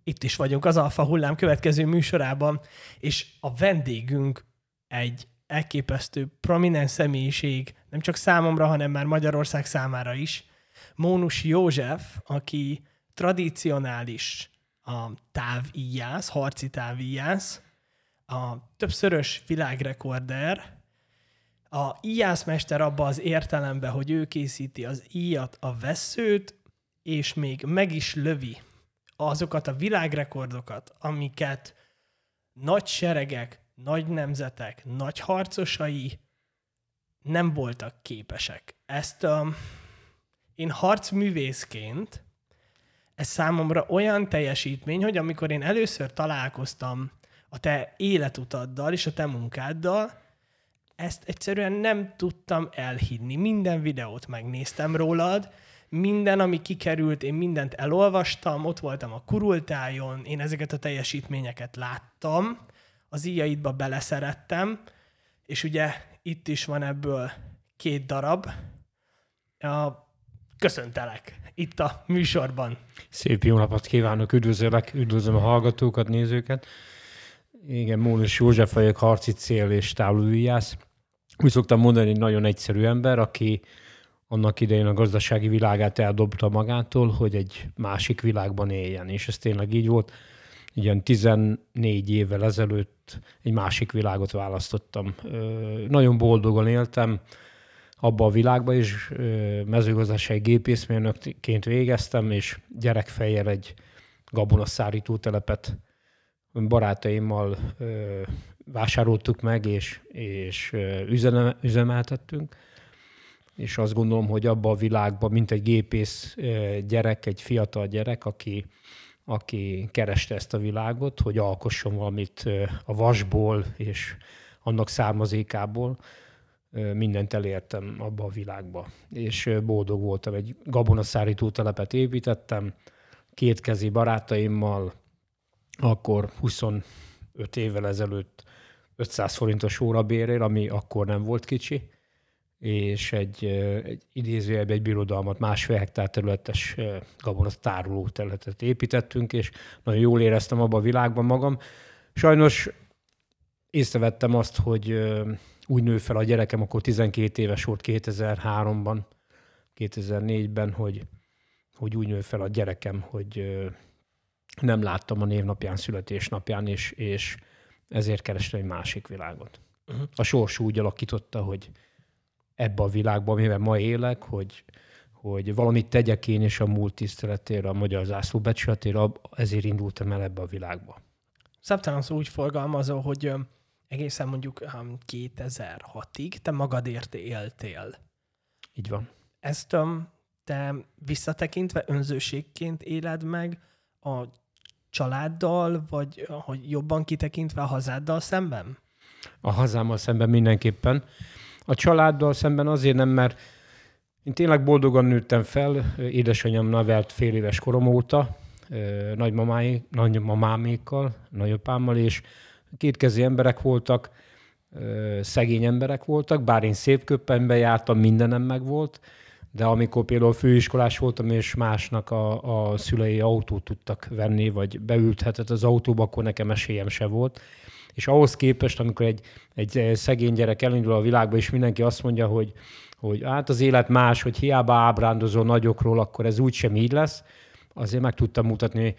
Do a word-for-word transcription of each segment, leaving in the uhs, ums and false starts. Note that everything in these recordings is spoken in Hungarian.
Itt is vagyunk az Alfa Hullám következő műsorában, és a vendégünk egy elképesztő prominens személyiség, nem csak számomra, hanem már Magyarország számára is. Mónus József, aki tradicionális a távíjász, harci távíjász, a többszörös világrekorder, a íjászmester abba az értelemben, hogy ő készíti az íjat, a vesszőt, és még meg is lövi azokat a világrekordokat, amiket nagy seregek, nagy nemzetek, nagy harcosai nem voltak képesek. Ezt um, én harcművészként, ez számomra olyan teljesítmény, hogy amikor én először találkoztam a te életutaddal és a te munkáddal, ezt egyszerűen nem tudtam elhinni. Minden videót megnéztem rólad, minden, ami kikerült, én mindent elolvastam, ott voltam a kurultájon, én ezeket a teljesítményeket láttam, az íjaidba beleszerettem, és ugye itt is van ebből két darab. Köszöntelek itt a műsorban. Szép jó napot kívánok, üdvözöllek, üdvözlöm a hallgatókat, nézőket. Igen, Mónus József vagyok, harci cél és távlövőjász. Úgy szoktam mondani, egy nagyon egyszerű ember, aki annak idején a gazdasági világát eldobta magától, hogy egy másik világban éljen. És ez tényleg így volt. Ilyen tizennégy évvel ezelőtt egy másik világot választottam. Nagyon boldogan éltem abba a világba, és mezőgazdasági gépészmérnökként végeztem, és gyerekfejjel egy gabonaszárító telepet barátaimmal vásároltuk meg, és, és üzeme, üzemeltettünk. És azt gondolom, hogy abban a világban, mint egy gépész gyerek, egy fiatal gyerek, aki, aki kereste ezt a világot, hogy alkosson valamit a vasból és annak származékából, mindent elértem abba a világba. És boldog voltam. Egy gabonaszárító telepet építettem, kétkezi barátaimmal, akkor huszonöt évvel ezelőtt ötszáz forintos órabérért, ami akkor nem volt kicsi, és egy, egy idézőjelben egy birodalmat, másfél hektár területes gabonatároló területet építettünk, és nagyon jól éreztem abban a világban magam. Sajnos észrevettem azt, hogy úgy nő fel a gyerekem, akkor tizenkét éves volt kétezer-háromban, kétezer-négyben, hogy, hogy úgy nő fel a gyerekem, hogy nem láttam a névnapján, születésnapján, és, és ezért kerestem egy másik világot. Uh-huh. A sors úgy alakította, hogy ebbe a világban, amiben ma élek, hogy, hogy valamit tegyek én és a múlt tiszteletére, a magyar zászló becsületére, ezért indultam el ebbe a világba. Szabtalanos úgy forgalmazol, hogy egészen mondjuk kétezer-hatig te magadért éltél. Így van. Ezt te visszatekintve önzőségként éled meg a családdal, vagy hogy jobban kitekintve a hazáddal szemben? A hazámmal szemben mindenképpen. A családdal szemben azért nem, mert én tényleg boldogan nőttem fel, édesanyám nevelt fél éves korom óta, nagymamáik, nagymamámékkal, nagyapámmal, és kétkezi emberek voltak, szegény emberek voltak, bár én szép köppenben jártam, mindenem megvolt, de amikor például főiskolás voltam, és másnak a, a szülei autót tudtak venni, vagy beülthetett az autóba, akkor nekem esélyem se volt. És ahhoz képest, amikor egy, egy szegény gyerek elindul a világba, és mindenki azt mondja, hogy, hogy hát az élet más, hogy hiába ábrándozó nagyokról, akkor ez úgysem így lesz, azért meg tudtam mutatni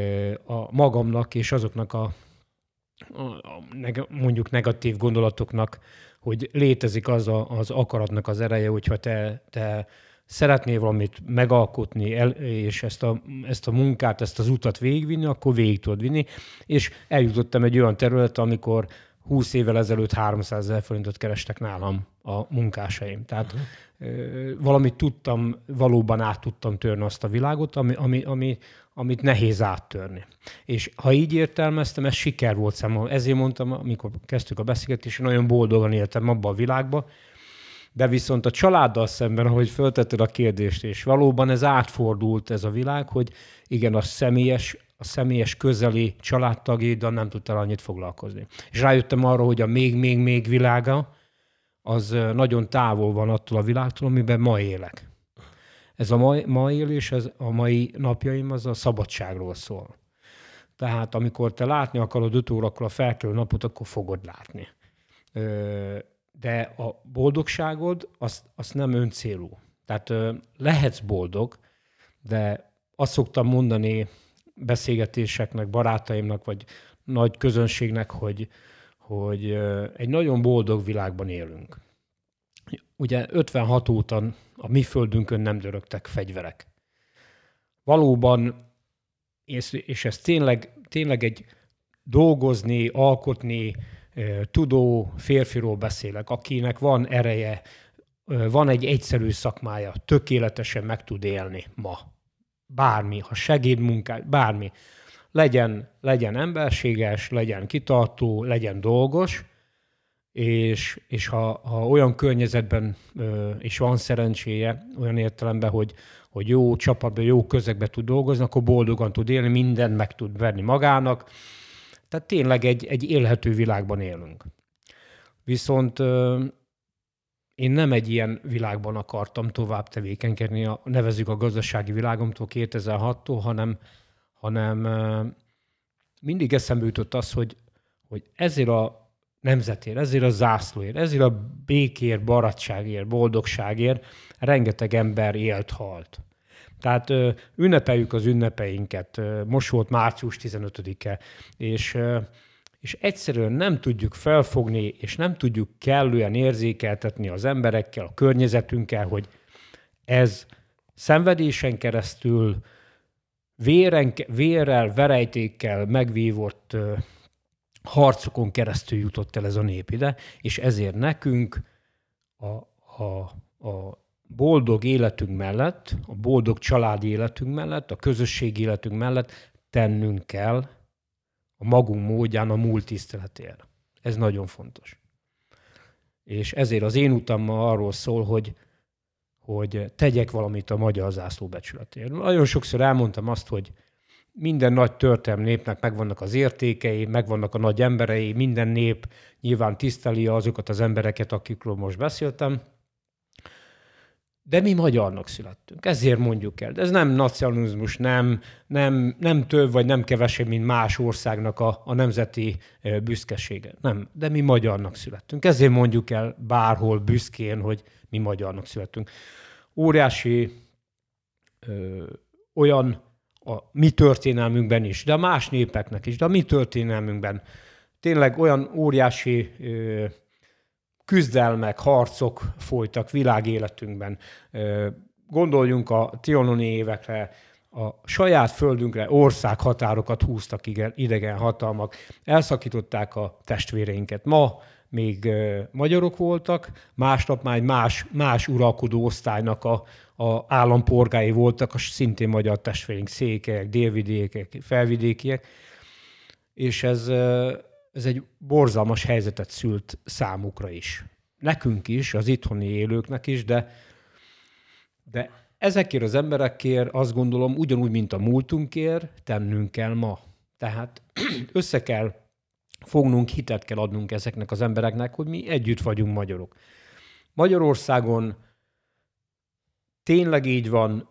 a magamnak és azoknak a, a, a mondjuk negatív gondolatoknak, hogy létezik az a, az akaratnak az ereje, hogyha te, te szeretnél valamit megalkotni, el, és ezt a, ezt a munkát, ezt az utat végigvinni, akkor végig tudod vinni. És eljutottam egy olyan területre, amikor húsz évvel ezelőtt háromszázezer forintot kerestek nálam a munkásaim. Tehát uh-huh. valamit tudtam, valóban át tudtam törni azt a világot, ami, ami, ami, amit nehéz áttörni. És ha így értelmeztem, ez siker volt számomra. Ezért mondtam, amikor kezdtük a beszélgetést, nagyon boldogan éltem abba a világba, de viszont a családdal szemben, ahogy föltetted a kérdést, és valóban ez átfordult ez a világ, hogy igen, a személyes, a személyes közeli családtagjaiddal nem tudtál annyit foglalkozni. És rájöttem arra, hogy a még-még-még világa, az nagyon távol van attól a világtól, amiben ma élek. Ez a mai, ma élés, ez a mai napjaim, az a szabadságról szól. Tehát amikor te látni akarod öt órakor a felkelő napot, akkor fogod látni. De a boldogságod, azt, azt nem öncélú. Tehát lehetsz boldog, de azt szoktam mondani beszélgetéseknek, barátaimnak, vagy nagy közönségnek, hogy, hogy egy nagyon boldog világban élünk. Ugye ötvenhat óta a mi földünkön nem dörögtek fegyverek. Valóban, és, és ez tényleg, tényleg egy dolgozni, alkotni, tudó férfiról beszélek, akinek van ereje, van egy egyszerű szakmája, tökéletesen meg tud élni ma. Bármi, ha segédmunkát, bármi. Legyen, legyen emberséges, legyen kitartó, legyen dolgos, és, és ha, ha olyan környezetben is van szerencséje, olyan értelemben, hogy, hogy jó csapatban, jó közegben tud dolgozni, akkor boldogan tud élni, mindent meg tud venni magának. Tehát tényleg egy, egy élhető világban élünk. Viszont én nem egy ilyen világban akartam tovább tevékenykedni, a, nevezzük a gazdasági világomtól kétezer-hattól, hanem, hanem mindig eszembe jutott az, hogy, hogy ezért a nemzetért, ezért a zászlóért, ezért a békért, barátságért, boldogságért rengeteg ember élt, halt. Tehát ö, ünnepeljük az ünnepeinket. Most volt március tizenötödike, és, ö, és egyszerűen nem tudjuk felfogni, és nem tudjuk kellően érzékeltetni az emberekkel, a környezetünkkel, hogy ez szenvedésen keresztül, véren, vérrel, verejtékkel megvívott ö, harcokon keresztül jutott el ez a nép ide, és ezért nekünk a, a, a boldog életünk mellett, a boldog családi életünk mellett, a közösségi életünk mellett tennünk kell a magunk módján a múlt tiszteletére. Ez nagyon fontos. És ezért az én utam ma arról szól, hogy, hogy tegyek valamit a magyar zászló becsületéért. Nagyon sokszor elmondtam azt, hogy minden nagy történelmi népnek megvannak az értékei, megvannak a nagy emberei, minden nép nyilván tiszteli azokat az embereket, akikről most beszéltem, de mi magyarnak születtünk. Ezért mondjuk el. De ez nem nacionalizmus, nem, nem, nem több vagy nem kevesebb, mint más országnak a, a nemzeti büszkesége. Nem, de mi magyarnak születtünk. Ezért mondjuk el bárhol büszkén, hogy mi magyarnak születtünk. Óriási ö, olyan a mi történelmünkben is, de a más népeknek is, de a mi történelmünkben tényleg olyan óriási ö, küzdelmek, harcok folytak világéletünkben. Ö, gondoljunk a trianoni évekre, a saját földünkre országhatárokat húztak idegen hatalmak, elszakították a testvéreinket. Ma még ö, magyarok voltak, másnap már más, más uralkodó osztálynak a a állampolgárai voltak, a szintén magyar testvéreink, székelyek, délvidékiek, felvidékiek, és ez, ez egy borzalmas helyzetet szült számukra is. Nekünk is, az itthoni élőknek is, de, de ezekért az emberekért azt gondolom, ugyanúgy, mint a múltunkért, tennünk kell ma. Tehát össze kell fognunk, hitet kell adnunk ezeknek az embereknek, hogy mi együtt vagyunk magyarok. Magyarországon tényleg így van,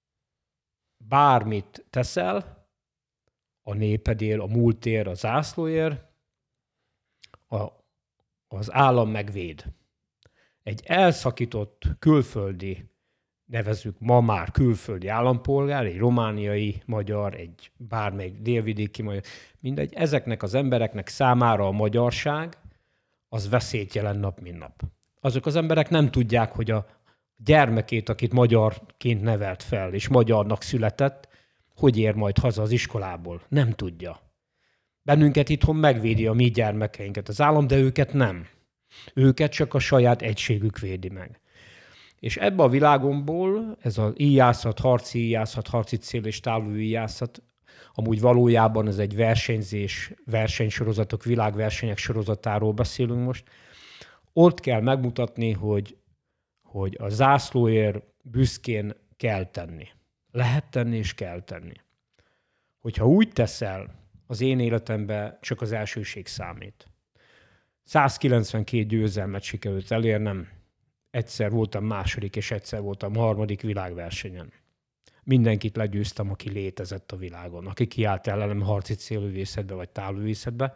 bármit teszel, a népedér, a múltér, a zászlóér, a, az állam megvéd. Egy elszakított külföldi, nevezzük ma már külföldi állampolgár, egy romániai magyar, egy bármelyik délvidéki magyar, mindegy, ezeknek az embereknek számára a magyarság az veszélyt jelent nap, mint nap. Azok az emberek nem tudják, hogy a gyermekét, akit magyarként nevelt fel, és magyarnak született, hogy ér majd haza az iskolából. Nem tudja. Bennünket itthon megvédi a mi gyermekeinket az állam, de őket nem. Őket csak a saját egységük védi meg. És ebbe a világomból ez az íjászat, harci íjászat, harci cél és távlő íjászat, amúgy valójában ez egy versenyzés, versenysorozatok, világversenyek sorozatáról beszélünk most, ott kell megmutatni, hogy hogy a zászlóért büszkén kell tenni. Lehet tenni és kell tenni. Hogyha úgy teszel, az én életemben csak az elsőség számít. százkilencvenkét győzelmet sikerült elérnem, egyszer voltam második, és egyszer voltam harmadik világversenyen. mindenkit legyőztem, aki létezett a világon, aki kiállt ellenem harci célövészetbe vagy távlövészetbe.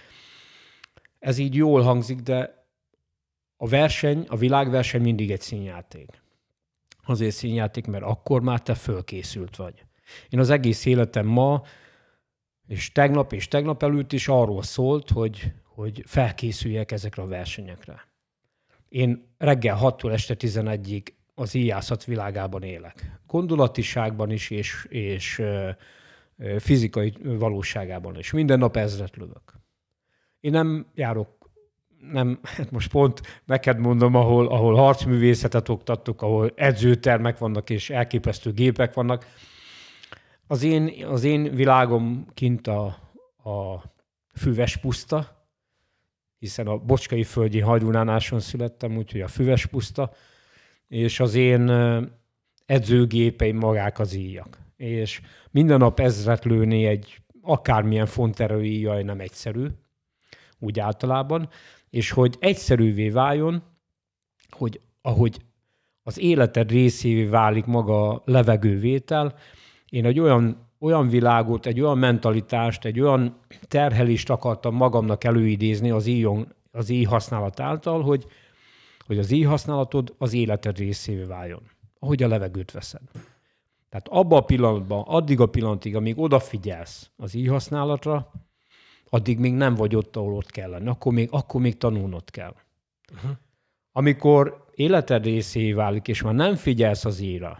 Ez így jól hangzik, de a verseny, a világverseny mindig egy színjáték. Azért színjáték, mert akkor már te fölkészült vagy. Én az egész életem ma, és tegnap és tegnap előtt is arról szólt, hogy, hogy felkészüljek ezekre a versenyekre. Én reggel hattól este tizenegyig az íjászat világában élek. Gondolatiságban is, és, és fizikai valóságában is. Minden nap ezret lövök. Én nem járok, nem, hát most pont neked mondom, ahol, ahol harcművészetet oktattuk, ahol edzőtermek vannak, és elképesztő gépek vannak. Az én, az én világom kint a, a füves puszta, hiszen a Bocskai Földjén Hajdúnánáson születtem, úgyhogy a füves puszta, és az én edzőgépeim magák az íjak. És minden nap ezret lőni egy akármilyen fonterő íjjal nem egyszerű, úgy általában, és hogy egyszerűvé váljon, hogy ahogy az életed részévé válik maga a levegővétel, én egy olyan, olyan világot, egy olyan mentalitást, egy olyan terhelést akartam magamnak előidézni az íjon, az íj használat által, hogy, hogy az íj használatod az életed részévé váljon, ahogy a levegőt veszed. Tehát abban a pillanatban, addig a pillanatig, amíg odafigyelsz az íj használatra, addig még nem vagy ott, ahol ott kell lenni. Akkor még, akkor még tanulnod kell. Uh-huh. Amikor életed részévé válik, és már nem figyelsz az íjra,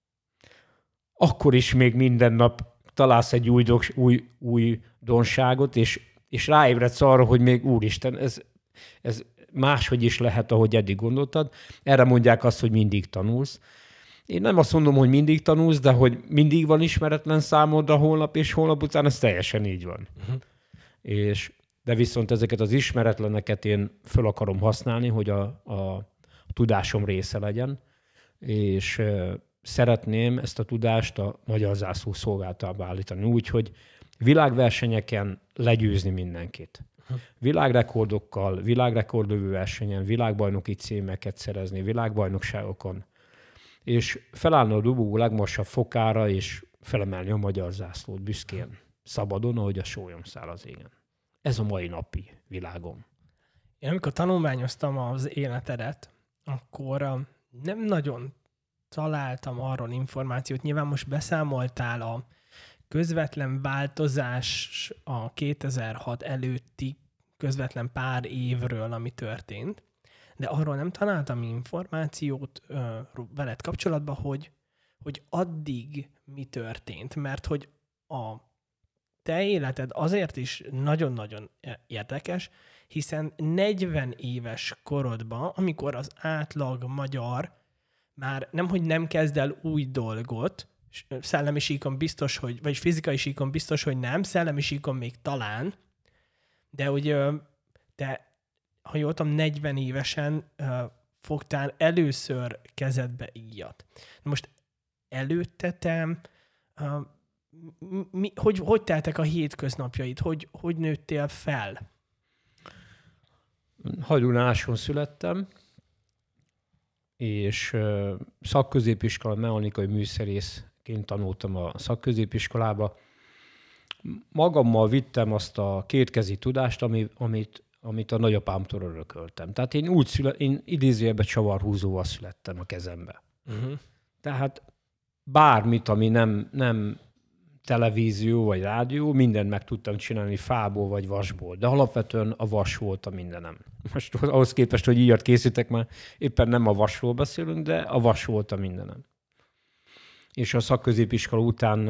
akkor is még minden nap találsz egy új, új, új donságot, és, és ráébredsz arra, hogy még úristen, ez, ez máshogy is lehet, ahogy eddig gondoltad. Erre mondják azt, hogy mindig tanulsz. Én nem azt mondom, hogy mindig tanulsz, de hogy mindig van ismeretlen számodra holnap és holnap után, ez teljesen így van. Uh-huh. És, de viszont ezeket az ismeretleneket én föl akarom használni, hogy a, a tudásom része legyen, és szeretném ezt a tudást a magyar zászló szolgáltába állítani úgy, hogy világversenyeken legyőzni mindenkit. Világrekordokkal, világrekordlövő versenyen, világbajnoki címeket szerezni, világbajnokságokon, és felállni a dobogó legmagasabb fokára, és felemelni a magyar zászlót büszkén, szabadon, ahogy a sólyomszál az égen. Ez a mai napi világom. Én amikor tanulmányoztam az életedet, akkor nem nagyon találtam arról információt. Nyilván most beszámoltál a közvetlen változás a kétezer-hat előtti közvetlen pár évről, ami történt, de arról nem találtam információt ö, veled kapcsolatban, hogy, hogy addig mi történt, mert hogy a te életed azért is nagyon-nagyon érdekes, hiszen negyven éves korodban, amikor az átlag magyar már nemhogy nem kezd el új dolgot, szellemi síkon biztos, hogy, vagy fizikai síkon biztos, hogy nem, szellemi síkon még talán, de hogy te, ha jól tudom, negyven évesen fogtál először kezedbe íjat. Most előtte te, mi, hogy, hogy teltek a hétköznapjaid? Hogy, hogy nőttél fel? Hajdúnáson születtem, és szakközépiskola mechanikai műszerészként tanultam a szakközépiskolába. Magammal vittem azt a kétkezi tudást, ami, amit, amit a nagyapámtól örököltem. Tehát én úgy szület, én idézőjelben csavarhúzóval születtem a kezembe. Uh-huh. Tehát bármit, ami nem, nem televízió vagy rádió, mindent meg tudtam csinálni fából vagy vasból, de alapvetően a vas volt a mindenem. Most ahhoz képest, hogy íjat készítek, már éppen nem a vasról beszélünk, de a vas volt a mindenem. És a szakközépiskola után,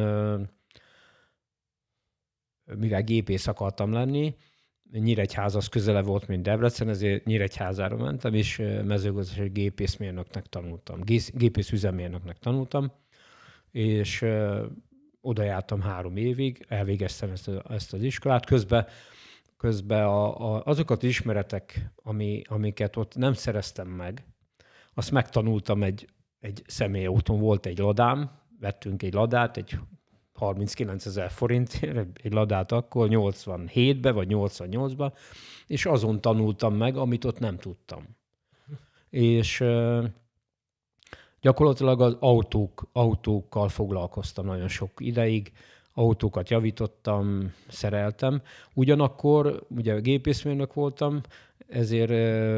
mivel gépész akartam lenni, Nyíregyháza az közele volt, mint Debrecen, ezért Nyíregyházára mentem, és mezőgazdasági gépészmérnöknek tanultam. Gépész üzemmérnöknek tanultam, és oda jártam három évig, elvégeztem ezt, a, ezt az iskolát. Közben, közben a, a, azokat az ismeretek, ami, amiket ott nem szereztem meg, azt megtanultam egy, egy személyautón. Volt egy ladám, vettünk egy ladát, egy harminckilencezer forintért, egy ladát akkor, nyolcvanhétben vagy nyolcvannyolcban, és azon tanultam meg, amit ott nem tudtam. És Gyakorlatilag az autók, autókkal foglalkoztam nagyon sok ideig, autókat javítottam, szereltem. Ugyanakkor, ugye gépészmérnök voltam, ezért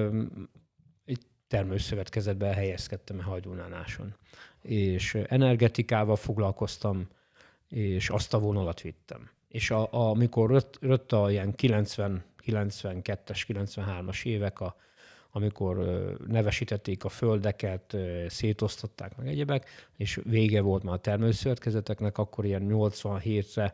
egy termőszövetkezetben helyezkedtem a Hajdúnánáson. És energetikával foglalkoztam, és azt a vonalat vittem. És a, a, amikor rött, rött a ilyen kilencven, kilencvenkettes, kilencvenhármas évek, a, amikor nevesítették a földeket, szétosztották meg egyebek, és vége volt már a termőszövetkezeteknek, akkor ilyen nyolcvanhétre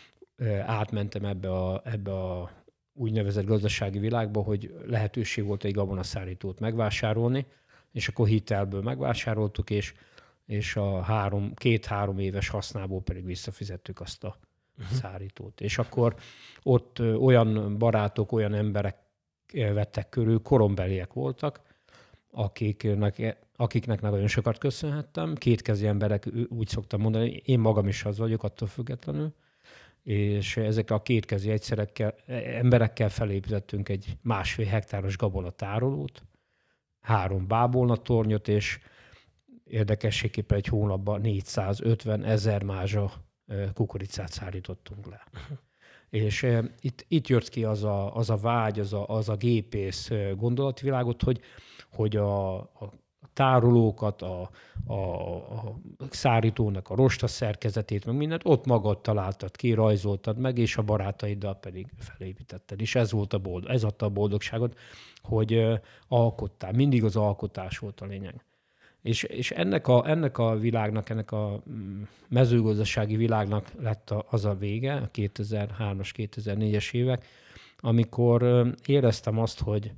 átmentem ebbe a, ebbe a úgynevezett gazdasági világba, hogy lehetőség volt egy gabonaszállítót megvásárolni, és akkor hitelből megvásároltuk, és, és a három, két-három éves használból pedig visszafizettük azt a uh-huh. szállítót. És akkor ott olyan barátok, olyan emberek vettek körül, korombeliek voltak, akiknek, akiknek nagyon sokat köszönhettem. Kétkezi emberek, úgy szoktam mondani, én magam is az vagyok, attól függetlenül, és ezek a kétkezi egyszerekkel, emberekkel felépítettünk egy másfél hektáros gabonatárolót, három bábolnatornyot, és érdekességképpen egy hónapban négyszázötven ezer mázsa kukoricát szállítottunk le. És e, itt, itt jött ki az a, az a vágy, az a, az a gépész gondolatvilágot, hogy, hogy a, a tárolókat, a, a, a szárítónak a rosta szerkezetét, meg mindent ott magad találtad ki, rajzoltad meg, és a barátaiddal pedig felépítetted. És ez volt a boldog, ez adta a boldogságot, hogy uh, alkottál. Mindig az alkotás volt a lényeg. És, és ennek, a, ennek a világnak, ennek a mezőgazdasági világnak lett a, az a vége, a kétezer-hármas, kétezer-négyes évek, amikor éreztem azt, hogy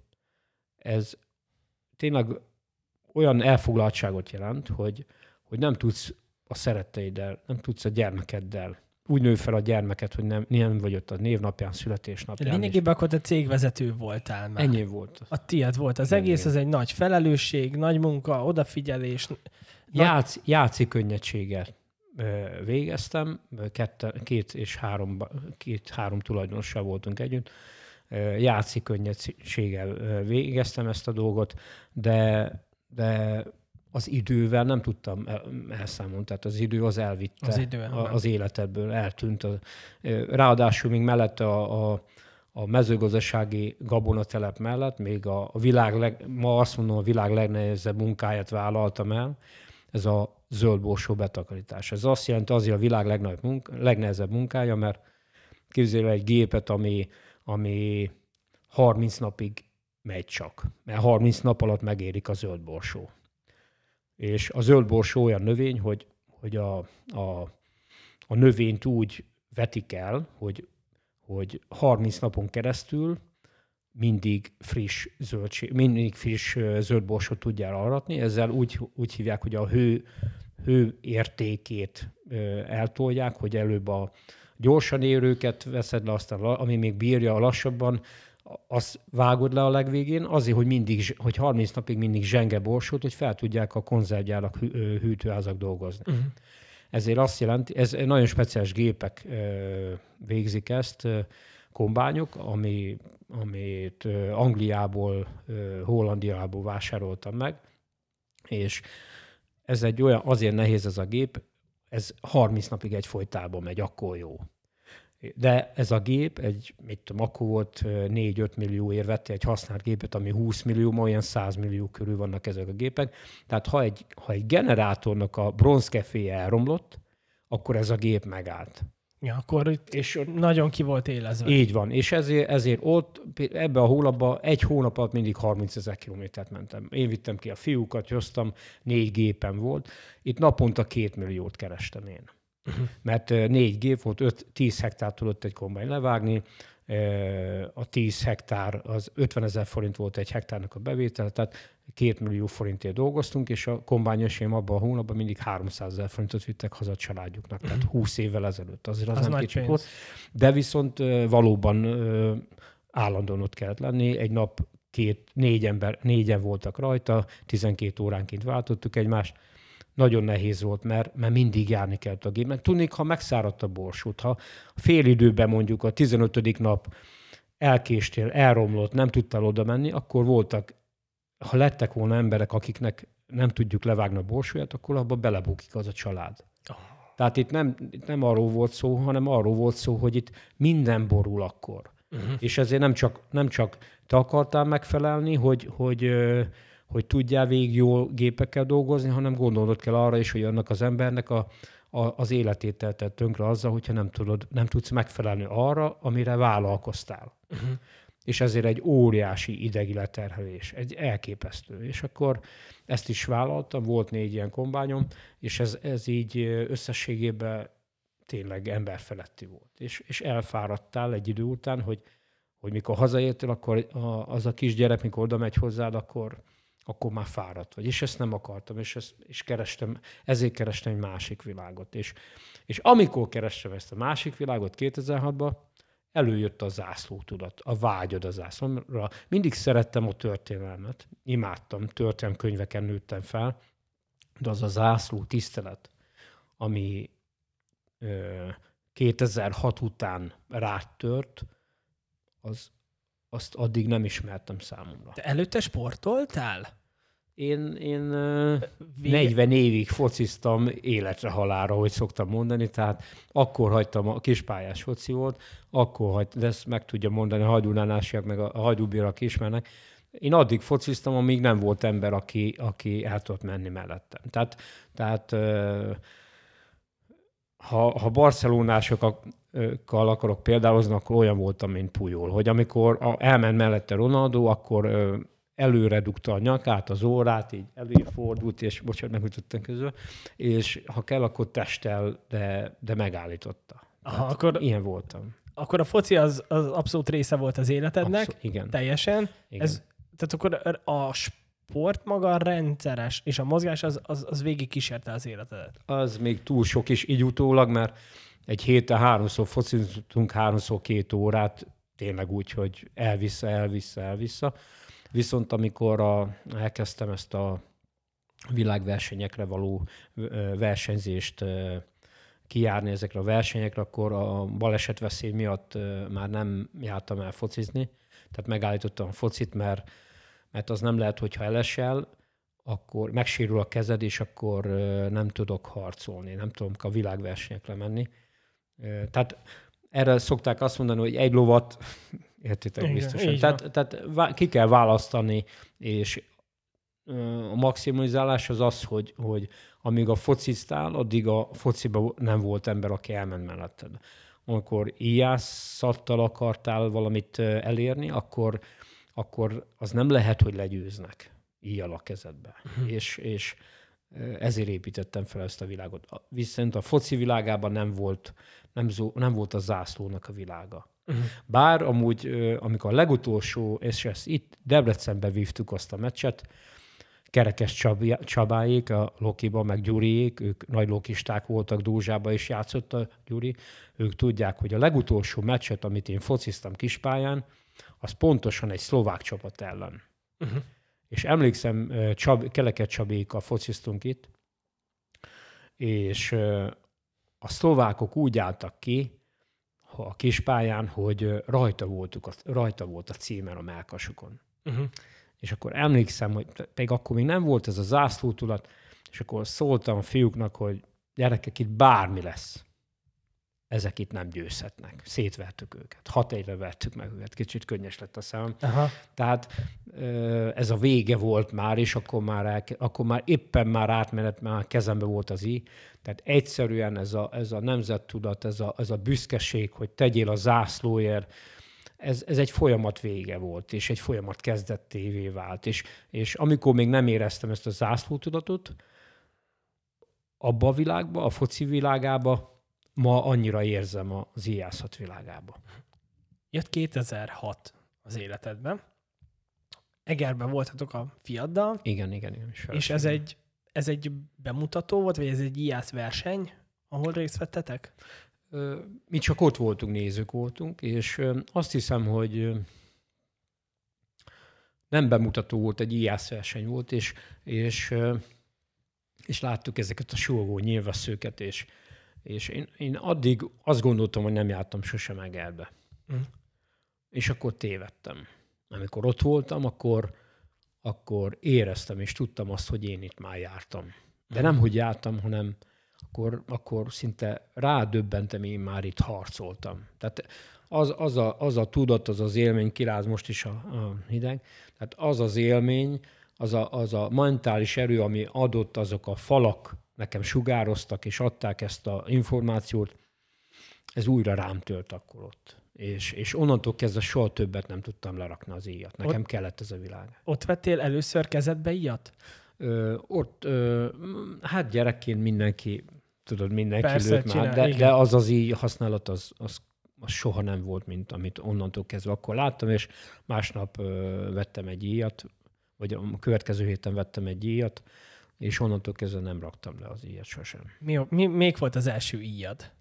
ez tényleg olyan elfoglaltságot jelent, hogy, hogy nem tudsz a szeretteiddel, nem tudsz a gyermekeddel. Úgy nő fel a gyermeket, hogy nem, nem vagy ott a névnapján, születésnapján. Lényegében akkor te cégvezető voltál már. Ennyi volt. A tiéd volt. Az Ennyi. Egész, az egy nagy felelősség, nagy munka, odafigyelés. Játsz, játszi könnyedséget végeztem. Kette, két és három, két, három tulajdonossal voltunk együtt. Játszi könnyedséggel végeztem ezt a dolgot, de, de az idővel nem tudtam elszámolni, tehát az idő az elvitte az, idő, az életedből, eltűnt. Ráadásul még mellette a, a, a mezőgazdasági gabonatelep mellett még a, a világ, leg, ma azt mondom, a világ legnehezebb munkáját vállaltam el, ez a zöldborsó betakarítás. Ez azt jelenti azért a világ legnagyobb munka, legnehezebb munkája, mert képzelj egy gépet, ami, ami harminc napig megy csak, mert harminc nap alatt megérik a zöldborsó. És a zöldborsó olyan növény, hogy, hogy a, a, a növényt úgy vetik el, hogy, hogy harminc napon keresztül mindig friss zöldség, mindig friss zöldborsót tudjál aratni. Ezzel úgy, úgy hívják, hogy a hő, hő értékét eltolják, hogy előbb a gyorsan érőket veszed le, aztán ami még bírja a lassabban, azt vágod le a legvégén, azért, hogy mindig, hogy harminc napig mindig zsenge borsót, hogy fel tudják a konzervgyárak, hűtőházak dolgozni. Uh-huh. Ezért azt jelenti, ez nagyon speciális gépek végzik ezt, kombányok, ami, amit Angliából, Hollandiából vásároltam meg, és ez egy olyan, azért nehéz ez a gép, ez harminc napig egyfolytában megy, akkor jó. De ez a gép, egy, mit tudom, akkor volt négy-öt millióért vette egy használt gépet, ami húsz millió, ma olyan száz millió körül vannak ezek a gépek. Tehát ha egy, ha egy generátornak a bronzkeféje elromlott, akkor ez a gép megállt. Ja, akkor itt és nagyon ki volt élezve. Így van, és ezért, ezért ott, ebbe a hónapban, egy hónap alatt mindig harmincezer kilométert mentem. Én vittem ki a fiúkat, hoztam, négy gépem volt. Itt naponta két milliót kerestem én. Uh-huh. Mert négy gép volt, öt, tíz hektár tudott egy kombány levágni, a tíz hektár az ötvenezer forint volt egy hektárnak a bevétel, tehát két millió forintért dolgoztunk, és a kombányosaim abban a hónapban mindig háromszázezer forintot vittek haza a családjuknak, uh-huh. tehát húsz évvel ezelőtt. Azért az, az nem kicsit volt. De viszont valóban állandóan ott kellett lenni, egy nap két, négy ember, négyen voltak rajta, tizenkét óránként váltottuk egymást. Nagyon nehéz volt, mert, mert mindig járni kellett a gépnek. Tudnék, ha megszáradt a borsót, ha fél időben mondjuk a tizenötödik nap elkéstél, elromlott, nem tudtál oda menni, akkor voltak, ha lettek volna emberek, akiknek nem tudjuk levágni a borsóját, akkor abba belebukik az a család. Oh. Tehát itt nem, itt nem arról volt szó, hanem arról volt szó, hogy itt minden borul akkor. Uh-huh. És ezért nem csak, nem csak te akartál megfelelni, hogy, hogy, hogy tudjál végig jól gépekkel dolgozni, hanem gondolnod kell arra is, hogy annak az embernek a, a, az életét telted tönkre azzal, hogyha nem, tudod, nem tudsz megfelelni arra, amire vállalkoztál. Uh-huh. És ezért egy óriási idegi leterhelés, egy elképesztő. És akkor ezt is vállaltam, volt négy ilyen kombányom, és ez, ez így összességében tényleg emberfeletti volt. És, és elfáradtál egy idő után, hogy, hogy mikor hazaértél, akkor a, az a kisgyerek, mikor oda megy hozzád, akkor, akkor már fáradt vagy. És ezt nem akartam, és, ezt, és kerestem, ezért kerestem egy másik világot. És, és amikor kerestem ezt a másik világot kétezer-hatban, előjött a zászlótudat, a vágyad a zászlóra. Mindig szerettem a történelmet, imádtam, történelmkönyveken nőttem fel, de az a zászló tisztelet, ami ö, kétezer-hat után rátört, az, azt addig nem ismertem számomra. Te előtte sportoltál? Én, én negyven évig fociztam életre halálra, hogy szoktam mondani, tehát akkor hagytam, a kispályás foci volt, akkor hagytam, de ezt meg tudja mondani a hajdúnánásiak, meg a hajdúbírak ismernek. Én addig fociztam, amíg nem volt ember, aki, aki el tudott menni mellettem. Tehát, tehát ha, ha barcelonásokkal akarok példálozni, akkor olyan voltam, mint Pujol, hogy amikor elment mellette Ronaldo, akkor előre dugta a nyakát, az órát, így előfordult, és bocsánat, megütöttem közül, és ha kell, akkor testel, de, de megállította. Aha, akkor, ilyen voltam. Akkor a foci az, az abszolút része volt az életednek, Abszolút, igen. Teljesen. Igen. Ez, tehát akkor a sport maga rendszeres, és a mozgás az, az, az végig kísérte az életedet. Az még túl sok is így utólag, mert egy héten háromszor fociztunk, háromszor két órát, tényleg úgy, hogy elvissza, elvissza, elvissza. Viszont amikor a, elkezdtem ezt a világversenyekre való versenyzést kijárni ezekre a versenyekre, akkor a balesetveszély miatt már nem jártam el focizni. Tehát megállítottam a focit, mert, mert az nem lehet, hogyha elesel, akkor megsérül a kezed, és akkor nem tudok harcolni, nem tudom a világversenyekre menni. Tehát erre szokták azt mondani, hogy egy lovat, értitek igen, biztosan. Tehát, tehát ki kell választani, és a maximalizálás az az, hogy, hogy amíg a fociztál, addig a fociban nem volt ember, aki elment melletted. Amikor íjászattal akartál valamit elérni, akkor, akkor az nem lehet, hogy legyőznek íjjal a kezedbe. Uh-huh. És, és ezért építettem fel ezt a világot. Viszont a foci világában nem volt, nem, zó, nem volt a zászlónak a világa. Uh-huh. Bár amúgy, amikor a legutolsó, és ezt itt Debrecenben vívtuk azt a meccset, Kerekes Csabi, Csabáék, a Lokiban, meg Gyuriék, ők nagy lokisták voltak, Dózsába is játszott a Gyuri, ők tudják, hogy a legutolsó meccset, amit én fociztam kispályán, az pontosan egy szlovák csapat ellen. Uh-huh. És emlékszem, Csab, Keleket Csabékkal fociztunk itt, és a szlovákok úgy álltak ki a kispályán, hogy rajta, voltuk, rajta volt a címer a mellkasukon. Uh-huh. És akkor emlékszem, hogy pedig akkor még nem volt ez a zászlótudat, és akkor szóltam a fiúknak, hogy gyerekek, itt bármi lesz. Ezek itt nem győzhetnek. Szétvertük őket. Hat egyre vertük meg őket. Kicsit könnyes lett a szemem. Aha. Tehát ez a vége volt már, és akkor már, el, akkor már éppen már átmenet, már kezembe volt az i. Tehát egyszerűen ez a, ez a nemzettudat, ez a, ez a büszkeség, hogy tegyél a zászlóért, Ez, ez egy folyamat vége volt, és egy folyamat kezdettévé vált. És, és amikor még nem éreztem ezt a zászlótudatot, abba a világba, a foci világába, ma annyira érzem az íjászat világába. Jött kétezer-hat az életedben. Egerben voltatok a fiaddal. Igen, igen. igen és ez egy, ez egy bemutató volt, vagy ez egy íjász verseny, ahol részt vettetek? Mi csak ott voltunk, nézők voltunk, és azt hiszem, hogy nem bemutató volt, egy íjászverseny volt, és, és, és láttuk ezeket a súgó nyilvesszőket, és, és én, én addig azt gondoltam, hogy nem jártam sosem Egerbe. Mm. És akkor tévedtem. Amikor ott voltam, akkor, akkor éreztem és tudtam azt, hogy én itt már jártam. De nem, hogy jártam, hanem akkor, akkor szinte rádöbbentem, én már itt harcoltam. Tehát az, az, a, az a tudat, az az élmény, kiráz most is a, a hideg, tehát az az élmény, az a, az a mentális erő, ami adott, azok a falak nekem sugároztak, és adták ezt az információt, ez újra rám tört akkor ott. És, és onnantól kezdve soha többet nem tudtam lerakni az íjat. Nekem ott, kellett ez a világ. Ott vettél először kezedbe íjat? Ö, ott, ö, hát gyerekként mindenki, tudod, mindenki Persze, lőtt csinál, már, de, igen. de az az íj használat, az, az, az soha nem volt, mint amit onnantól kezdve akkor láttam, és másnap ö, vettem egy íjat, vagy a következő héten vettem egy íjat, és onnantól kezdve nem raktam le az íjat sosem. Mi, mi, még volt az első íjad?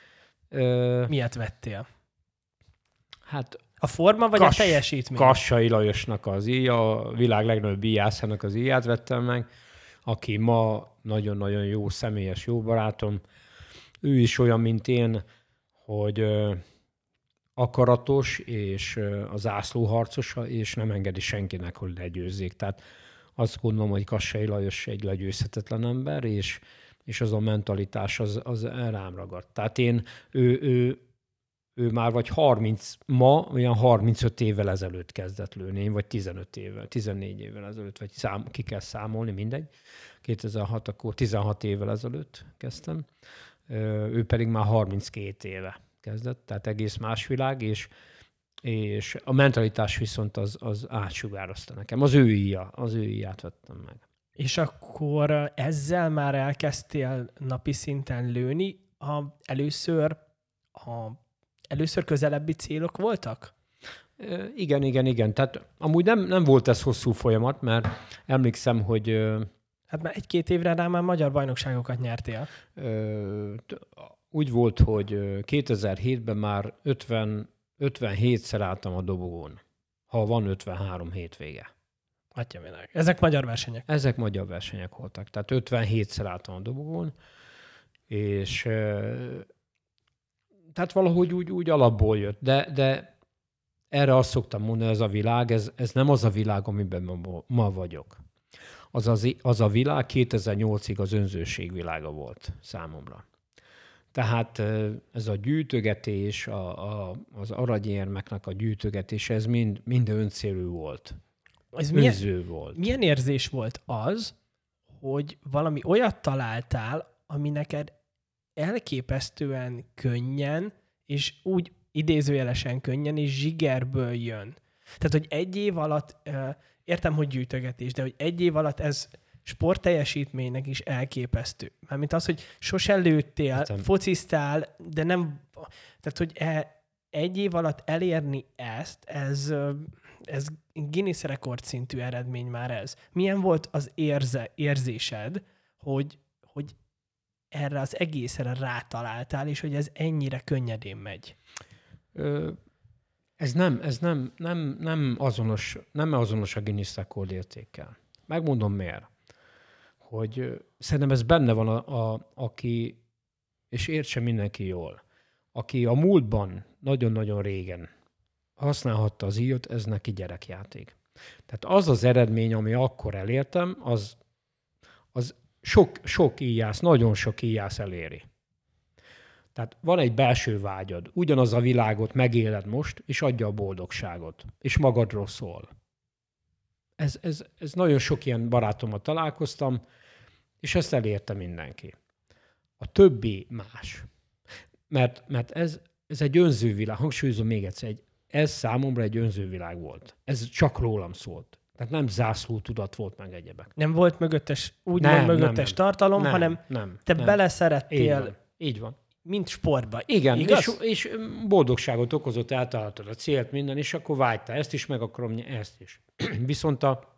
Ö, Miért vettél? Hát A forma vagy Kass, a teljesítmény? Kassai Lajosnak az íja, a világ legnagyobb íjászának az íját vettem meg, aki ma nagyon-nagyon jó személyes, jó barátom. Ő is olyan, mint én, hogy ö, akaratos, és ö, a zászlóharcosa, és nem engedi senkinek, hogy legyőzzék. Tehát azt gondolom, hogy Kassai Lajos egy legyőzhetetlen ember, és, és az a mentalitás az, az rám ragadt. Tehát én, ő, ő ő már vagy harminc, ma olyan harmincöt évvel ezelőtt kezdett lőni, én vagy tizenöt évvel, tizennégy évvel ezelőtt, vagy szám, ki kell számolni, mindegy. kétezer-hat, akkor tizenhat évvel ezelőtt kezdtem. Ő pedig már harminckét éve kezdett, tehát egész más világ, és, és a mentalitás viszont az, az átsugározta nekem. Az ő íja, az ő íját vettem meg. És akkor ezzel már elkezdtél napi szinten lőni? A, először a Először közelebbi célok voltak? Igen, igen, igen. Tehát amúgy nem, nem volt ez hosszú folyamat, mert emlékszem, hogy... Hát már egy-két évre rá már magyar bajnokságokat nyertél. Úgy volt, hogy kétezer-hétben már ötven, ötvenhétszer álltam a dobogón, ha van ötvenhárom hétvége. Atya világ. Ezek magyar versenyek? Ezek magyar versenyek voltak. Tehát ötvenhétszer álltam a dobogón, és... Tehát valahogy úgy, úgy alapból jött, de, de erre azt szoktam mondani, ez a világ, ez, ez nem az a világ, amiben ma, ma vagyok. Az, az, az a világ kétezer-nyolcig az önzőség világa volt számomra. Tehát ez a gyűjtögetés, a, a, az aranyérmeknek a gyűjtögetés, ez mind, mind öncélű volt. Ez Önző milyen, volt. Milyen érzés volt az, hogy valami olyat találtál, ami neked elképesztően könnyen, és úgy idézőjelesen könnyen, és zsigerből jön. Tehát, hogy egy év alatt, értem, hogy gyűjtögetés, de hogy egy év alatt ez sportteljesítménynek is elképesztő. Mármint az, hogy sose lőttél, Értem. fociztál, de nem... Tehát, hogy egy év alatt elérni ezt, ez, ez Guinness rekord szintű eredmény már ez. Milyen volt az érze, érzésed, hogy, hogy erre az egészre rátaláltál, és hogy ez ennyire könnyedén megy? Ö, ez nem, ez nem, nem, nem, azonos, nem azonos a Guinness rekord értékkel. Megmondom miért. Hogy ö, szerintem ez benne van, a, a, aki, és értse mindenki jól, aki a múltban nagyon-nagyon régen használhatta az íjat, ez neki gyerekjáték. Tehát az az eredmény, ami akkor elértem, az, az Sok, sok íjász, nagyon sok íjász eléri. Tehát van egy belső vágyad. Ugyanaz a világot megéled most, és adja a boldogságot. És magadról szól. Ez, ez, ez nagyon sok ilyen barátommal találkoztam, és ezt elérte mindenki. A többi más. Mert, mert ez, ez egy önző világ. Hangsúlyozom még egyszer, egy, ez számomra egy önző világ volt. Ez csak rólam szólt. Tehát nem zászló tudat volt meg egyebek. Nem volt mögöttes, úgymond nem, mögöttes nem, tartalom, nem, hanem nem, te nem. beleszerettél, Így van. Így van. mint sportba. Igen, igaz? és, és boldogságot okozott, eltaláltad a célt, minden, és akkor vágytál ezt is, meg akarom ezt is. Viszont a,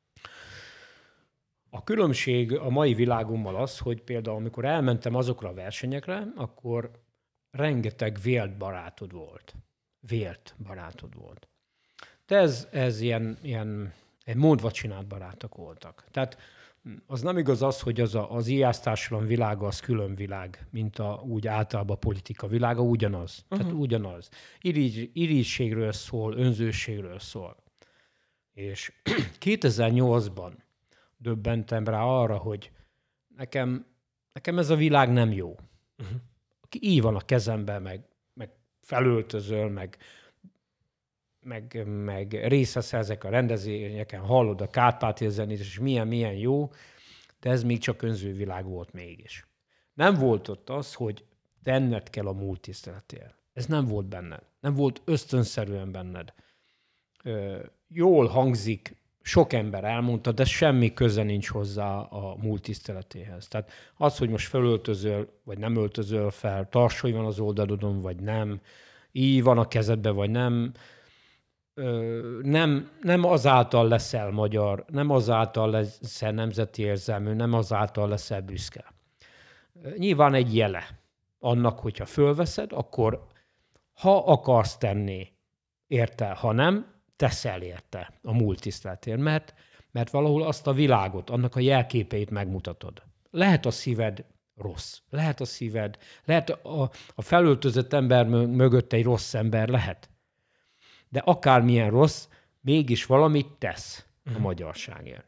a különbség a mai világommal az, hogy például amikor elmentem azokra a versenyekre, akkor rengeteg vélt barátod volt. Vélt barátod volt. De ez, ez ilyen, ilyen mondva csinált barátok voltak. Tehát az nem igaz az, hogy az, a, az íjásztársadalom világa az külön világ, mint a, úgy általában a politika világa, ugyanaz. Uh-huh. Tehát ugyanaz. Irigy, irigységről szól, önzőségről szól. És kétezer-nyolcban döbbentem rá arra, hogy nekem, nekem ez a világ nem jó. Uh-huh. Így van a kezemben, meg, meg felöltözöl, meg, meg, meg részt ezek a rendezvényeken, hallod a Kárpátia zenét, és milyen, milyen jó, de ez még csak önzővilág volt mégis. Nem volt ott az, hogy tenned kell a múlt tiszteletért. Ez nem volt benned. Nem volt ösztönszerűen benned. Ö, jól hangzik, sok ember elmondta, de semmi köze nincs hozzá a múlt tiszteletéhez. Tehát az, hogy most felöltözöl, vagy nem öltözöl fel, tarsoly van az oldalodon, vagy nem, így van a kezedben, vagy nem, ö, nem, nem azáltal leszel magyar, nem azáltal leszel nemzeti érzelmű, nem azáltal leszel büszke. Nyilván egy jele annak, hogyha fölveszed, akkor ha akarsz tenni érte, ha nem, teszel érte a múlt tiszteletért, mert, mert valahol azt a világot, annak a jelképeit megmutatod. Lehet a szíved rossz, lehet a szíved, lehet a, a felöltözött ember mögött egy rossz ember, lehet. De akármilyen rossz, mégis valamit tesz a magyarságért.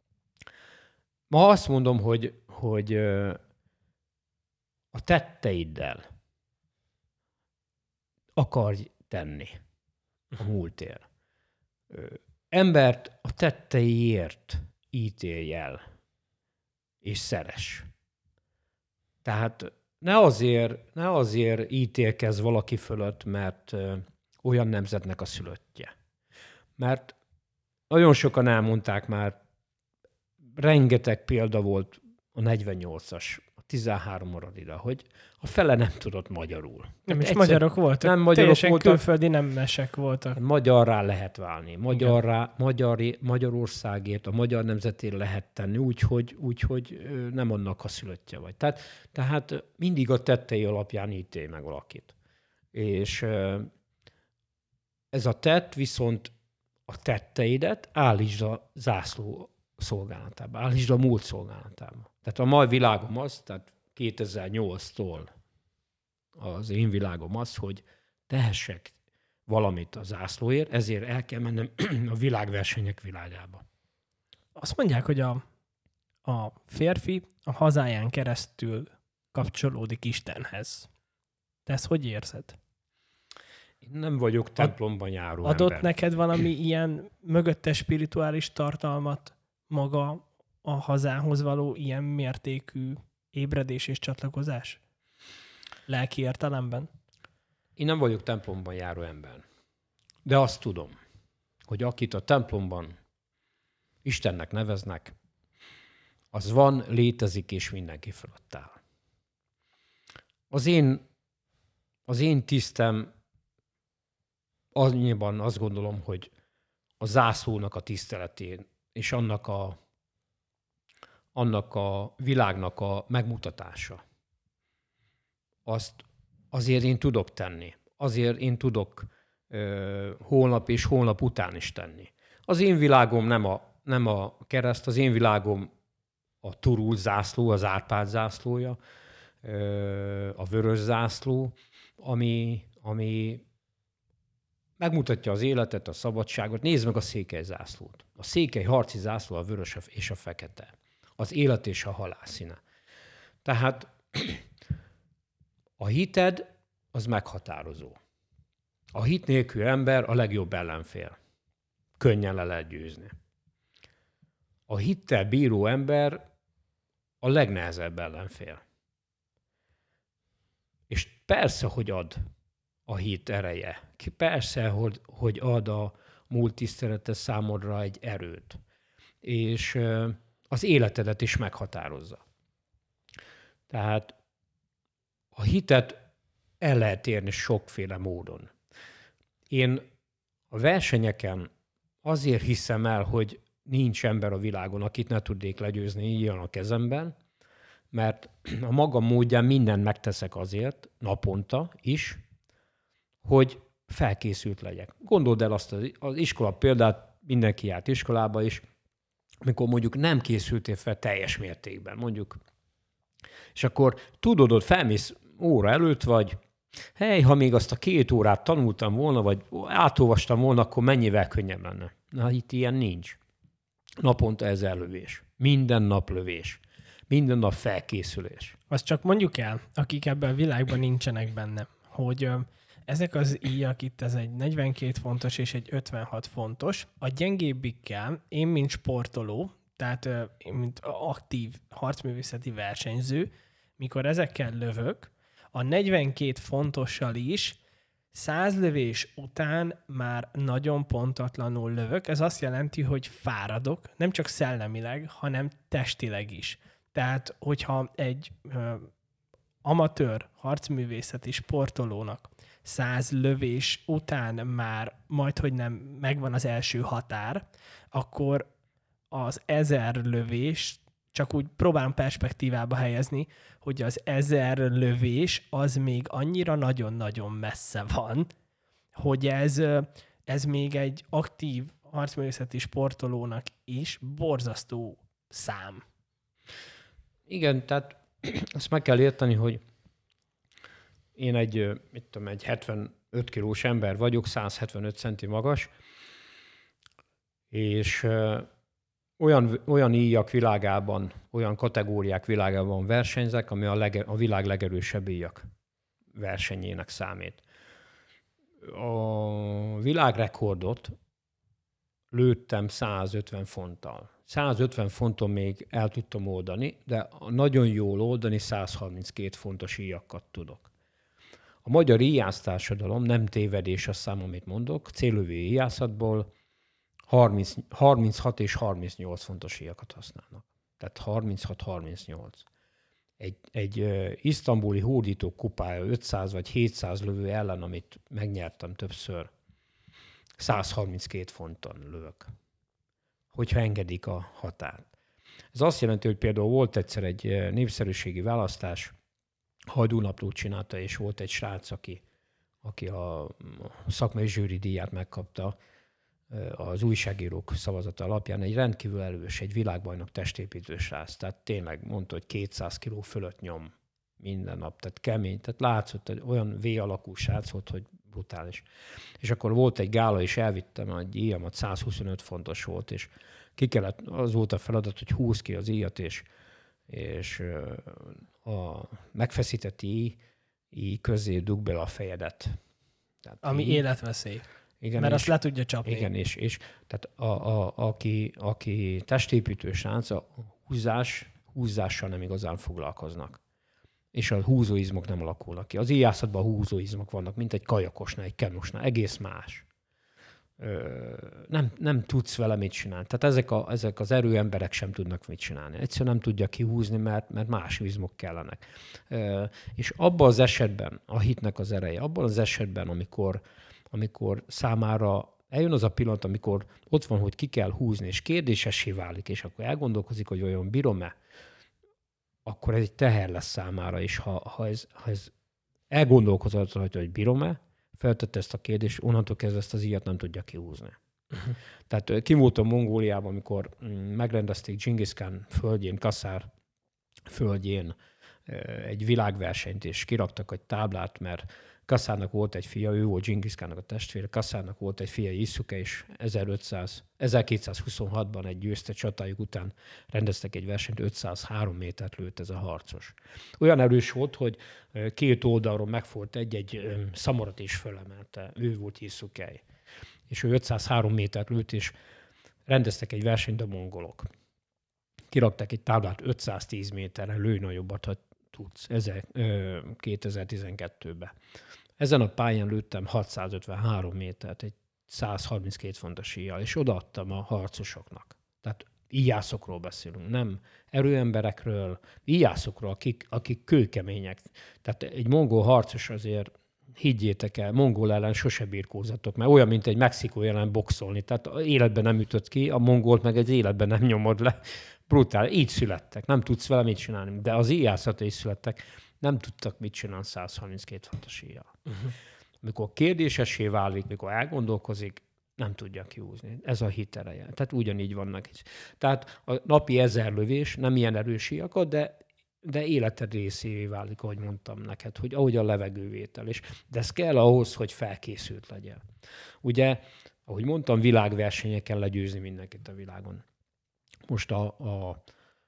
Ma azt mondom, hogy, hogy a tetteiddel akarj tenni a múltért. Embert a tetteiért ítélj el, és szeress. Tehát ne azért, ne azért ítélkezz valaki fölött, mert olyan nemzetnek a szülöttje. Mert nagyon sokan elmondták már, rengeteg példa volt a negyvennyolcas, a tizenhárom maradira, hogy a fele nem tudott magyarul. Nem is magyarok voltak. Nem magyarok teljesen voltak. Külföldi nemesek voltak. Magyarrá lehet válni. Magyarrá, magyari, Magyarországért, a magyar nemzetért lehet tenni, úgyhogy úgy, hogy nem annak a szülöttje vagy. Tehát, tehát mindig a tettei alapján ítélj meg valakit. És ez a tett viszont a tetteidet állítsd a zászló szolgálatába, állítsd a múlt szolgálatába. Tehát a mai világom az, tehát kétezer-nyolctól az én világom az, hogy tehessek valamit a zászlóért, ezért el kell mennem a világversenyek világába. Azt mondják, hogy a, a férfi a hazáján keresztül kapcsolódik Istenhez. Te ezt hogy érzed? Én nem vagyok templomban járó Adott ember. neked valami ilyen mögöttes spirituális tartalmat maga a hazához való ilyen mértékű ébredés és csatlakozás? Lelki értelemben? Én nem vagyok templomban járó ember. De azt tudom, hogy akit a templomban Istennek neveznek, az van, létezik, és mindenki fölött áll. Az én, az én tisztem annyiban azt gondolom, hogy a zászlónak a tiszteletén, és annak a, annak a világnak a megmutatása. Azt azért én tudok tenni. Azért én tudok ö, holnap és holnap után is tenni. Az én világom nem a, nem a kereszt, az én világom a turul zászló, az Árpád zászlója, ö, a vörös zászló, ami, ami megmutatja az életet, a szabadságot. Nézd meg a székely zászlót. A székely harci zászló a vörös és a fekete. Az élet és a halál színe. Tehát a hited az meghatározó. A hit nélkül ember a legjobb ellenfél. Könnyen le lehet győzni. A hittel bíró ember a legnehezebb ellenfél. És persze, hogy ad a hit ereje. Persze, hogy, hogy ad a múlt tisztelete számodra egy erőt. És az életedet is meghatározza. Tehát a hitet el lehet érni sokféle módon. Én a versenyeken azért hiszem el, hogy nincs ember a világon, akit ne tudnék legyőzni ilyen a kezemben, mert a magam módján mindent megteszek azért, naponta is, hogy felkészült legyek. Gondold el azt az, az iskola példát, mindenki járt iskolába is, amikor mondjuk nem készültél fel teljes mértékben, mondjuk. És akkor tudod, hogy felmész óra előtt vagy, hely, ha még azt a két órát tanultam volna, vagy átolvastam volna, akkor mennyivel könnyebb lenne. Na, itt ilyen nincs. Naponta ezer lövés. Minden nap lövés. Minden nap felkészülés. Azt csak mondjuk el, akik ebben a világban nincsenek benne, hogy ö, ezek az íjak itt, ez egy negyvenkét fontos és egy ötvenhat fontos. A gyengébbikkel én, mint sportoló, tehát ö, én, mint aktív harcművészeti versenyző, mikor ezekkel lövök, a negyvenkét fontossal is száz lövés után már nagyon pontatlanul lövök. Ez azt jelenti, hogy fáradok, nem csak szellemileg, hanem testileg is. Tehát, hogyha egy ö, amatőr harcművészeti sportolónak száz lövés után már majdhogy nem megvan az első határ, akkor az ezer lövés, csak úgy próbálom perspektívába helyezni, hogy az ezer lövés az még annyira nagyon-nagyon messze van, hogy ez, ez még egy aktív harcművészeti sportolónak is borzasztó szám. Igen, tehát azt meg kell érteni, hogy én egy, mit tudom, egy hetvenöt kilós ember vagyok, száz hetvenöt centi magas, és ö, olyan, olyan íjak világában, olyan kategóriák világában versenyzek, ami a, lege, a világ legerősebb íjak versenyének számít. A világrekordot lőttem százötven fonttal. százötven fonton még el tudtam oldani, de nagyon jól oldani száz harminckét fontos íjakat tudok. A magyar íjásztársadalom, nem tévedés a szám, amit mondok, céllövő íjászatból harminc, harminchat és harmincnyolc fontos íjakat használnak. Tehát harminchat harmincnyolc. Egy, egy uh, isztambuli hódító kupája ötszáz vagy hétszáz lövő ellen, amit megnyertem többször, száz harminckét fonton lövök, hogyha engedik a határt. Ez azt jelenti, hogy például volt egyszer egy népszerűségi választás, Hajdúnaplót csinálta, és volt egy srác, aki, aki a szakmai zsűri díját megkapta az újságírók szavazata alapján. Egy rendkívül erős, egy világbajnok testépítő srác. Tehát tényleg mondta, hogy kétszáz kiló fölött nyom minden nap. Tehát kemény. Tehát látszott, hogy olyan V-alakú srác volt, hogy brutális. És akkor volt egy gála, és elvittem egy íjamat, százhuszonöt fontos volt, és ki kellett, az volt a feladat, hogy húz ki az íjat, és, és a megfeszített íj, íj közé dugd bele a fejedet. Tehát ami íj, életveszély. igen, mert és, azt le tudja csapni. Igen, és, és tehát a, a, aki, aki testépítő srác, a húzás, húzással nem igazán foglalkoznak. És a húzóizmok nem alakulnak ki. Az íjászatban a húzóizmok vannak, mint egy kajakosnál, egy kenusnál, egész más. Ö, nem, nem tudsz vele mit csinálni. Tehát ezek, a, ezek az erőemberek sem tudnak mit csinálni. Egyszerűen nem tudja kihúzni, mert, mert más izmok kellenek. Ö, és abban az esetben, a hitnek az ereje, abban az esetben, amikor, amikor számára eljön az a pillanat, amikor ott van, hogy ki kell húzni, és kérdésessé válik, és akkor elgondolkozik, hogy olyan bírom-e, akkor ez egy teher lesz számára, és ha, ha ez, ha ez elgondolkozott, hogy bírom-e, feltette ezt a kérdést, onnantól kezdve ezt az íjat nem tudja kihúzni. Uh-huh. Tehát kim voltam Mongóliában, amikor megrendezték Dzsingisz Kán földjén, Kaszár földjén egy világversenyt, és kiraktak egy táblát, mert Kaszárnak volt egy fia, ő volt Dzsingisz Kánnak a testvére, Kaszárnak volt egy fia, Iszsuke, és ezerkétszázhuszonhatban egy győztes csatájuk után rendeztek egy versenyt, ötszázhárom métert lőtt ez a harcos. Olyan erős volt, hogy két oldalról megfogott egy-egy szamorat is fölemelte. Ő volt Iszsuke. És ő ötszázhárom métert lőtt, és rendeztek egy versenyt a mongolok. Kirakták egy táblát ötszáztíz méterre, lőj nagyobbat, ha tudsz, kétezer-tizenkettőben. Ezen a pályán lőttem hatszázötvenhárom métert, egy száz harminckét fontos íjjal, és odaadtam a harcosoknak. Tehát íjászokról beszélünk, nem erőemberekről, íjászokról, akik, akik kőkemények. Tehát egy mongol harcos azért, higgyétek el, mongol ellen sose birkózatok, mert olyan, mint egy Mexikó ellen boxolni. Tehát életben nem ütött ki, a mongolt meg egy életben nem nyomod le. Brutál. Így születtek. Nem tudsz vele mit csinálni. De az íjászata is születtek. Nem tudtak mit csinálni száz harminckét fontos íjjal. Uh-huh. Amikor kérdésessé válik, mikor elgondolkozik, nem tudja kihúzni. Ez a hit ereje. Tehát ugyanígy vannak is. Tehát a napi ezer lövés, nem ilyen erős íjakat, de, de életed részévé válik, ahogy mondtam neked, hogy ahogy a levegővétel is. De ez kell ahhoz, hogy felkészült legyen. Ugye ahogy mondtam, világversenyeken legyőzni mindenkit a világon. Most a, a,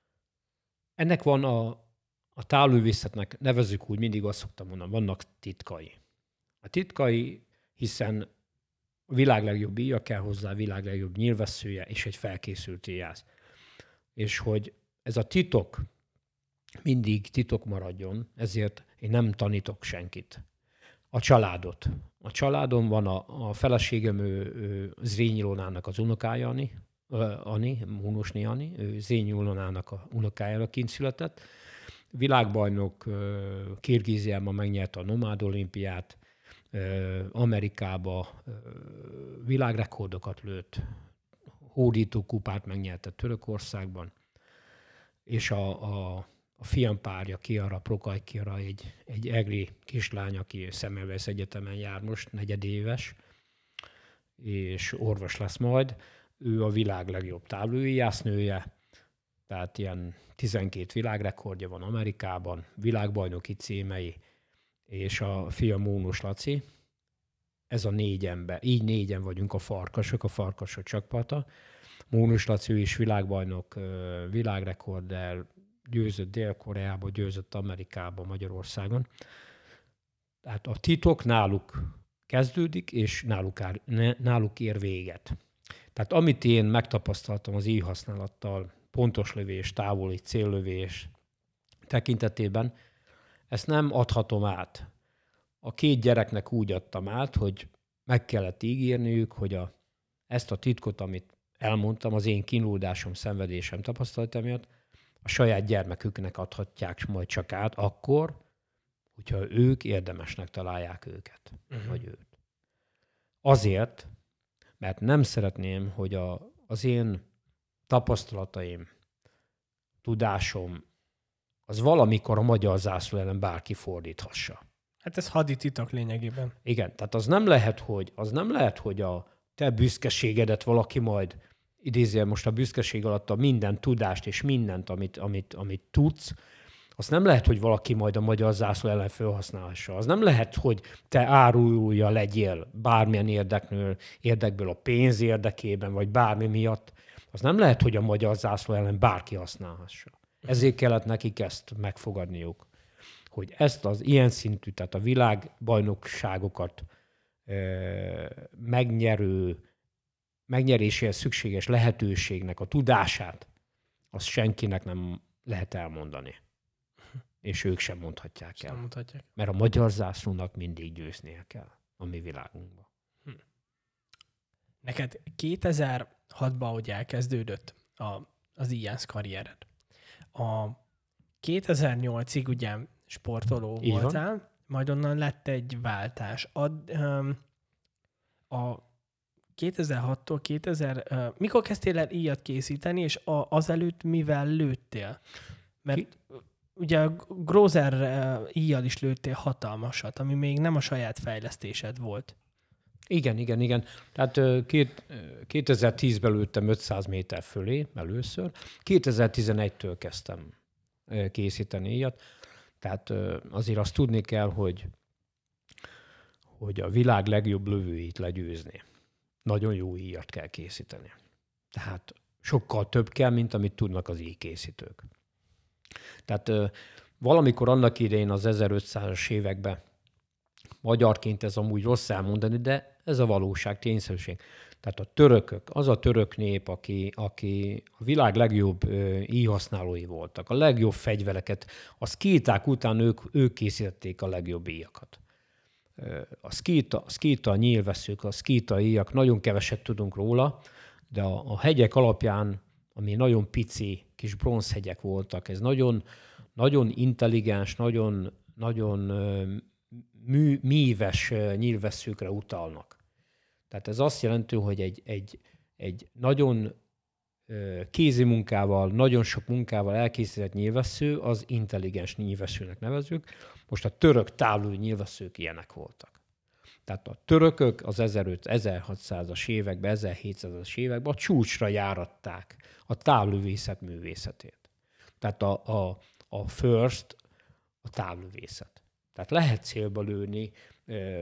ennek van a, a távlövészetnek, nevezzük úgy, mindig azt szoktam mondani, vannak titkai. A titkai, hiszen a világ legjobb íja kell hozzá, a világ legjobb nyilvesszője és egy felkészült íjász. És hogy ez a titok mindig titok maradjon, ezért én nem tanítok senkit. A családot. A családom van a, a feleségem, ő, ő Zrínyi Ilonának az unokája, Ani, Ani Múnosné Ani, ő Zrínyi Ilonának a unokájára kint született. Világbajnok Kirgíziában megnyerte a Nomád olimpiát, Amerikába világrekordokat lőtt, hódító kupát megnyerte Törökországban, és a, a, a fiam párja, Kiara, Prokaj Kiara, egy, egy egri kislány, aki Semmelweis Egyetemen jár most, negyedéves, és orvos lesz majd. Ő a világ legjobb távlőjásznője, tehát ilyen tizenkét világrekordja van Amerikában, világbajnoki címei, és a fia Mónos Laci. Ez a négy ember, így négyen vagyunk a farkasok, a farkasok csapata. Mónos Laci, ő is világbajnok, világrekorddel győzött Dél-Koreába, győzött Amerikába, Magyarországon. Tehát a titok náluk kezdődik, és náluk, áll, náluk ér véget. Tehát amit én megtapasztaltam az íjhasználattal, pontos lövés, távoli céllövés tekintetében, ezt nem adhatom át. A két gyereknek úgy adtam át, hogy meg kellett ígérniük, hogy a, ezt a titkot, amit elmondtam, az én kínlódásom, szenvedésem tapasztalatom miatt, a saját gyermeküknek adhatják majd csak át akkor, hogyha ők érdemesnek találják őket, uh-huh. vagy őt. Azért, mert nem szeretném, hogy a, az én tapasztalataim, tudásom, az valamikor a magyar zászló ellen bárki fordíthassa. Hát ez hadititok lényegében. Igen, tehát az nem lehet, hogy, az nem lehet, hogy a te büszkeségedet valaki majd idézzél most a büszkeség alatt a minden tudást és mindent, amit, amit, amit tudsz, azt nem lehet, hogy valaki majd a magyar zászló ellen felhasználhassa. Az nem lehet, hogy te árulója legyél bármilyen érdeknől, érdekből a pénz érdekében, vagy bármi miatt. Az nem lehet, hogy a magyar zászló ellen bárki használhassa. Ezért kellett nekik ezt megfogadniuk, hogy ezt az ilyen szintű, tehát a világbajnokságokat e, megnyerő, megnyeréséhez szükséges lehetőségnek a tudását, azt senkinek nem lehet elmondani. És ők sem mondhatják sem el. Mondhatják. Mert a magyar zászlónak mindig győznie kell a mi világunkban. Hm. Neked kétezer-hatban, hogy elkezdődött a, az íjász karriered, a kétezer-nyolcig ugye sportoló Így voltál, van. majd onnan lett egy váltás. Ad, um, a kétezer-hattól kétezer... Uh, mikor kezdtél el íjat készíteni, és a, azelőtt mivel lőttél? Mert Ki? ugye a Grozer uh, íjjal is lőttél hatalmasat, ami még nem a saját fejlesztésed volt. Igen, igen, igen. Tehát két, kétezer-tízben lőttem ötszáz méter fölé először. kétezer-tizenegytől kezdtem készíteni íjat. Tehát azért azt tudni kell, hogy, hogy a világ legjobb lövőit legyőzni. Nagyon jó íjat kell készíteni. Tehát sokkal több kell, mint amit tudnak az íjkészítők. Tehát valamikor annak idején az ezerötszázas években magyarként ez amúgy rossz elmondani, de ez a valóság, tényszerűség. Tehát a törökök, az a török nép, aki, aki a világ legjobb ö, íjhasználói voltak, a legjobb fegyvereket, a szkíták után ők, ők készítették a legjobb íjakat. A szkíta, a szkíta, a nyílvesszők, a szkíta íjak, nagyon keveset tudunk róla, de a, a hegyek alapján, ami nagyon pici kis bronzhegyek voltak, ez nagyon, nagyon intelligens, nagyon, nagyon mű, míves nyílvesszőkre utalnak. Tehát ez azt jelenti, hogy egy, egy, egy nagyon kézi munkával, nagyon sok munkával elkészített nyílvessző, az intelligens nyílvesszőnek nevezzük. Most a török távlő nyílvesszők ilyenek voltak. Tehát a törökök az ezerötszáz-ezerhatszázas években, ezerhétszázas években a csúcsra járatták a távlövészet művészetét. Tehát a, a, a first a távlövészet. Tehát lehet célba lőni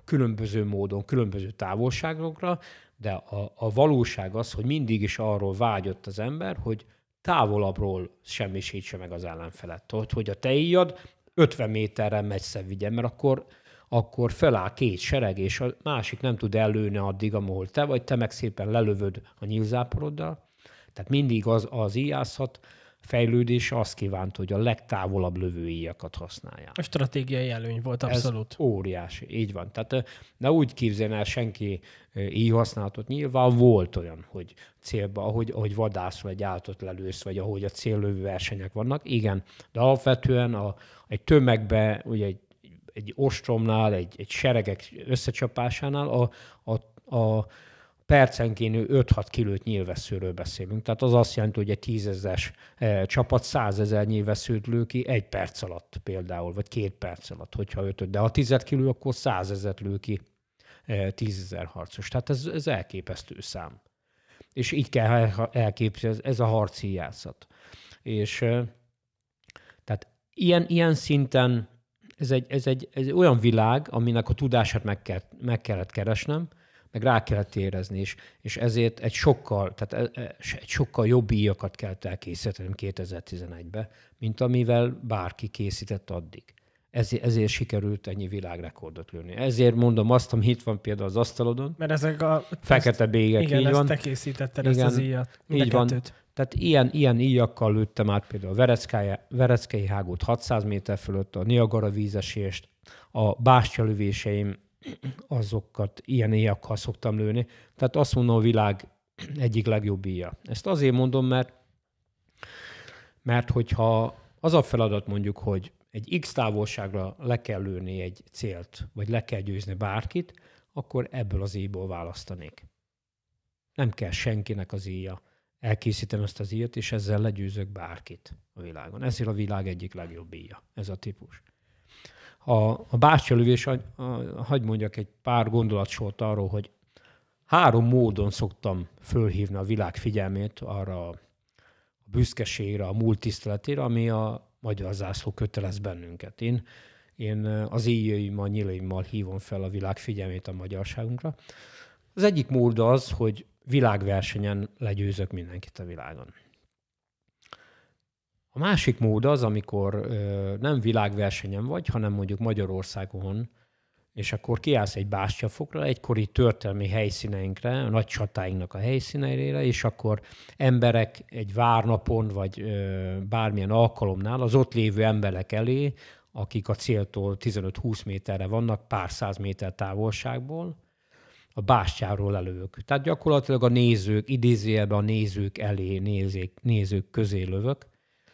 különböző módon, különböző távolságokra, de a, a valóság az, hogy mindig is arról vágyott az ember, hogy távolabbról semmisítse meg az ellenfelet. Hogy, hogy a te íjad ötven méterrel messze vigyen, mert akkor, akkor feláll két sereg, és a másik nem tud ellőni addig, ahol te vagy, te meg szépen lelövöd a nyílzáporoddal. Tehát mindig az, az íjászat fejlődése azt kívánt, hogy a legtávolabb lövő íjakat használják. A stratégiai előny volt abszolút. Ez óriási, így van. Tehát ne úgy képzeljen el senki íjhasználatot. Nyilván volt olyan, hogy célba, ahogy, ahogy vadászol egy állatot lelősz, vagy ahogy a céllövő versenyek vannak. Igen, de alapvetően a, egy tömegbe, ugye egy, egy ostromnál, egy, egy seregek összecsapásánál a, a, a percenként öt-hat kilót nyílvesszőről beszélünk. Tehát az azt jelenti, hogy egy tízezres eh, csapat százezer nyílvesszőt lő ki egy perc alatt például, vagy két perc alatt, hogyha ötöt. De ha tíz kiló, akkor százezret lő ki eh, tízezer harcos. Tehát ez, ez elképesztő szám. És így kell elképzelni, ez, ez a harci játszat. És eh, tehát ilyen, ilyen szinten ez egy, ez, egy, ez egy olyan világ, aminek a tudását meg, kell, meg kellett keresnem, meg rá kellett érezni, és, és ezért egy sokkal, tehát egy sokkal jobb íjakat kellett elkészítenem kétezer-tizenegyben, mint amivel bárki készített addig. Ezért, ezért sikerült ennyi világrekordot lőni. Ezért mondom azt, ami itt van például az asztalodon. Mert ezek a... Fekete bégek, igen, így ezt van. te készítetted, Igen, ezt az íjat. Így van. Tehát ilyen, ilyen íjakkal lőttem át például a Vereckei hágót hatszáz méter fölött, a Niagara vízesést, a bástyalövéseim, azokat ilyen íjakkal szoktam lőni. Tehát azt mondom, a világ egyik legjobb íja. Ezt azért mondom, mert, mert hogyha az a feladat mondjuk, hogy egy X távolságra le kell lőni egy célt, vagy le kell győzni bárkit, akkor ebből az íjból választanék. Nem kell senkinek az íja. Elkészítem ezt az íjat, és ezzel legyőzök bárkit a világon. Ezért a világ egyik legjobb íja, ez a típus. A, a bástyalövés, hadd mondjak egy pár gondolatsort arról, hogy három módon szoktam fölhívni a világ figyelmét arra a büszkeségre, a múlt tiszteletére, ami a magyar zászló kötelez bennünket. Én, én az íjaimmal, nyilaimmal hívom fel a világ figyelmét a magyarságunkra. Az egyik mód az, hogy világversenyen legyőzök mindenkit a világon. A másik mód az, amikor ö, nem világversenyen vagy, hanem mondjuk Magyarországon, és akkor kiállsz egy bástyafokra, egykori történelmi helyszíneinkre, a nagy csatáinknak a helyszíneire, és akkor emberek egy várnapon, vagy ö, bármilyen alkalomnál az ott lévő emberek elé, akik a céltól tizenöt-húsz méterre vannak, pár száz méter távolságból, a bástyáról lelövök. Tehát gyakorlatilag a nézők, idézőjelben a nézők elé, nézők, nézők közé lövök,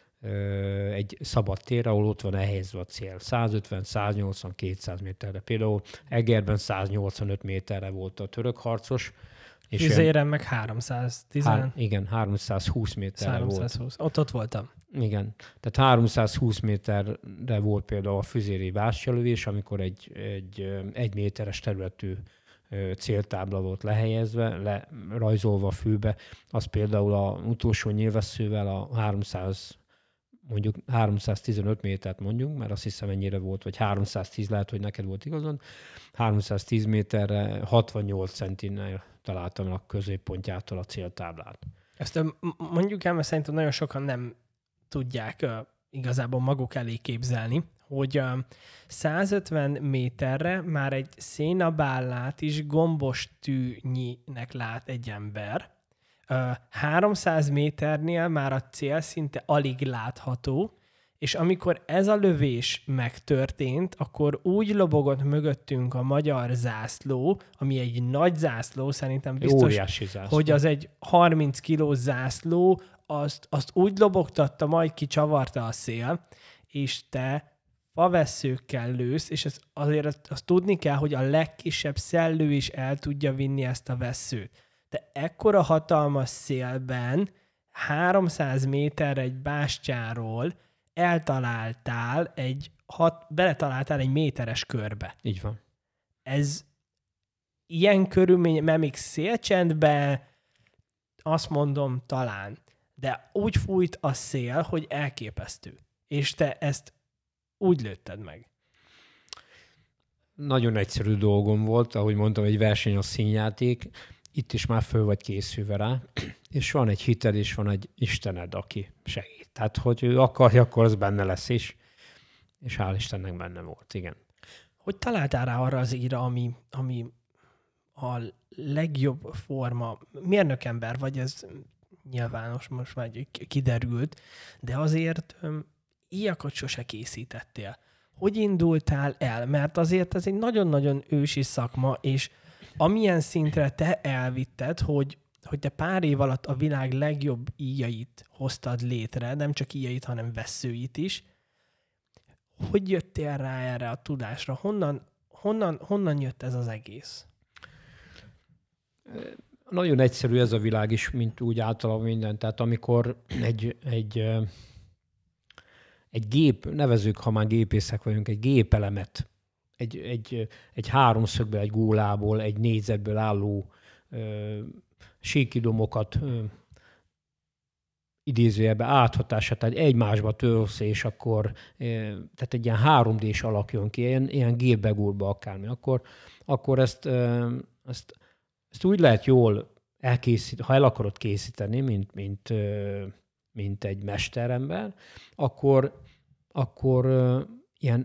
egy szabad tér, ahol ott van elhelyezve a cél. százötven, száznyolcvan, kétszáz méterre. Például Egerben száznyolcvanöt méterre volt a török harcos. Vizéren meg háromszáztíz. Há, igen, háromszázhúsz méterre háromszázhúsz. volt. Ott ott voltam. Igen. Tehát háromszázhúsz méterre volt például a füzéri bástyalövés, amikor egy, egy egy méteres területű céltábla volt lehelyezve, lerajzolva a fűbe. Az például az utolsó nyilvesszővel a háromszáz, mondjuk háromszáztizenöt métert mondjuk, mert azt hiszem ennyire volt, vagy háromszáztíz, lehet, hogy neked volt igazad. háromszáztíz méterre hatvannyolc centinél találtam a középpontjától a céltáblát. Ezt mondjuk el, mert szerintem nagyon sokan nem tudják uh, igazából maguk elé képzelni, hogy uh, százötven méterre már egy szénabállát is gombos tűnyinek lát egy ember. Uh, háromszáz méternél már a cél szinte alig látható, és amikor ez a lövés megtörtént, akkor úgy lobogott mögöttünk a magyar zászló, ami egy nagy zászló, szerintem biztos, zászló. hogy az egy harminc kilós zászló, azt, azt úgy lobogtatta, majd kicsavarta a szél, és te favesszőkkel lősz, és ez azért azt, azt tudni kell, hogy a legkisebb szellő is el tudja vinni ezt a vesszőt. De ekkora hatalmas szélben háromszáz méterre egy bástyáról eltaláltál egy, hat, beletaláltál egy méteres körbe. Így van. Ez ilyen körülmény, mert még szélcsendben azt mondom talán, de úgy fújt a szél, hogy elképesztő. És te ezt úgy lőtted meg. nagyon egyszerű dolgom volt, ahogy mondtam, egy verseny a színjáték, itt is már föl vagy készülve rá, és van egy hited, és van egy Istened, aki segít. Tehát, hogy ő akarja, akkor az benne lesz is, és hál' Istennek benne volt, igen. Hogy találtál rá arra az íra, ami, ami a legjobb forma? Mérnökember vagy, ez nyilvános, most már kiderült, de azért öm, ilyakat sose készítettél. Hogy indultál el? Mert azért ez egy nagyon-nagyon ősi szakma, és amilyen szintre te elvitted, hogy, hogy te pár év alatt a világ legjobb íjait hoztad létre, nem csak íjait, hanem vesszőit is. Hogy jöttél rá erre a tudásra? Honnan, honnan, honnan jött ez az egész? Nagyon egyszerű ez a világ is, mint úgy általában minden. Tehát amikor egy, egy, egy gép, nevezzük, ha már gépészek vagyunk, egy gépelemet, egy, egy, egy háromszögből, egy gólából, egy négyzetből álló ö, síkidomokat ö, idézőjelben áthatását, tehát egymásba törsz, és akkor ö, tehát egy ilyen három dés alak jön ki, ilyen, ilyen gépbegúrba akármi, akkor, akkor ezt, ö, ezt, ezt úgy lehet jól elkészíteni, ha el akarod készíteni, mint, mint, ö, mint egy mesterember, akkor, akkor ö, ilyen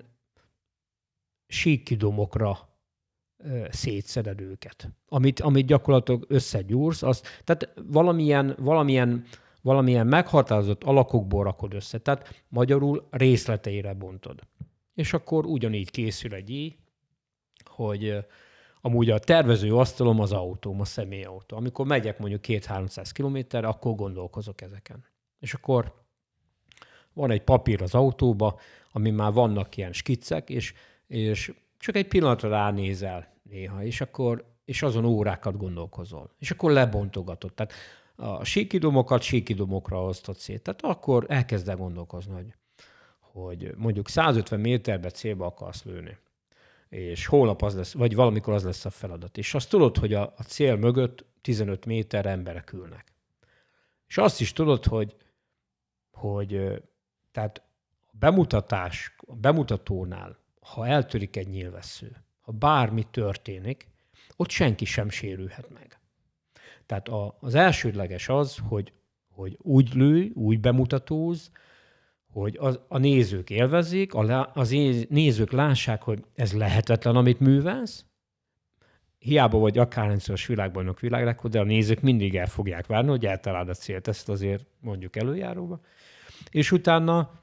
síkkidomokra ö, szétszeded őket. Amit, amit gyakorlatilag összegyúrsz, az, tehát valamilyen, valamilyen, valamilyen meghatározott alakokból rakod össze. Tehát magyarul részleteire bontod. És akkor ugyanígy készül egy íj, hogy ö, amúgy a tervező asztalom az autóm, a személyautó. Amikor megyek mondjuk kétszáz-háromszáz kilométerre, akkor gondolkozok ezeken. És akkor van egy papír az autóba, ami már vannak ilyen skiccek, és és csak egy pillanatra ránézel néha, és akkor és azon órákat gondolkozol. És akkor lebontogatod. Tehát a síkidomokat síkidomokra osztott szét. Tehát akkor elkezd el gondolkozni, hogy, hogy mondjuk százötven méterbe célba akarsz lőni. És holnap az lesz, vagy valamikor az lesz a feladat. És azt tudod, hogy a, a cél mögött tizenöt méter emberek ülnek. És azt is tudod, hogy, hogy tehát a bemutatás, a bemutatónál, ha eltörik egy nyílvessző, ha bármi történik, ott senki sem sérülhet meg. Tehát a, az elsődleges az, hogy, hogy úgy lőj, úgy bemutatóz, hogy az, a nézők élvezzék, a, az nézők lássák, hogy ez lehetetlen, amit művelsz. Hiába vagy akárhányszor világbajnok világrekord, de a nézők mindig el fogják várni, hogy eltaláld a célt. Ezt azért mondjuk előjáróba. És utána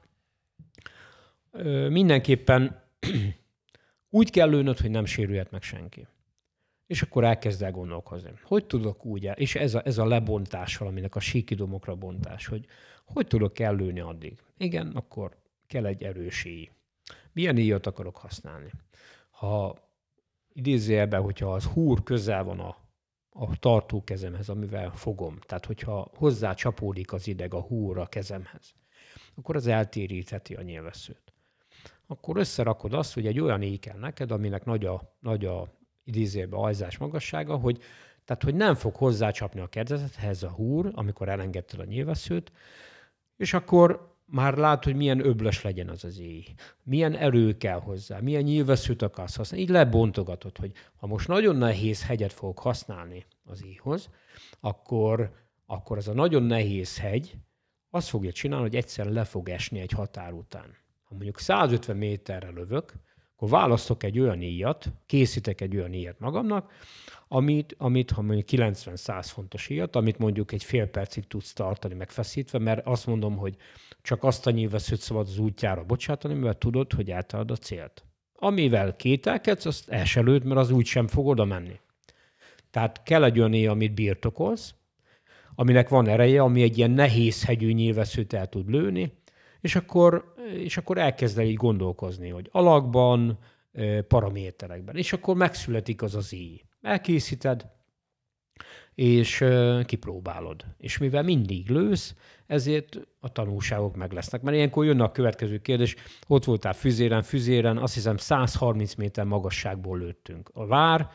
ö, mindenképpen úgy kell lőnöd, hogy nem sérülhet meg senki. És akkor elkezd el gondolkozni. Hogy tudok úgy el? És ez a, ez a lebontás valaminek, a síkidomokra bontás, hogy hogy tudok ellőni addig. Igen, akkor kell egy erős íj. Milyen íjat akarok használni? Ha idézőjelben, hogyha az húr közel van a, a tartókezemhez, amivel fogom, tehát hogyha hozzá csapódik az ideg a húr a kezemhez, akkor az eltérítheti a nyílvesszőt. Akkor összerakod azt, hogy egy olyan íj kell neked, aminek nagy a, nagy a idézőjelben ajzás magassága, hogy, tehát, hogy nem fog hozzácsapni a kezetethez a húr, amikor elengedted a nyílvesszőt, és akkor már lát, hogy milyen öblös legyen az az íj. Milyen erő kell hozzá, milyen nyílvesszőt akarsz használni. Így lebontogatod, hogy ha most nagyon nehéz hegyet fogok használni az íjhoz, akkor, akkor ez a nagyon nehéz hegy azt fogja csinálni, hogy egyszerűen le fog esni egy határ után. Ha mondjuk százötven méterre lövök, akkor választok egy olyan íjat, készítek egy olyan íjat magamnak, amit, amit ha mondjuk kilencven-száz fontos íjat, amit mondjuk egy fél percig tudsz tartani megfeszítve, mert azt mondom, hogy csak azt a nyílvesszőt szabad az útjára bocsátani, mivel tudod, hogy eltalad a célt. Amivel kételkedsz, azt el se lőd, mert az úgy sem fog oda menni. Tehát kell egy olyan íj, amit birtokolsz, aminek van ereje, ami egy ilyen nehéz hegyű nyílvesszőt el tud lőni, és akkor, és akkor elkezd el így gondolkozni, hogy alakban, paraméterekben. És akkor megszületik az az íj. Elkészíted, és kipróbálod. És mivel mindig lősz, ezért a tanulságok meg lesznek. Mert ilyenkor jönne a következő kérdés, ott voltál Füzéren, Füzéren, azt hiszem száz harminc méter magasságból lőttünk. A vár,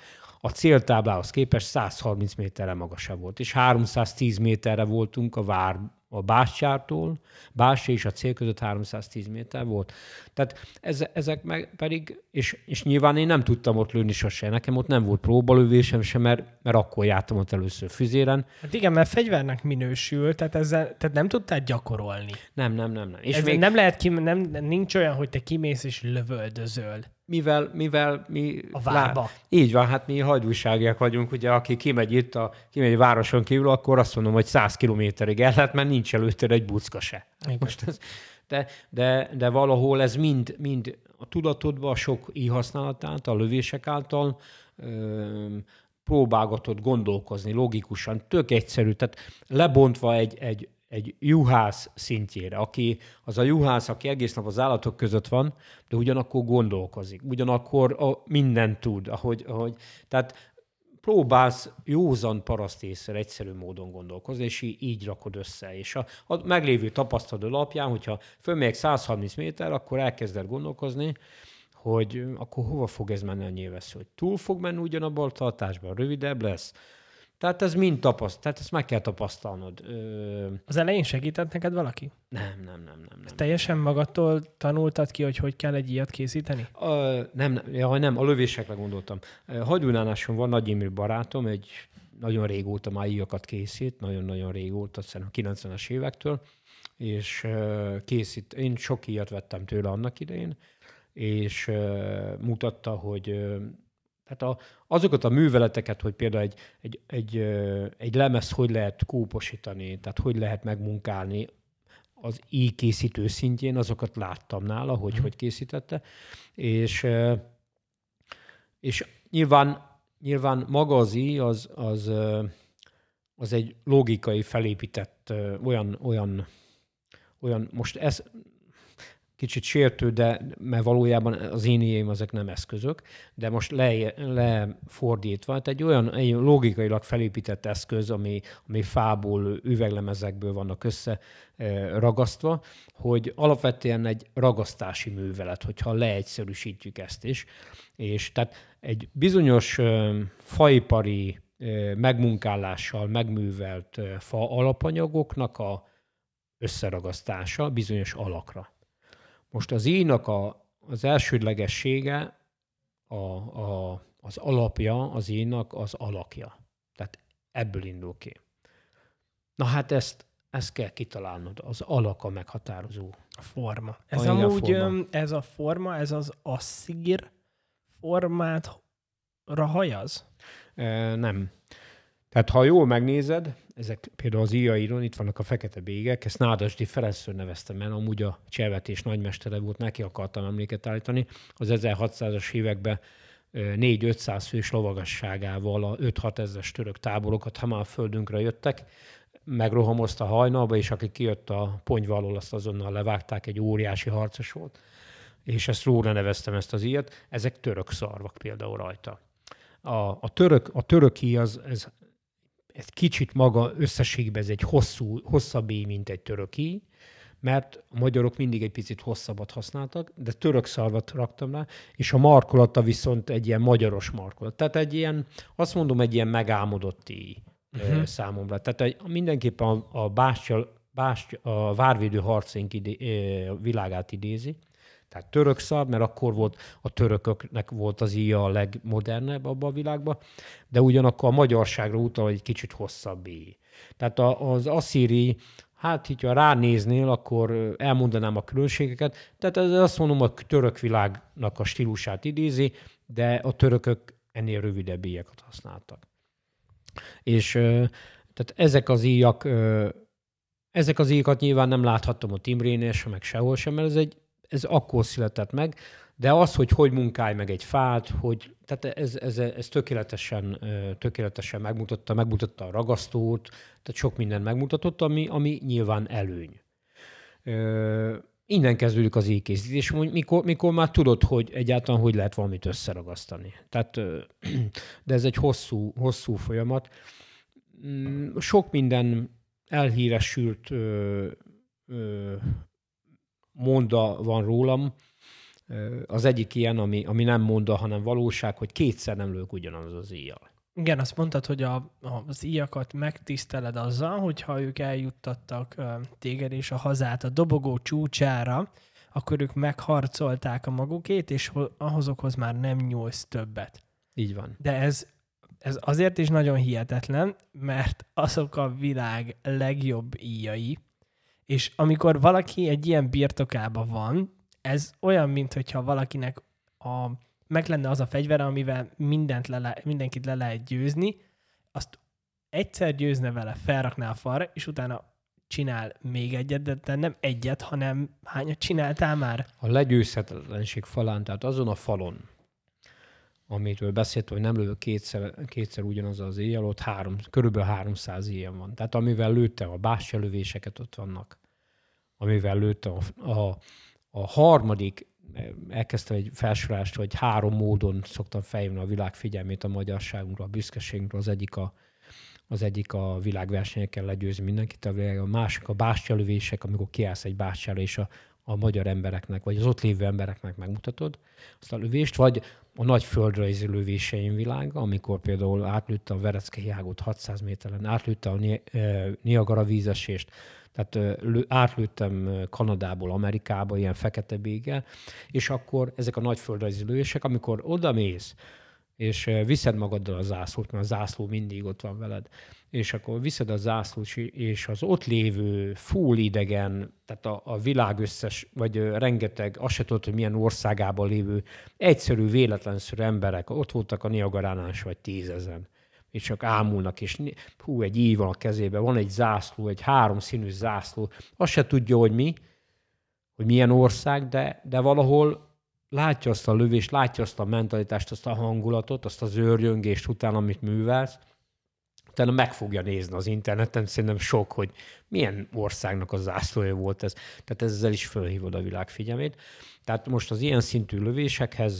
a céltáblához képest száz harminc méterre magasabb volt, és háromszáztíz méterre voltunk a vár, a bástyától, bástya és a cél között háromszáztíz méter volt. Tehát ez, ezek meg pedig, és, és nyilván én nem tudtam ott lőni sose, nekem ott nem volt próbalövésem sem, mert, mert akkor jártam ott először füzéren. Hát igen, mert fegyvernek minősül, tehát, ezzel, tehát nem tudtál gyakorolni. Nem, nem, nem. nem. És ez még... nem lehet, ki, nem, nincs olyan, hogy te kimész és lövöldözöl. Mivel, mivel mi... A várba. Lá... Így van, hát mi hajdúságiak vagyunk, ugye, aki kimegy itt, a, kimegy a városon kívül, akkor azt mondom, hogy száz kilométerig el lehet, mert nincs előtted egy bucka se. Most ez, de, de, de valahol ez mind, mind a tudatodban, a sok i-használatát, a lövések által ö, próbálgatod gondolkozni logikusan, tök egyszerű, tehát lebontva egy, egy egy juhász szintjére, aki, az a juhász, aki egész nap az állatok között van, de ugyanakkor gondolkozik, ugyanakkor a, mindent tud, ahogy, ahogy, tehát próbálsz józan parasztészre egyszerű módon gondolkozni, és így, így rakod össze. És a, a meglévő tapasztalat alapján, hogyha fölmegyek száz harminc méter, akkor elkezded gondolkozni, hogy akkor hova fog ez menni a nyilvessző, hogy túl fog menni ugyanabban a tartásban, rövidebb lesz. Tehát ez mind tapasztal, tehát ezt meg kell tapasztalnod. Ö... Az elején segített neked valaki? Nem, nem, nem, nem. nem. Teljesen magadtól tanultad ki, hogy hogy kell egy ilyet készíteni? Ö, nem, nem, ja, nem, a lövésekre gondoltam. Hajdúnánáson van Nagy Imre barátom, egy nagyon régóta már íjakat készít, nagyon-nagyon régóta, szerintem a kilencvenes évektől, és készít, én sok íjat vettem tőle annak idején, és mutatta, hogy tehát a, azokat a műveleteket, hogy például egy, egy, egy, egy lemez hogy lehet kóposítani, tehát hogy lehet megmunkálni az íjkészítő szintjén, azokat láttam nála, hogy mm. hogy készítette. És, és nyilván, nyilván maga az íj az, az, az egy logikai felépített olyan, olyan, olyan most ez kicsit sértő, de mert valójában az én íjaim ezek nem eszközök, de most le, lefordítva, hát egy olyan egy logikailag felépített eszköz, ami, ami fából, üveglemezekből vannak össze ragasztva, hogy alapvetően egy ragasztási művelet, hogyha leegyszerűsítjük ezt is. És tehát egy bizonyos faipari megmunkálással megművelt fa alapanyagoknak a összeragasztása bizonyos alakra. Most az íjnak a, az elsődlegessége, a, a, az alapja az íjnak az alakja. Tehát ebből indul ki. Na hát ezt, ezt kell kitalálnod, az alak a meghatározó. A forma. Ez a amúgy, forma. ez a forma, ez az asszír formátra hajaz? E, nem. Tehát ha jól megnézed, ezek például az íjairon, itt vannak a fekete bégek, ezt Nádasdy Ferencről neveztem el, amúgy a cselvetés nagymestere volt, neki akartam emléket állítani. Az ezerhatszázas években négy-ötszáz fős lovagasságával a öt-hat ezres török táborokat, ha már a földünkre jöttek, megrohamozta hajnalba, és aki kijött a ponyva alól, azt azonnal levágták, egy óriási harcos volt. És ezt róla neveztem ezt az íjat. Ezek török szarvak például rajta. A, a török, a török íj az, ez, ez kicsit maga összességben ez egy hosszú, hosszabb íj, mint egy török íj, mert a magyarok mindig egy picit hosszabbat használtak, de török szarvat raktam rá, és a markolata viszont egy ilyen magyaros markolat. Tehát egy ilyen, azt mondom, egy ilyen megálmodott íj uh-huh. számomra. Tehát egy, mindenképpen a, a, bástya, bástya, a várvédő harcénk idé, világát idézi. Tehát török szar, mert akkor volt a törököknek volt az íja a legmodernebb abban a világban, de ugyanakkor a magyarságra utal egy kicsit hosszabb íj. Tehát az asszíri, hát, hogyha ránéznél, akkor elmondanám a különbségeket. Tehát ez azt mondom, a török világnak a stílusát idézi, de a törökök ennél rövidebb íjakat használtak. És tehát ezek az íjak, ezek az íjakat nyilván nem láthattam a Imrénél sem, meg sehol sem, mert ez egy ez akkor született meg, de az, hogy hogy munkálj meg egy fát, hogy, tehát ez, ez, ez tökéletesen, tökéletesen megmutatta, megmutatta a ragasztót, tehát sok mindent megmutatott, ami, ami nyilván előny. Innen kezdődik az íjkészítés, mikor, mikor már tudod, hogy egyáltalán hogy lehet valamit összeragasztani. Tehát, de ez egy hosszú, hosszú folyamat. Sok minden elhíresült monda van rólam, Az egyik ilyen, ami, ami nem monda, hanem valóság, hogy kétszer nem lők ugyanaz az íjjal. Igen, azt mondtad, hogy a, a, az íjakat megtiszteled azzal, hogyha ők eljuttattak uh, téged és a hazát a dobogó csúcsára, akkor ők megharcolták a magukét, és ahhozokhoz már nem nyúlsz többet. Így van. De ez, ez azért is nagyon hihetetlen, mert azok a világ legjobb íjai, és amikor valaki egy ilyen birtokában van, ez olyan, mintha valakinek a, meg lenne az a fegyvere, amivel mindent le, mindenkit le lehet győzni, azt egyszer győzne vele, felrakná a falra, és utána csinál még egyet, de nem egyet, hanem hányat csináltál már? A legyőzhetetlenség falán, tehát azon a falon, amitől beszélt, hogy nem lövök kétszer, kétszer ugyanaz az éjjel, ott három, körülbelül háromszáz ilyen van. Tehát amivel lőttem, a bástyalövéseket ott vannak, amivel lőttem a, a, a harmadik, elkezdtem egy felsorolást, hogy három módon szoktam felhívni a világ figyelmét a magyarságunkra, a büszkeségünkre. Az egyik a, az egyik a világversenyekkel legyőzni mindenkit, a másik a bástyalövések, amikor kiállsz egy bástyára, és a, a magyar embereknek, vagy az ott lévő embereknek megmutatod azt a lövést, vagy a nagy földrajzi lövéseim világa, amikor például átlőtte a Verecke-Jágot hatszáz méteren, átlőtte a Niagara vízesést, tehát átlőttem Kanadából Amerikába ilyen fekete béggel, és akkor ezek a nagy földrajzi lövések, amikor odamész, és viszed magaddal a zászlót, mert a zászló mindig ott van veled, és akkor viszed a zászlót, és az ott lévő full idegen, tehát a, a világ összes, vagy rengeteg, azt se tudod, hogy milyen országában lévő egyszerű, véletlenszerű emberek, ott voltak a Niagaránál vagy tízezen, és csak ámulnak, és hú, egy íj van a kezében, van egy zászló, egy háromszínű zászló, azt se tudja, hogy mi, hogy milyen ország, de, de valahol látja azt a lövést, látja azt a mentalitást, azt a hangulatot, azt az őrjöngést után, amit művelsz, utána meg fogja nézni az interneten, szerintem sok, hogy milyen országnak a zászlója volt ez. Tehát ezzel is fölhívod a világ figyelmét. Tehát most az ilyen szintű lövésekhez,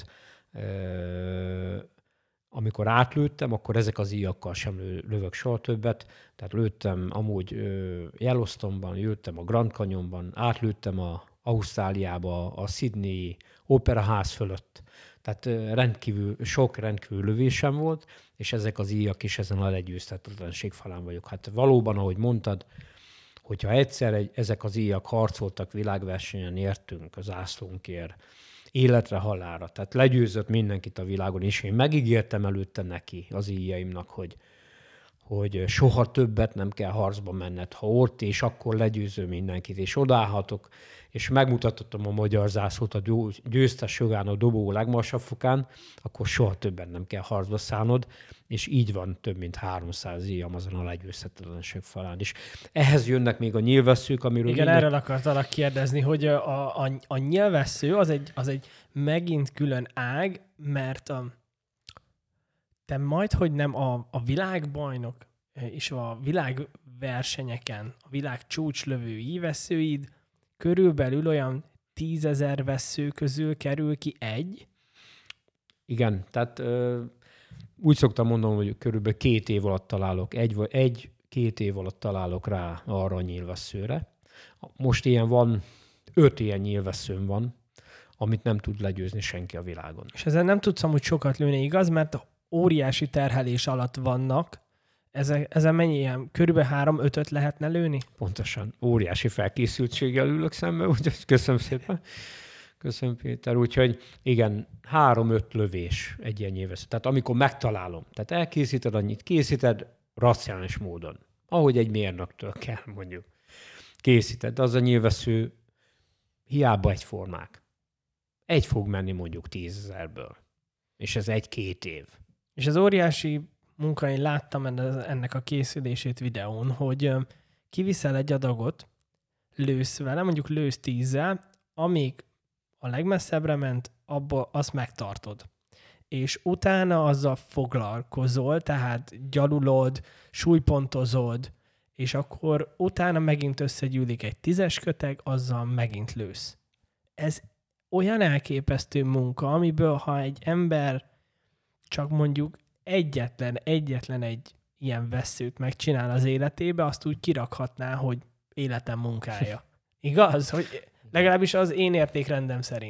amikor átlőttem, akkor ezek az íjakkal sem lövök soha többet. Tehát lőttem amúgy Yellowstone-ban, lőttem a Grand Canyonban, átlőttem a Ausztráliába, a Sydney operaház fölött. Tehát rendkívül, sok rendkívül lövésem volt, és ezek az íjak is ezen a legyőzhetetlenség falán vagyok. Hát valóban, ahogy mondtad, hogyha egyszer egy, ezek az íjak harcoltak világversenyen, értünk az ászlónkért, életre, halálra. Tehát legyőzött mindenkit a világon, és én megígértem előtte neki, az íjaimnak, hogy, hogy soha többet nem kell harcba menned. Ha ott, és akkor legyőző mindenkit, és odállhatok, és megmutatottam a magyar zászlót a győztes jogán a dobó legmagasabb fokán, akkor soha többen nem kell harcba szállnod, és így van több mint háromszáz íjam azon a legyőzhetetlenség falán is. Ehhez jönnek még a nyilvesszők, amiről... Igen, minden... erről akartalak kérdezni, hogy a, a, a nyilvessző az egy, az egy megint külön ág, mert a, te majd, hogy nem a, a világbajnok és a világversenyeken, a világ csúcslövő íjvesszőid körülbelül olyan tízezer vessző közül kerül ki egy. Igen, tehát ö, úgy szoktam mondani, hogy körülbelül két év alatt találok, egy, egy két év alatt találok rá arra a nyílvesszőre. Most ilyen van, öt ilyen nyílvesszőm van, amit nem tud legyőzni senki a világon. És ezen nem tudsz amúgy sokat lőni, igaz? Mert óriási terhelés alatt vannak. Ezen, ezen mennyi ilyen? Körülbelül három-ötöt lehetne lőni? Pontosan. Óriási felkészültséggel ülök szembe, úgyhogy köszönöm szépen. Köszönöm, Péter. Úgyhogy igen, három-öt lövés egy ilyen nyilvessző. Tehát amikor megtalálom, tehát elkészíted annyit, készíted racionális módon, ahogy egy mérnöktől kell mondjuk. Készíted, az a nyilvessző hiába egyformák. Egy fog menni mondjuk tízezerből. És ez egy-két év. És az óriási munka, én láttam ennek a készülését videón, hogy kiviszel egy adagot, lősz vele, mondjuk lősz tízzel, amíg a legmesszebbre ment, abba azt megtartod. És utána azzal foglalkozol, tehát gyalulod, súlypontozod, és akkor utána megint összegyűlik egy tízes köteg, azzal megint lősz. Ez olyan elképesztő munka, amiből ha egy ember csak mondjuk egyetlen, egyetlen egy ilyen vesszőt megcsinál az életébe, azt úgy kirakhatná, hogy életem munkája. Igaz? Hogy legalábbis az én értékrendem szerint.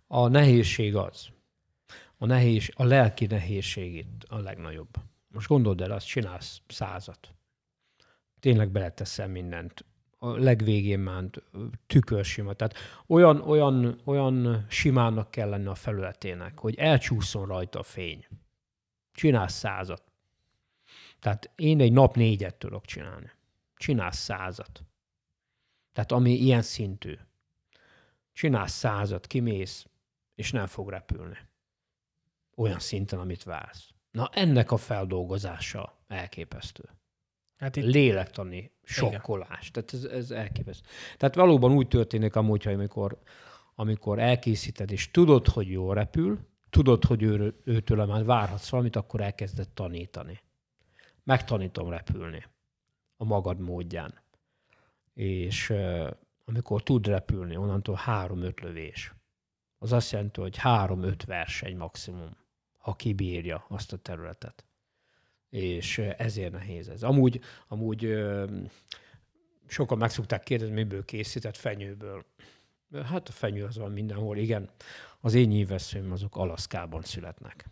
A nehézség az. A, nehéz, a lelki nehézség itt a legnagyobb. Most gondold el, azt csinálsz százat. Tényleg beleteszem mindent. A legvégén már tükörsima. Tehát olyan, olyan, olyan simának kell lenni a felületének, hogy elcsúszson rajta a fény. Csinálsz százat. Tehát én egy nap négyet tudok csinálni. Csinálsz százat. Tehát ami ilyen szintű. Csinálsz százat, kimész, és nem fog repülni. Olyan szinten, amit vársz. Na, ennek a feldolgozása elképesztő. Hát itt... Lélektani sokkolás. Tehát ez, ez elképesztő. Tehát valóban úgy történik amúgy, hogy amikor, amikor elkészíted, és tudod, hogy jól repül, tudod, hogy ő, őtől már várhatsz valamit, akkor elkezded tanítani. Megtanítom repülni a magad módján. És uh, amikor tud repülni, onnantól három-öt lövés. Az azt jelenti, hogy három-öt verseny maximum, ha kibírja azt a területet. És ezért nehéz ez. Amúgy, amúgy uh, sokan meg szokták kérdezni, miből készített, fenyőből. Hát a fenyő az van mindenhol, igen. Az én nyíveszőim azok Alaszkában születnek.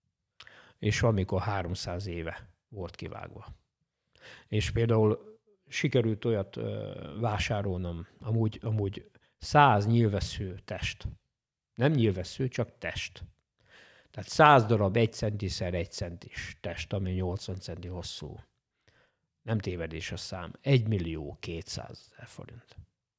És valamikor háromszáz éve volt kivágva. És például sikerült olyat ö, vásárolnom, amúgy, amúgy száz nyílvessző test. Nem nyílvessző, csak test. Tehát száz darab egy centiszer egy centis test, ami nyolcvan centi hosszú. Nem tévedés a szám. egy millió kétszázezer forint.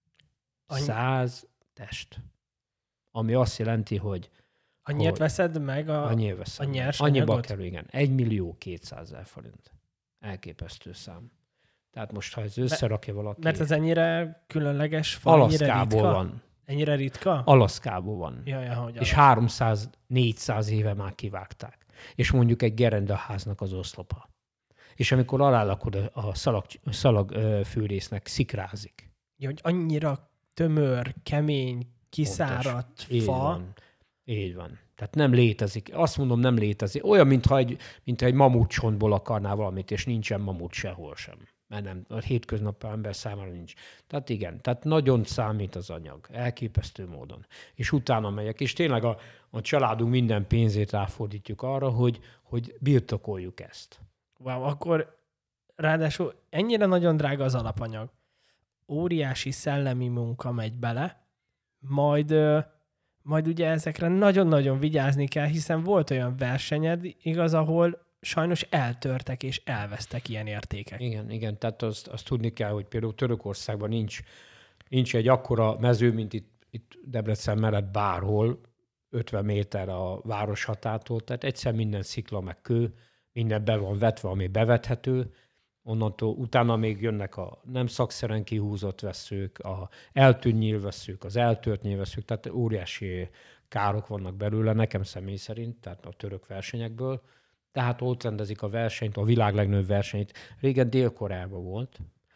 száz test. Ami azt jelenti, hogy Annyiért veszed meg a, a nyersanyagot? Annyiba kerül, igen. egy millió kétszázezer forint. Elképesztő szám. Tehát most, ha ez összerakja valaki... Mert ez ennyire különleges fa, Alaszkából van. Ennyire ritka? Alaszkából van. Ja, ja, hogy és háromszáz-négyszáz éve már kivágták. És mondjuk egy gerendaháznak az oszlopa. És amikor alálakod a szalag, szalagfűrésznek szikrázik. Ja, hogy annyira tömör, kemény, kiszáradt Pontos. fa. Így van. Így van. Tehát nem létezik. Azt mondom, nem létezik. Olyan, mintha egy, mintha egy mamutcsontból akarnál valamit, és nincsen mamut sehol sem. Mert nem, a hétköznapi ember számára nincs. Tehát igen, tehát nagyon számít az anyag. Elképesztő módon. És utána megyek, és tényleg a, a családunk minden pénzét ráfordítjuk arra, hogy, hogy birtokoljuk ezt. Wow, akkor ráadásul ennyire nagyon drága az alapanyag. Óriási szellemi munka megy bele, majd... majd ugye ezekre nagyon-nagyon vigyázni kell, hiszen volt olyan versenyed, igaz, ahol sajnos eltörtek és elvesztek ilyen értékek. Igen, igen, tehát azt, azt tudni kell, hogy például Törökországban nincs, nincs egy akkora mező, mint itt, itt Debrecen mellett bárhol, ötven méter a város határtól, tehát egyszer minden szikla meg kő, minden be van vetve, ami bevethető, onnantól utána még jönnek a nem szakszeren kihúzott vesszők, a eltűnt nyílvesszők, az eltört nyílvesszők, tehát óriási károk vannak belőle, nekem személy szerint, tehát a török versenyekből. Tehát ott rendezik a versenyt, a világ legnagyobb versenyt. Régen Dél-Koreában volt,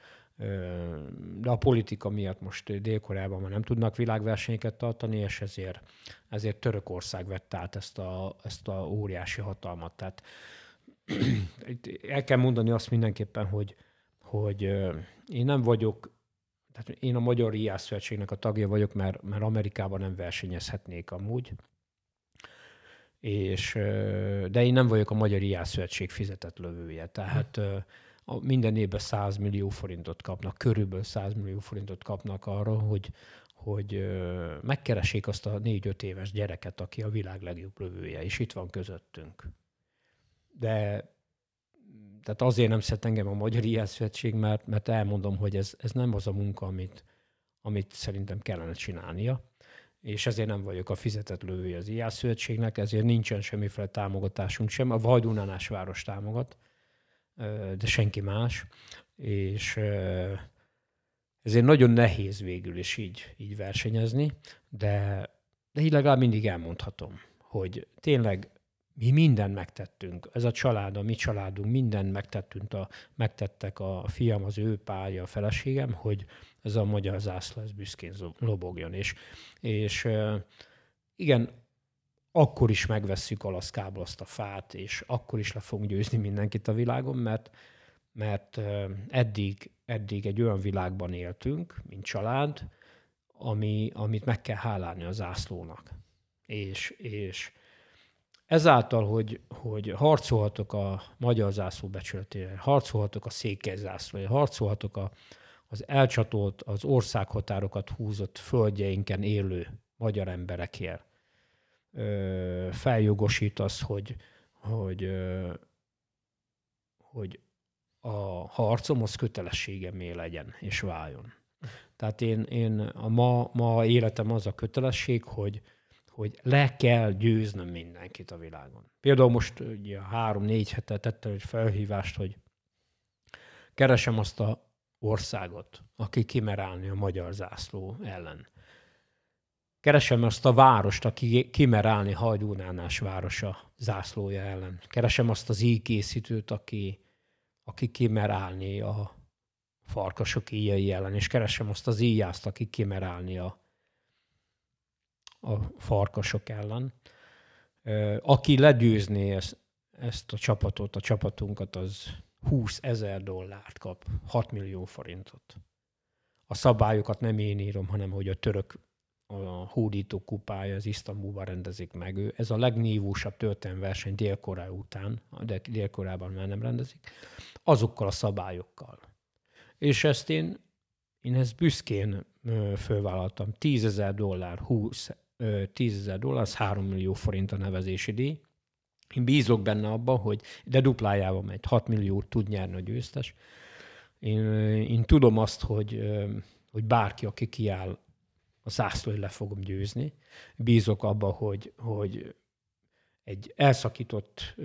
de a politika miatt most Dél-Koreában már nem tudnak világversenyeket tartani, és ezért, ezért Törökország vette át ezt a, ezt a óriási hatalmat. Tehát el kell mondani azt mindenképpen, hogy, hogy én nem vagyok, tehát én a Magyar Íjászszövetségnek a tagja vagyok, mert, mert Amerikában nem versenyezhetnék amúgy, és, de én nem vagyok a Magyar Íjászszövetség fizetett lövője. Tehát a minden évben száz millió forintot kapnak, körülbelül száz millió forintot kapnak arra, hogy, hogy megkeressék azt a négy-öt éves gyereket, aki a világ legjobb lövője, és itt van közöttünk. De tehát azért nem szed engem a Magyar Íjászszövetség, mert, mert elmondom, hogy ez, ez nem az a munka, amit, amit szerintem kellene csinálnia, és ezért nem vagyok a fizetett lövője az Íjászszövetségnek, ezért nincsen semmiféle támogatásunk sem. A Vajdunánás város támogat, de senki más, és ezért nagyon nehéz végül is így, így versenyezni, de, de így legalább mindig elmondhatom, hogy tényleg mi mindent megtettünk. Ez a család, a mi családunk, mindent megtettünk, a, megtettek a fiam, az ő párja, a feleségem, hogy ez a magyar zászló ez büszkén lobogjon. És, és igen, akkor is megvesszük Alaszkából azt a fát, és akkor is le fogunk győzni mindenkit a világon, mert, mert eddig, eddig egy olyan világban éltünk, mint család, ami, amit meg kell hálálni a zászlónak. És, és ezáltal, hogy, hogy harcolhatok a magyar zászló becsületére, harcolhatok a székely zászlóért, harcolhatok a, az elcsatolt, az országhatárokat húzott földjeinken élő magyar emberekért, ö, feljogosít az, hogy, hogy, ö, hogy a harcom az kötelességemé legyen és váljon. Tehát én, én a ma, ma életem az a kötelesség, hogy, hogy le kell győznöm mindenkit a világon. Például most ugye három-négy hete tettem egy felhívást, hogy keresem azt a országot, aki kimer állni a magyar zászló ellen. Keresem azt a várost, aki kimer állni Hajdúnánás városa zászlója ellen. Keresem azt az íjkészítőt, aki, aki kimer állni a farkasok íjai ellen, és keresem azt az íjászt, aki kimer állni a, a farkasok ellen. Aki legyőzné ezt, ezt a csapatot, a csapatunkat, az húszezer dollárt kap, hat millió forintot. A szabályokat nem én írom, hanem hogy a török a hódító kupája, az Isztambulban rendezik meg. Ő. Ez a legnívósabb történelmi verseny Dél-Korea után, de Dél-Koreában már nem rendezik, azokkal a szabályokkal. És ezt én, én ezt büszkén fölvállaltam. tízezer dollár, húsz, tízezer dollár, az három millió forint a nevezési díj. Én bízok benne abban, hogy de duplájával megy, hat milliót tud nyerni a győztes. Én, én tudom azt, hogy, hogy bárki, aki kiáll a zászlói, le fogom győzni. Bízok abban, hogy, hogy egy elszakított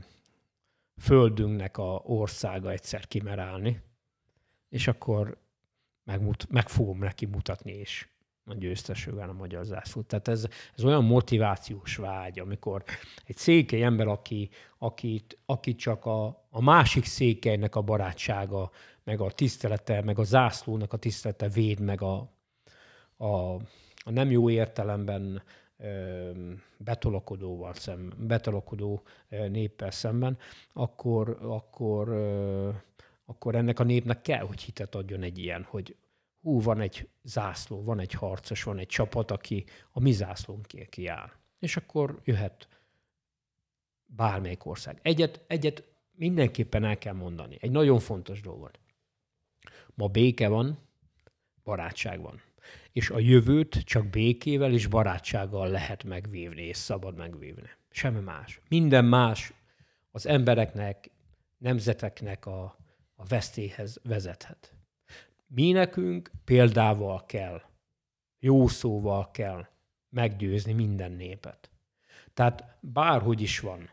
földünknek a országa egyszer kimer állni, és akkor megmut, meg fogom neki mutatni is a győztesővel a magyar zászlót. Tehát ez, ez olyan motivációs vágy, amikor egy székely ember, aki, akit, akit csak a, a másik székelynek a barátsága, meg a tisztelete, meg a zászlónak a tisztelete véd, meg a, a, a nem jó értelemben betolakodóval szemben, betolakodó néppel szemben, akkor, akkor, akkor ennek a népnek kell, hogy hitet adjon egy ilyen, hogy hú, van egy zászló, van egy harcos, van egy csapat, aki a mi zászlónkért kiáll. És akkor jöhet bármelyik ország. Egyet, egyet mindenképpen el kell mondani. Egy nagyon fontos dolgot. Ma béke van, barátság van. És a jövőt csak békével és barátsággal lehet megvívni, és szabad megvívni. Semmi más. Minden más az embereknek, nemzeteknek a, a vesztéhez vezethet. Mi nekünk példával kell, jó szóval kell meggyőzni minden népet. Tehát bárhogy is van.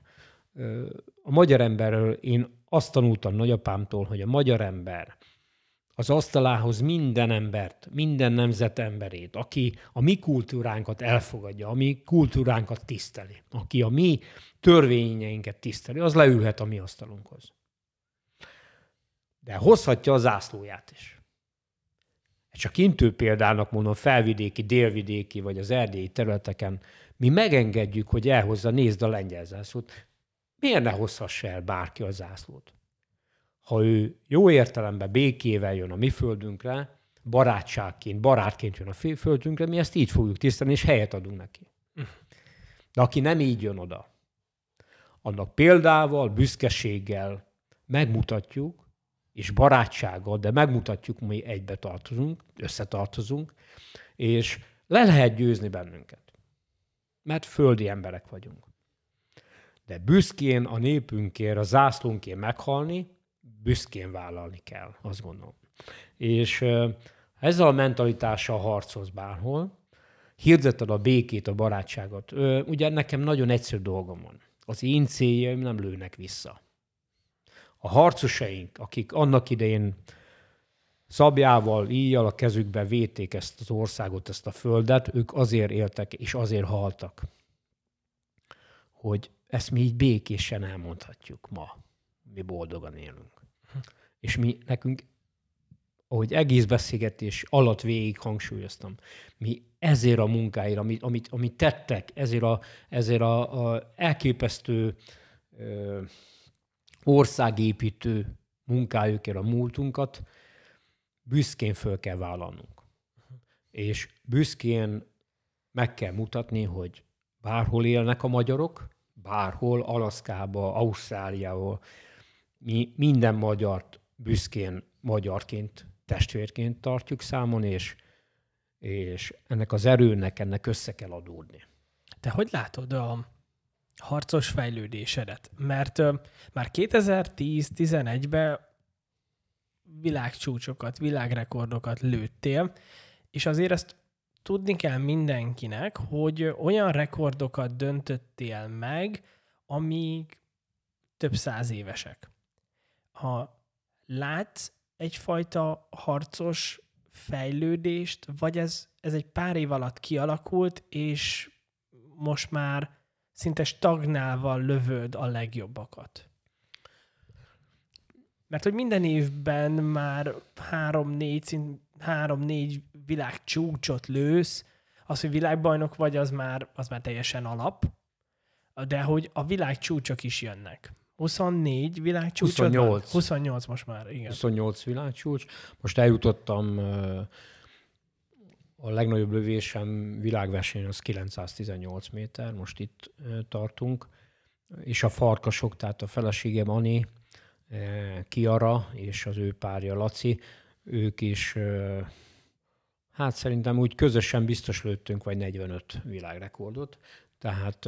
A magyar emberről én azt tanultam nagyapámtól, hogy a magyar ember az asztalához minden embert, minden nemzet emberét, aki a mi kultúránkat elfogadja, a mi kultúránkat tiszteli, aki a mi törvényeinket tiszteli, az leülhet a mi asztalunkhoz. De hozhatja a zászlóját is. Csak intő példának mondom, felvidéki, délvidéki vagy az erdélyi területeken mi megengedjük, hogy elhozza, nézd a lengyel zászlót. Miért ne hozhassa el bárki a zászlót? Ha ő jó értelemben békével jön a mi földünkre, barátságként, barátként jön a földünkre, mi ezt így fogjuk tisztelni, és helyet adunk neki. De aki nem így jön oda, annak példával, büszkeséggel megmutatjuk, és barátsággal, de megmutatjuk, mi egybe tartozunk, összetartozunk, és le lehet győzni bennünket. Mert földi emberek vagyunk. De büszkén a népünkért, a zászlónkért meghalni, büszkén vállalni kell, azt gondolom. És ezzel a mentalitással harcolsz bárhol, hirdeted a békét, a barátságot. Ugye nekem nagyon egyszerű dolgom van. Az én céljaim nem lőnek vissza. A harcosaink, akik annak idején szabjával, íjjal a kezükbe védték ezt az országot, ezt a földet, ők azért éltek és azért haltak, hogy ezt mi így békésen elmondhatjuk ma. Mi boldogan élünk. És mi nekünk, ahogy egész beszélgetés alatt végig hangsúlyoztam, mi ezért a munkáért, amit, amit, amit tettek, ezért a, ezért a, a elképesztő ö, országépítő munkájukért a múltunkat büszkén föl kell vállalnunk. És büszkén meg kell mutatni, hogy bárhol élnek a magyarok, bárhol, Alaszkába, Ausztráliába, mi minden magyart büszkén magyarként, testvérként tartjuk számon, és, és ennek az erőnek, ennek össze kell adódni. Te hogy látod a harcos fejlődésedet? Mert ö, már kétezer-tíz-tizenegyben világcsúcsokat, világrekordokat lőttél, és azért ezt tudni kell mindenkinek, hogy olyan rekordokat döntöttél meg, amíg több száz évesek. Ha látsz egyfajta harcos fejlődést, vagy ez, ez egy pár év alatt kialakult, és most már szinte stagnálva lövöd a legjobbakat? Mert hogy minden évben már három-négy, három-négy világcsúcsot lősz, az, hogy világbajnok vagy, az már, az már teljesen alap, de hogy a világcsúcsok is jönnek. huszonnégy világcsúcsod huszonnyolc. van? huszonnyolc most már, igen. huszonnyolc világcsúcs. Most eljutottam, a legnagyobb lövésem világverseny az kilencszáztizennyolc méter, most itt tartunk, és a farkasok, tehát a feleségem Ani, Kiara és az ő párja Laci, ők is, hát szerintem úgy közösen biztos lőttünk vagy negyvenöt világrekordot. Tehát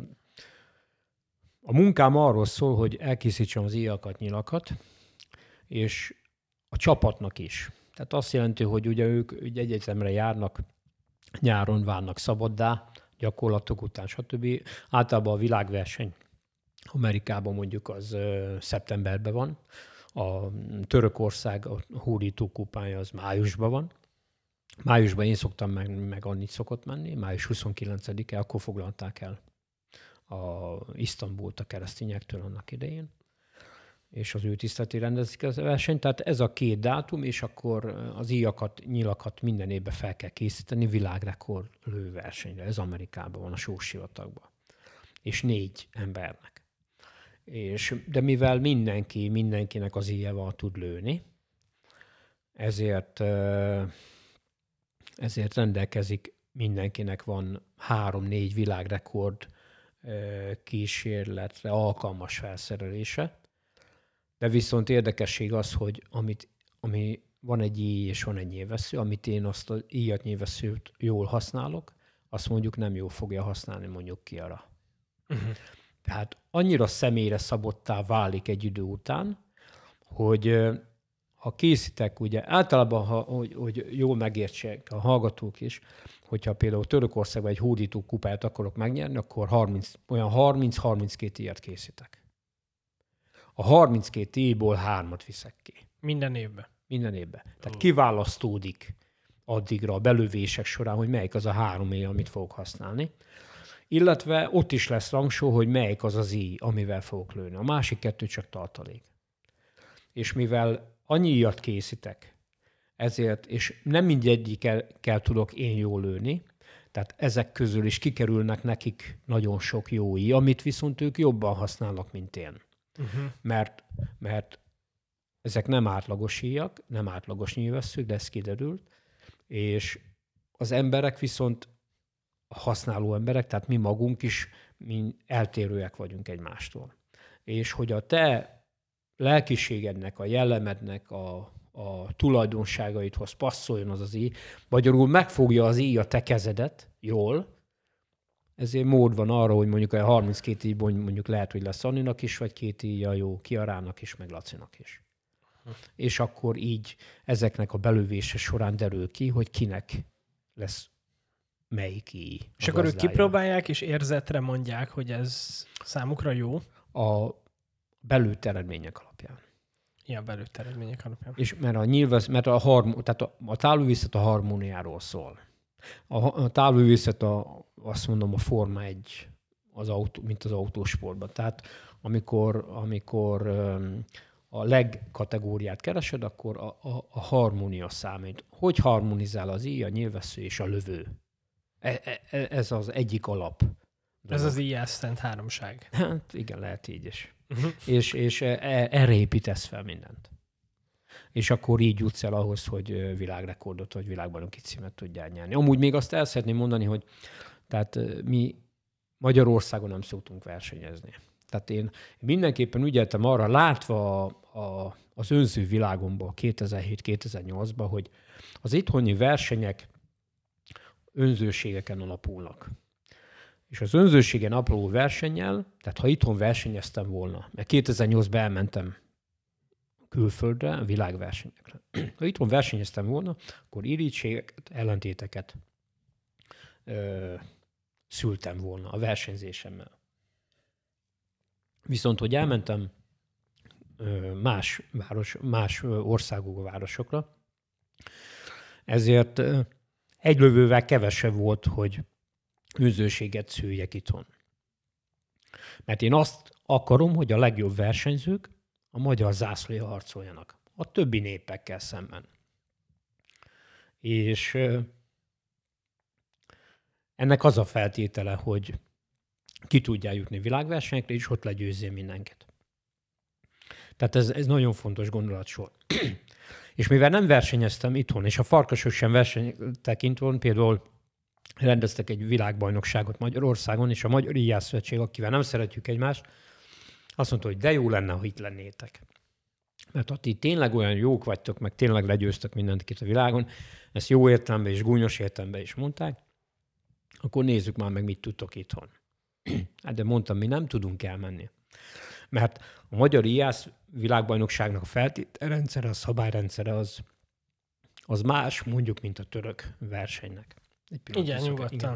a munkám arról szól, hogy elkészítsem az íjakat, nyilakat, és a csapatnak is. Tehát azt jelenti, hogy ugye ők ugye egyetemre járnak, nyáron válnak szabaddá, gyakorlatok után, stb. Általában a világverseny Amerikában mondjuk az ö, szeptemberben van, a Törökország, a hódító kupája az májusban van. Májusban én szoktam meg, meg annyit szokott menni, május huszonkilencedike, akkor foglalták el a Isztambult a keresztényektől annak idején, és az ő tiszteleti rendezik az versenyt. Tehát ez a két dátum, és akkor az íjakat, nyilakat minden évben fel kell készíteni világrekord lőversenyre. Ez Amerikában van, a Sós-sivatagban. És négy embernek. És, de mivel mindenki, mindenkinek az íjával tud lőni, ezért, ezért rendelkezik, mindenkinek van három-négy világrekord kísérletre alkalmas felszerelése. De viszont érdekesség az, hogy amit, ami van egy íj és van egy nyilvessző, amit én azt az íjat, nyilvesszőt jól használok, azt mondjuk nem jól fogja használni mondjuk Kiara. Uh-huh. Tehát annyira személyre szabottá válik egy idő után, hogy ha készítek, ugye általában, ha, hogy, hogy jól megértsék a hallgatók is, hogyha például Törökországban egy hódító kupát akarok megnyerni, akkor harminc, olyan harminc-harminckét íjat készítek. A harminckét íjból hármat viszek ki. Minden évben? Minden évben. Tehát kiválasztódik addigra a belövések során, hogy melyik az a három íj, amit fogok használni. Illetve ott is lesz rangsó, hogy melyik az az íj, amivel fogok lőni. A másik kettő csak tartalék. És mivel annyi íjat készítek, ezért, és nem mindegyikkel kell tudok én jól lőni, tehát ezek közül is kikerülnek nekik nagyon sok jó íj, amit viszont ők jobban használnak, mint én. Uh-huh. Mert, mert ezek nem átlagos íjak, nem átlagos nyilvesszők, de ez kiderült, és az emberek viszont a használó emberek, tehát mi magunk is mi eltérőek vagyunk egymástól. És hogy a te lelkiségednek, a jellemednek a, a tulajdonságaidhoz passzoljon az az íj, magyarul megfogja az íj a te kezedet jól, ezért mód van arra, hogy mondjuk a harminckét íjból mondjuk lehet, hogy lesz Anninak is, vagy két íjja jó, Kiarának is, meg Lacinak is. Hm. És akkor így ezeknek a belövése során derül ki, hogy kinek lesz melyik íj. És akkor ők kipróbálják, és érzetre mondják, hogy ez számukra jó? A belőtt eredmények alapján. Igen, belőtt eredmények alapján. És mert a nyilvesz, mert a, harm, tehát a, a távlövészet a harmóniáról szól. A, a távlövészet a, azt mondom a Forma egy, az autó, mint az autósportban. Tehát amikor, amikor a legkategóriát keresed, akkor a, a, a harmónia számít. Hogy harmonizál az íj, a nyilvessző és a lövő? E, e, ez az egyik alap. Ez dolog. Az íj szent háromság. Hát igen, lehet így is. Uh-huh. És, és erre építesz fel mindent. És akkor így jutsz el ahhoz, hogy világrekordot vagy világbajnoki címet tudjál nyerni. Amúgy még azt el szeretném mondani, hogy tehát mi Magyarországon nem szoktunk versenyezni. Tehát én mindenképpen ügyeltem arra, látva a, a, az önző világomban kétezer-hét kétezer-nyolcban, hogy az itthoni versenyek önzőségeken alapulnak. És az önzőségen alapuló versennyel, tehát ha itthon versenyeztem volna, mert kétezer-nyolcban elmentem külföldre, világversenyekre. Ha itthon versenyeztem volna, akkor irítségeket, ellentéteket ö, szültem volna a versenyzésemmel. Viszont, hogy elmentem ö, más, város, más országokba, városokra, ezért ö, egy lövővel kevesebb volt, hogy önzőséget szüljek itthon. Mert én azt akarom, hogy a legjobb versenyzők a magyar zászlója harcoljanak a többi népekkel szemben. És ennek az a feltétele, hogy ki tudjál jutni világversenyekre, és ott legyőzzél mindenkit. Tehát ez, ez nagyon fontos gondolatsor. És mivel nem versenyeztem itthon, és a farkasok sem versenytek itthon, például rendeztek egy világbajnokságot Magyarországon, és a Magyar Íjászszövetség, akivel nem szeretjük egymást, azt mondta, hogy de jó lenne, ha itt lennétek. Mert ha ti tényleg olyan jók vagytok, meg tényleg legyőztök mindenkit a világon, ezt jó értelemben és gúnyos értelemben is mondták, akkor nézzük már meg, mit tudtok itthon. Hát de mondtam, mi nem tudunk elmenni. Mert a Magyar Íjász világbajnokságnak a feltételrendszere, a szabályrendszere az, az más, mondjuk, mint a török versenynek. Igen, nyugodtan. Igen.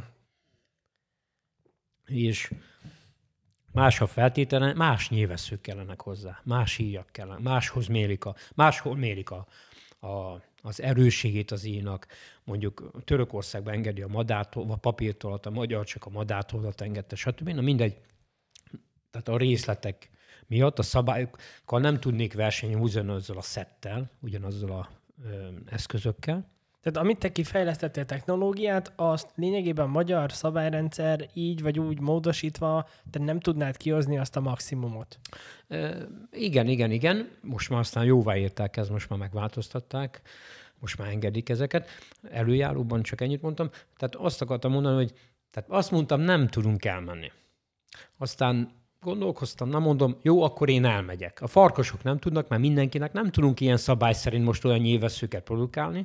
És más a feltétele, más nyilvesszők kellenek hozzá, más íjak kellenek, máshoz mérik a, máshol mérik a, a, az erősségét az íjnak. Mondjuk Törökországban engedi a madártól, a papírtolat, a magyar csak a madártolat engedte, stb. Na mindegy, tehát a részletek miatt, a szabályokkal nem tudnék versenyezni ugyanazzal a szettel, ugyanazzal a ö, eszközökkel. Tehát amit te kifejlesztettél technológiát, azt lényegében a magyar szabályrendszer így vagy úgy módosítva, te nem tudnád kihozni azt a maximumot. E, igen, igen, igen. Most már aztán jóváírták ezt, most már megváltoztatták, most már engedik ezeket. Előjáróban csak ennyit mondtam. Tehát azt akartam mondani, hogy tehát azt mondtam, nem tudunk elmenni. Aztán gondolkoztam, nem mondom, jó, akkor én elmegyek. A farkasok nem tudnak, mert mindenkinek nem tudunk ilyen szabály szerint most olyan nyilvesszőket produkálni.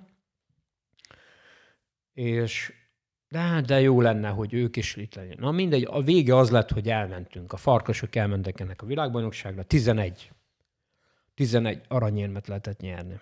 És de, de jó lenne, hogy ők is itt legyen. Na mindegy, a vége az lett, hogy elmentünk. A farkasok elmentek ennek a világbajnokságra. tizenegy, tizenegy aranyérmet lehetett nyerni.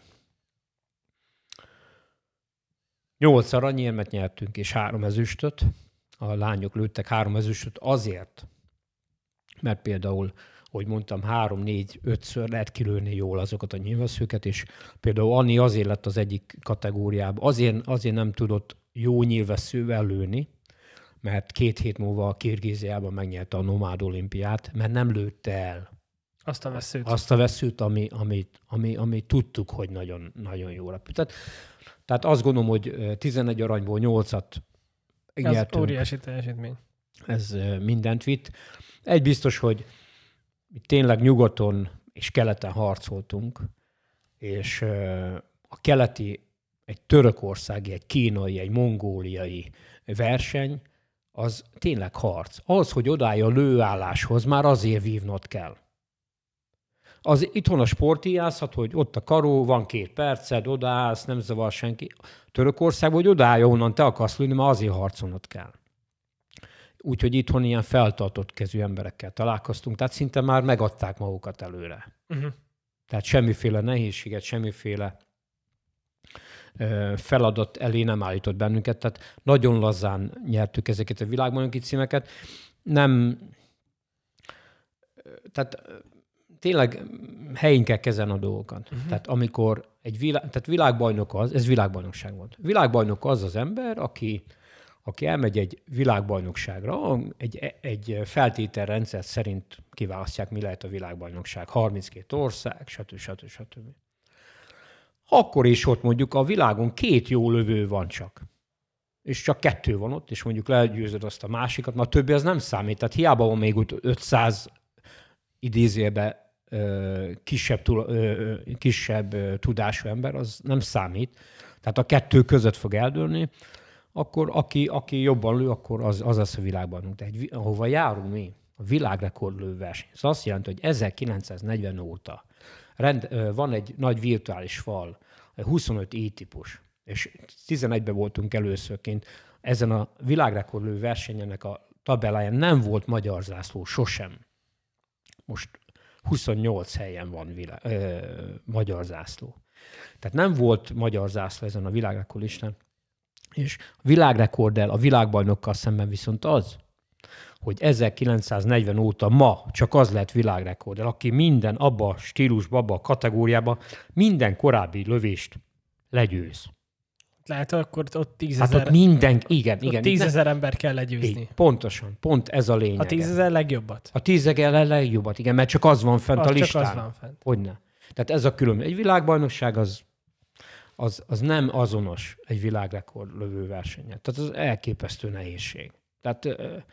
nyolc aranyérmet nyertünk, és három ezüstöt. A lányok lőttek három ezüstöt azért, mert például, ahogy mondtam, három, négy, ötször lehet kilőni jól azokat a nyilvesszőket, és például Anni azért lett az egyik kategóriában, azért, azért nem tudott jó nyilvesszővel lőni, mert két hét múlva a Kirgíziában megnyerte a Nomád olimpiát, mert nem lőtte el azt a veszőt, azt a veszőt ami, ami, ami, ami tudtuk, hogy nagyon, nagyon jó repül. Tehát, tehát azt gondolom, hogy tizenegy aranyból nyolcat nyertünk. Ez óriási teljesítmény. Ez mindent vitt. Egy biztos, hogy tényleg nyugaton és keleten harcoltunk, és a keleti, egy törökországi, egy kínai, egy mongóliai verseny, az tényleg harc. Az, hogy odállj a lőálláshoz, már azért vívnod kell. Az itthon a sportíjászat, hogy ott a karó, van két perced, odaállsz, nem zavar senki. Törökországban, hogy odállj, onnan te akarsz lőni, már azért harcolnod kell. Úgyhogy itthon ilyen feltartott kezű emberekkel találkoztunk, tehát szinte már megadták magukat előre. Uh-huh. Tehát semmiféle nehézséget, semmiféle ö, feladat elé nem állított bennünket, tehát nagyon lazán nyertük ezeket a világbajnoki címeket. Nem, tehát tényleg helyén kell kezelni a dolgokat. Uh-huh. Tehát amikor egy világ, tehát világbajnok az, ez világbajnokság volt. Világbajnok az az ember, aki aki elmegy egy világbajnokságra, egy, egy feltételrendszer szerint kiválasztják, mi lehet a világbajnokság, harminckét ország, stb. stb. stb. Akkor is ott mondjuk a világon két jó lövő van csak, és csak kettő van ott, és mondjuk legyőzöd azt a másikat, mert a többi az nem számít. Tehát hiába van még ott ötszáz idézőjelbe kisebb, kisebb tudású ember, az nem számít. Tehát a kettő között fog eldőlni. akkor aki, aki jobban lő, akkor az, az lesz a világban. De egy, ahova járunk mi, a világrekordlő verseny. Ez azt jelenti, hogy ezerkilencszáznegyven óta rend, van egy nagy virtuális fal, huszonöt i-típus, és tizenegyben voltunk előszörként. Ezen a világrekordlő versenyenek a tabelláján nem volt magyar zászló sosem. Most huszonnyolc helyen van vilá- ö, magyar zászló. Tehát nem volt magyar zászló ezen a világrekordlistán. És a világrekorddel, a világbajnokkal szemben viszont az, hogy ezerkilencszáznegyven óta ma csak az lett világrekorddel, aki minden abba a stílusba, abba a kategóriába minden korábbi lövést legyőz. Lehet, akkor ott tízezer... Hát ott minden, igen, ott igen. tízezer ember kell legyőzni. Így, pontosan, pont ez a lényeg. A tízezer legjobbat. A tízezer legjobbat, igen, mert csak az van fent az a listán. Csak az van fent. Hogyne. Tehát ez a külön. Egy világbajnokság az, az, az nem azonos egy világrekord lövő versenye. Tehát az elképesztő nehézség. Tehát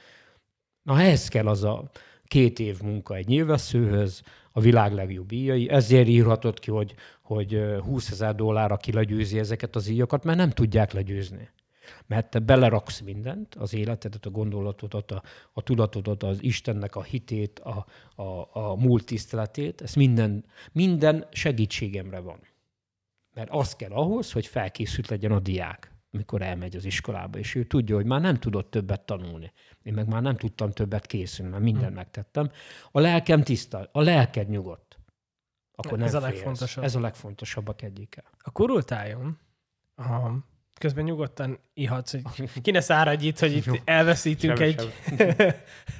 na ehhez kell az a két év munka egy nyilvesszőhöz, a világ legjobb íjai. Ezért írhatod ki, hogy, hogy húszezer dollárra ki legyőzi ezeket az íjakat, mert nem tudják legyőzni. Mert te beleraksz mindent, az életedet, a gondolatodat, a, a tudatodat, az Istennek a hitét, a, a, a múlt tiszteletét, ez minden, minden segítségemre van. Mert az kell ahhoz, hogy felkészült legyen a diák, amikor elmegy az iskolába, és ő tudja, hogy már nem tudott többet tanulni. Én meg már nem tudtam többet készülni, mert mindent hmm. megtettem. A lelkem tiszta, a lelked nyugodt. Akkor ez nem a legfontosabb. Ez a legfontosabbak egyike. A kurultájon, a közben nyugodtan ihatsz, hogy ki ne száradj itt, hogy itt elveszítünk sem, egy... Sem.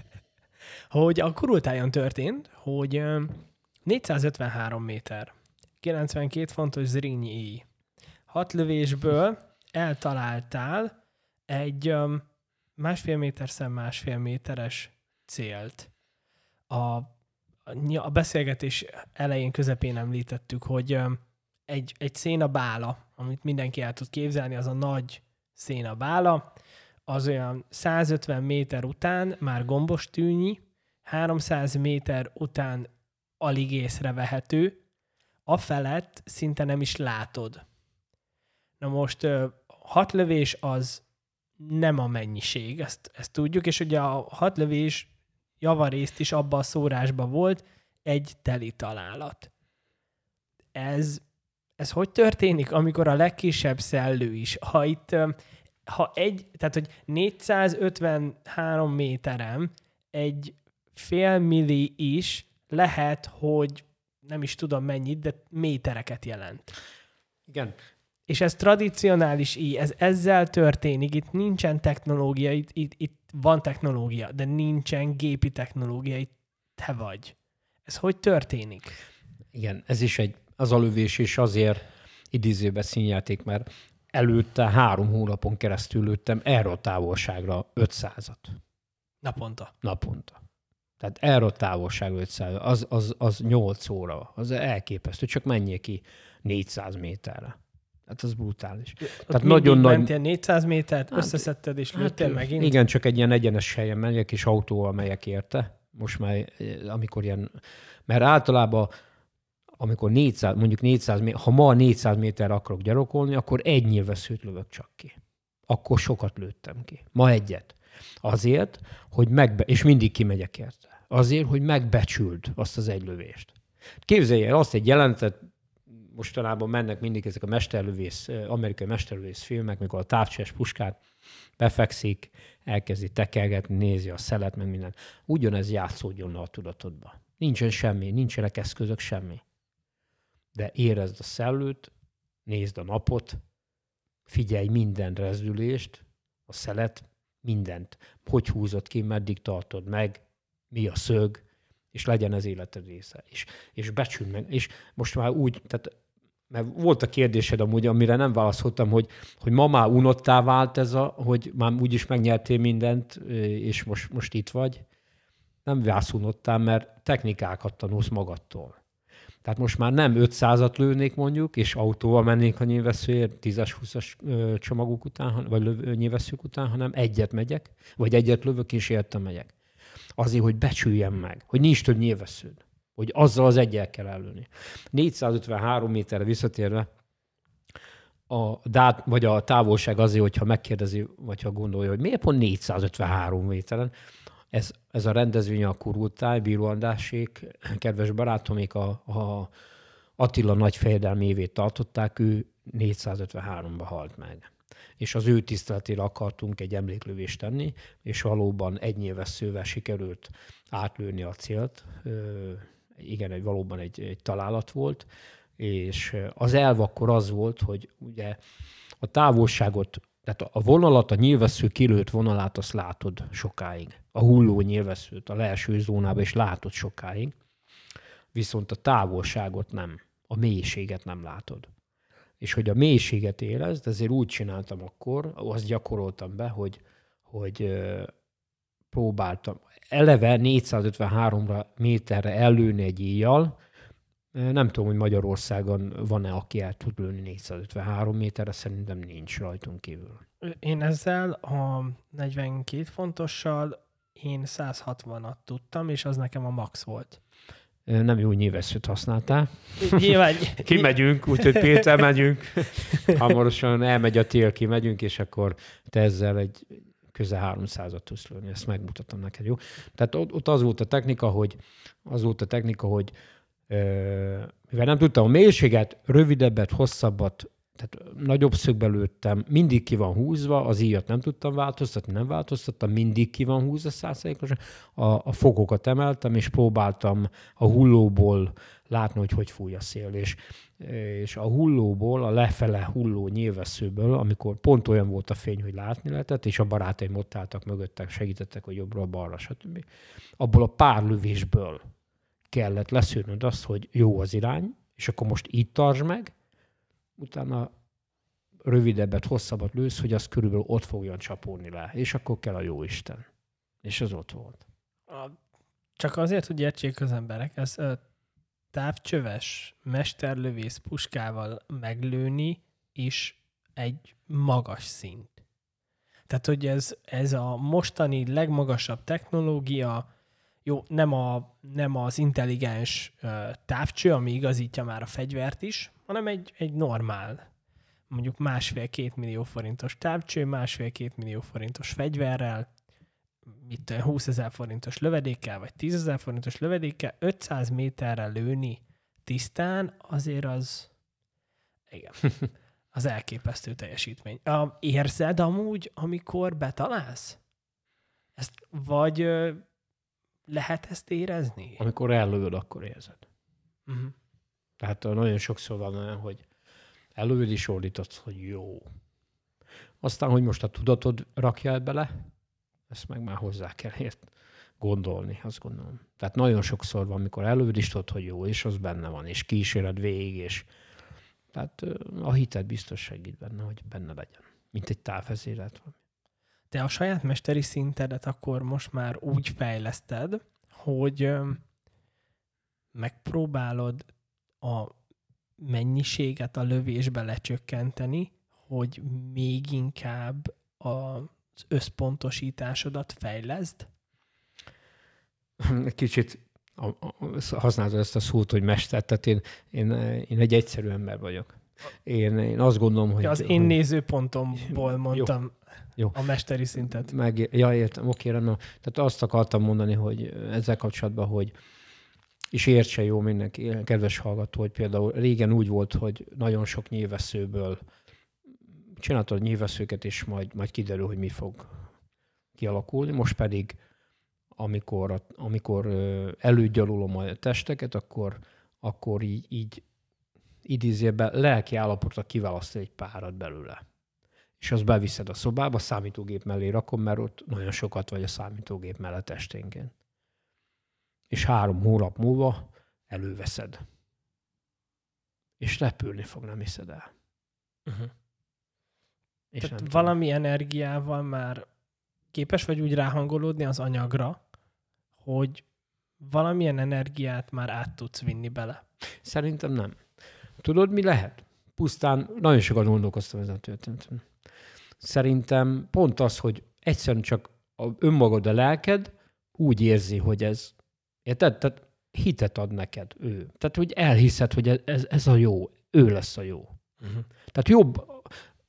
Hogy a kurultájon történt, hogy négyszázötvenhárom méter, kilencvenkét fontos Zrínyi íj. Hat lövésből eltaláltál egy másfél méter szem másfél méteres célt. A, a beszélgetés elején, közepén említettük, hogy egy, egy szénabála, amit mindenki el tud képzelni, az a nagy szénabála, az olyan százötven méter után már gombostűnyi, háromszáz méter után alig észrevehető, afelett szinte nem is látod. Na most hat lövés az nem a mennyiség, ezt, ezt tudjuk, és ugye a hat lövés javarészt is abban a szórásban volt egy teli találat. Ez, ez hogy történik, amikor a legkisebb szellő is, ha itt, ha egy, tehát hogy négyszázötvenhárom méteren egy fél milli is lehet, hogy nem is tudom mennyit, de métereket jelent. Igen. És ez tradicionális íj, ez ezzel történik, itt nincsen technológia, itt, itt, itt van technológia, de nincsen gépi technológia, itt te vagy. Ez hogy történik? Igen, ez is egy, az a lövés is azért idézőben színjáték, mert előtte három hónapon keresztül lőttem erre a távolságra ötszázat. Naponta. Naponta. Tehát erre a távolságra ötszáz, az, az, az nyolc óra, az elképesztő, csak menjél ki négyszáz méterre. Hát az brutális. Ott Tehát nagyon nagy... mentél négyszáz métert, hát, összeszedted és lőttél hát, megint? Igen, csak egy ilyen egyenes helyen megyek, és autóval megyek érte. Most már, amikor ilyen... Mert általában, amikor négyszáz, mondjuk négyszáz méter, ha ma négyszáz méterre akarok gyarokolni, akkor egy nyilvesszőt lövök csak ki. Akkor sokat lőttem ki. Ma egyet. Azért, hogy megbe... és mindig kimegyek érte. Azért, hogy megbecsüld azt az egy lövést. Képzelj el azt egy jelentet, mostanában mennek mindig ezek a mesterlövész, amerikai mesterlövész filmek, mikor a távcsöves puskát befekszik, elkezdi tekergetni, nézi a szelet, meg minden. Ugyanez játszódjon le a tudatodba. Nincsen semmi, nincsenek eszközök, semmi. De érezd a szellőt, nézd a napot, figyelj minden rezdülést, a szelet, mindent. Hogy húzod ki, meddig tartod meg, mi a szög, és legyen az életed része. És, és becsüld meg. És most már úgy, tehát, mert volt a kérdésed amúgy, amire nem válaszoltam, hogy, hogy ma már unottá vált ez a, hogy már úgyis megnyertél mindent, és most, most itt vagy. Nem válsz unottá, mert technikákat tanulsz magadtól. Tehát most már nem ötszázat lőnék mondjuk, és autóval mennék a nyilvesszőért tízes-húszas csomagok után, vagy löv, nyilvesszők után, hanem egyet megyek, vagy egyet lövök, és értem megyek. Azért, hogy becsüljem meg, hogy nincs több nyilvessződ, hogy azzal az egyel kell előni. négyszázötvenhárom méterre visszatérve, a, dát, vagy a távolság azért, hogyha megkérdezi, vagy ha gondolja, hogy miért pont négyszázötvenhárom méteren. Ez, ez a rendezvény a Kurultáj, Bíró Andrásék, kedves barátomék, a, a Attila nagy fejedelmi évét tartották, ő négyszázötvenháromba halt meg. És az ő tiszteletére akartunk egy emléklövést tenni, és valóban egy nyilvesszővel sikerült átlőni a célt. Igen, egy, valóban egy, egy találat volt, és az elv akkor az volt, hogy ugye a távolságot, tehát a vonalat, a nyilvessző kilőtt vonalát, azt látod sokáig. A hulló nyilvesszőt a leeső zónába is látod sokáig, viszont a távolságot nem, a mélységet nem látod. És hogy a mélységet érezd, ezért úgy csináltam akkor, azt gyakoroltam be, hogy, hogy próbáltam eleve négyszázötvenhárom méterre ellőni egy íjjal. Nem tudom, hogy Magyarországon van-e, aki el tud lőni négyszázötvenhárom méterre, szerintem nincs rajtunk kívül. Én ezzel a negyvenkét fontossal én száz hatvanat tudtam, és az nekem a max volt. Nem jó nyilvesszőt használtál. Nyilván. Kimegyünk, úgyhogy Péter megyünk. Hamarosan elmegy a tél, kimegyünk, és akkor te ezzel egy közel háromszázat tudsz lőni. Ezt megmutatom neked, jó? Tehát ott, ott az volt a technika, hogy az volt a technika, hogy euh, mivel nem tudtam a mélységet, rövidebbet, hosszabbat, tehát nagyobb szögbe lőttem, mindig ki van húzva, az íjat nem tudtam változtatni, nem változtattam, mindig ki van húzva százalékosan. A, a fokokat emeltem, és próbáltam a hullóból látni, hogy hogy fúj a szél. És, és a hullóból, a lefele hulló nyilvesszőből, amikor pont olyan volt a fény, hogy látni lehetett, és a barátaim ott álltak mögöttek, segítettek, hogy jobbra-balra, stb. Abból a pár lövésből kellett leszűrnöd azt, hogy jó az irány, és akkor most így tartsd meg, utána rövidebbet, hosszabbat lősz, hogy az körülbelül ott fogjon csapódni le. És akkor kell a jóisten. És az ott volt. Csak azért, hogy értsék az emberek, ez távcsöves, mesterlövész puskával meglőni is egy magas szint. Tehát, hogy ez, ez a mostani legmagasabb technológia, jó, nem, a, nem az intelligens uh, távcső, ami igazítja már a fegyvert is, hanem egy, egy normál, mondjuk másfél-két millió forintos távcső, másfél-két millió forintos fegyverrel, mit tudom, húszezer forintos lövedékkel, vagy tízezer forintos lövedékkel, ötszáz méterre lőni tisztán, azért az, igen, az elképesztő teljesítmény. A, érzed amúgy, amikor betalálsz? Ezt vagy ö, lehet ezt érezni? Amikor ellövöd, akkor érzed. Uh-huh. Tehát nagyon sokszor van olyan, hogy ellövöd és ordítasz, hogy jó. Aztán, hogy most a tudatod rakja bele, ezt meg már hozzá kell ért gondolni, azt gondolom. Tehát nagyon sokszor van, amikor ellövöd és tudod, hogy jó, és az benne van, és kíséred végig, és tehát a hited biztos segít benne, hogy benne legyen, mint egy távvezérelt van. Te a saját mesteri szintedet akkor most már úgy fejleszted, hogy megpróbálod a mennyiséget a lövésbe lecsökkenteni, hogy még inkább az összpontosításodat fejleszd? Kicsit használtad ezt a szót, hogy mester, tehát én, én, én egy egyszerű ember vagyok. Én, én azt gondolom, hogy... Ja, az én hogy... nézőpontomból mondtam jó, jó. a mesteri szintet. Meg, ja, értem, oké, rendben. Tehát azt akartam mondani, hogy ezzel kapcsolatban, hogy és értse jó mindenki, kedves hallgató, hogy például régen úgy volt, hogy nagyon sok nyilvesszőből csináltad nyilvesszőket, és majd, majd kiderül, hogy mi fog kialakulni. Most pedig, amikor, amikor előgyalulom a testeket, akkor, akkor így, így idézőjelben lelki állapotra kiválasztani egy párat belőle. És azt beviszed a szobába, a számítógép mellé rakom, mert ott nagyon sokat vagy a számítógép mellett esténként. És három hónap múlva előveszed. És repülni fog, nem hiszed el. Uh-huh. És tehát valami tudom. Energiával már képes vagy úgy ráhangolódni az anyagra, hogy valamilyen energiát már át tudsz vinni bele. Szerintem nem. Tudod, mi lehet? Pusztán nagyon sokat gondolkoztam ezen a történeten. Szerintem pont az, hogy egyszerűen csak a önmagad, a lelked úgy érzi, hogy ez, érted? Tehát hitet ad neked ő. Tehát, hogy elhiszed, hogy ez, ez a jó, ő lesz a jó. Uh-huh. Tehát jobb,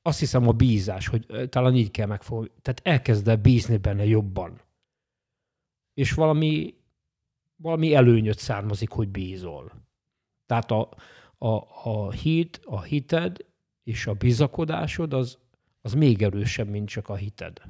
azt hiszem a bízás, hogy talán így kell megfogni. Tehát elkezd el bízni benne jobban. És valami, valami előnyöt származik, hogy bízol. Tehát a, a, a hit, a hited és a bizakodásod az, az még erősebb, mint csak a hited.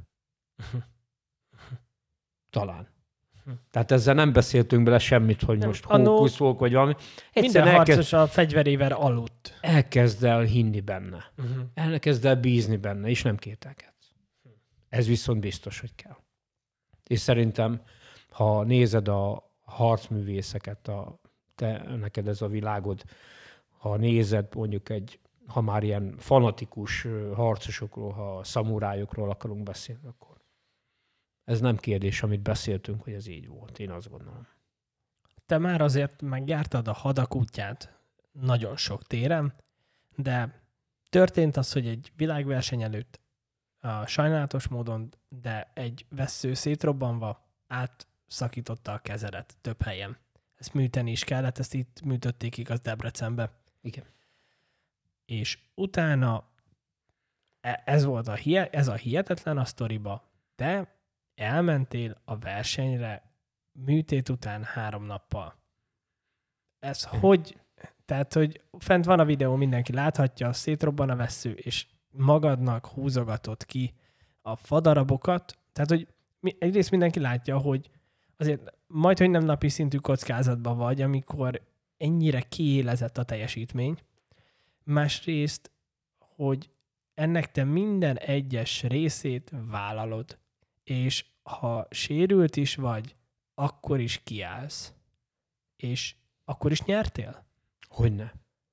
Talán. Tehát ezzel nem beszéltünk bele semmit, hogy nem, most hókuszolk, vagy valami. Minden harcos elkezd, a fegyverével aludt. Elkezd el hinni benne. Uh-huh. Elkezd el bízni benne, és nem kételkedsz. Ez viszont biztos, hogy kell. És szerintem, ha nézed a harcművészeket, a, te, neked ez a világod, ha nézed mondjuk egy, ha már ilyen fanatikus harcosokról, ha szamurájokról akarunk beszélni, akkor ez nem kérdés, amit beszéltünk, hogy ez így volt. Én azt gondolom. Te már azért megjártad a hadak útját nagyon sok téren, de történt az, hogy egy világverseny előtt a sajnálatos módon, de egy vessző szétrobbanva átszakította a kezedet több helyen. Ezt műteni is kellett, ezt itt műtötték igaz Debrecenbe. Igen. És utána ez volt a, hie, ez a hihetetlen a sztoriba, de elmentél a versenyre műtét után három nappal. Ez hogy? Tehát, hogy fent van a videó, mindenki láthatja, szétrobban a vessző, és magadnak húzogatod ki a fadarabokat. Tehát, hogy egyrészt mindenki látja, hogy azért majdhogy nem napi szintű kockázatban vagy, amikor ennyire kiélezett a teljesítmény. Másrészt, hogy ennek te minden egyes részét vállalod. És ha sérült is vagy, akkor is kiállsz. És akkor is nyertél? Hogyne.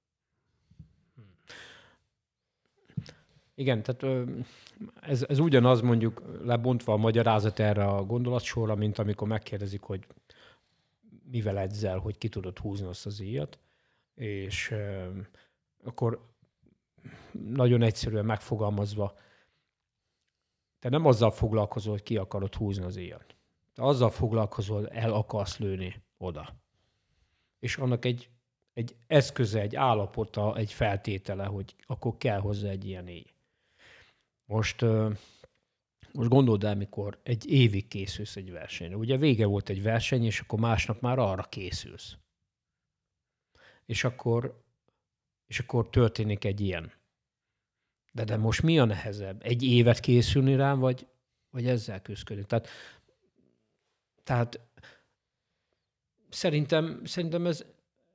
Igen, tehát ez, ez ugyanaz mondjuk lebontva a magyarázat erre a gondolatsorra, mint amikor megkérdezik, hogy mivel edzel, hogy ki tudod húzni azt az íjat, és euh, akkor nagyon egyszerűen megfogalmazva, te nem azzal foglalkozol, hogy ki akarod húzni az íjat. Te azzal foglalkozol, el akarsz lőni oda. És annak egy, egy eszköze, egy állapota, egy feltétele, hogy akkor kell hozzá egy ilyen éj. Most, most gondold el, mikor egy évig készülsz egy versenyre. Ugye vége volt egy verseny, és akkor másnap már arra készülsz. És akkor, és akkor történik egy ilyen. De, de most mi a nehezebb? Egy évet készülni rám, vagy, vagy ezzel küzdködni? Tehát, tehát szerintem, szerintem ez,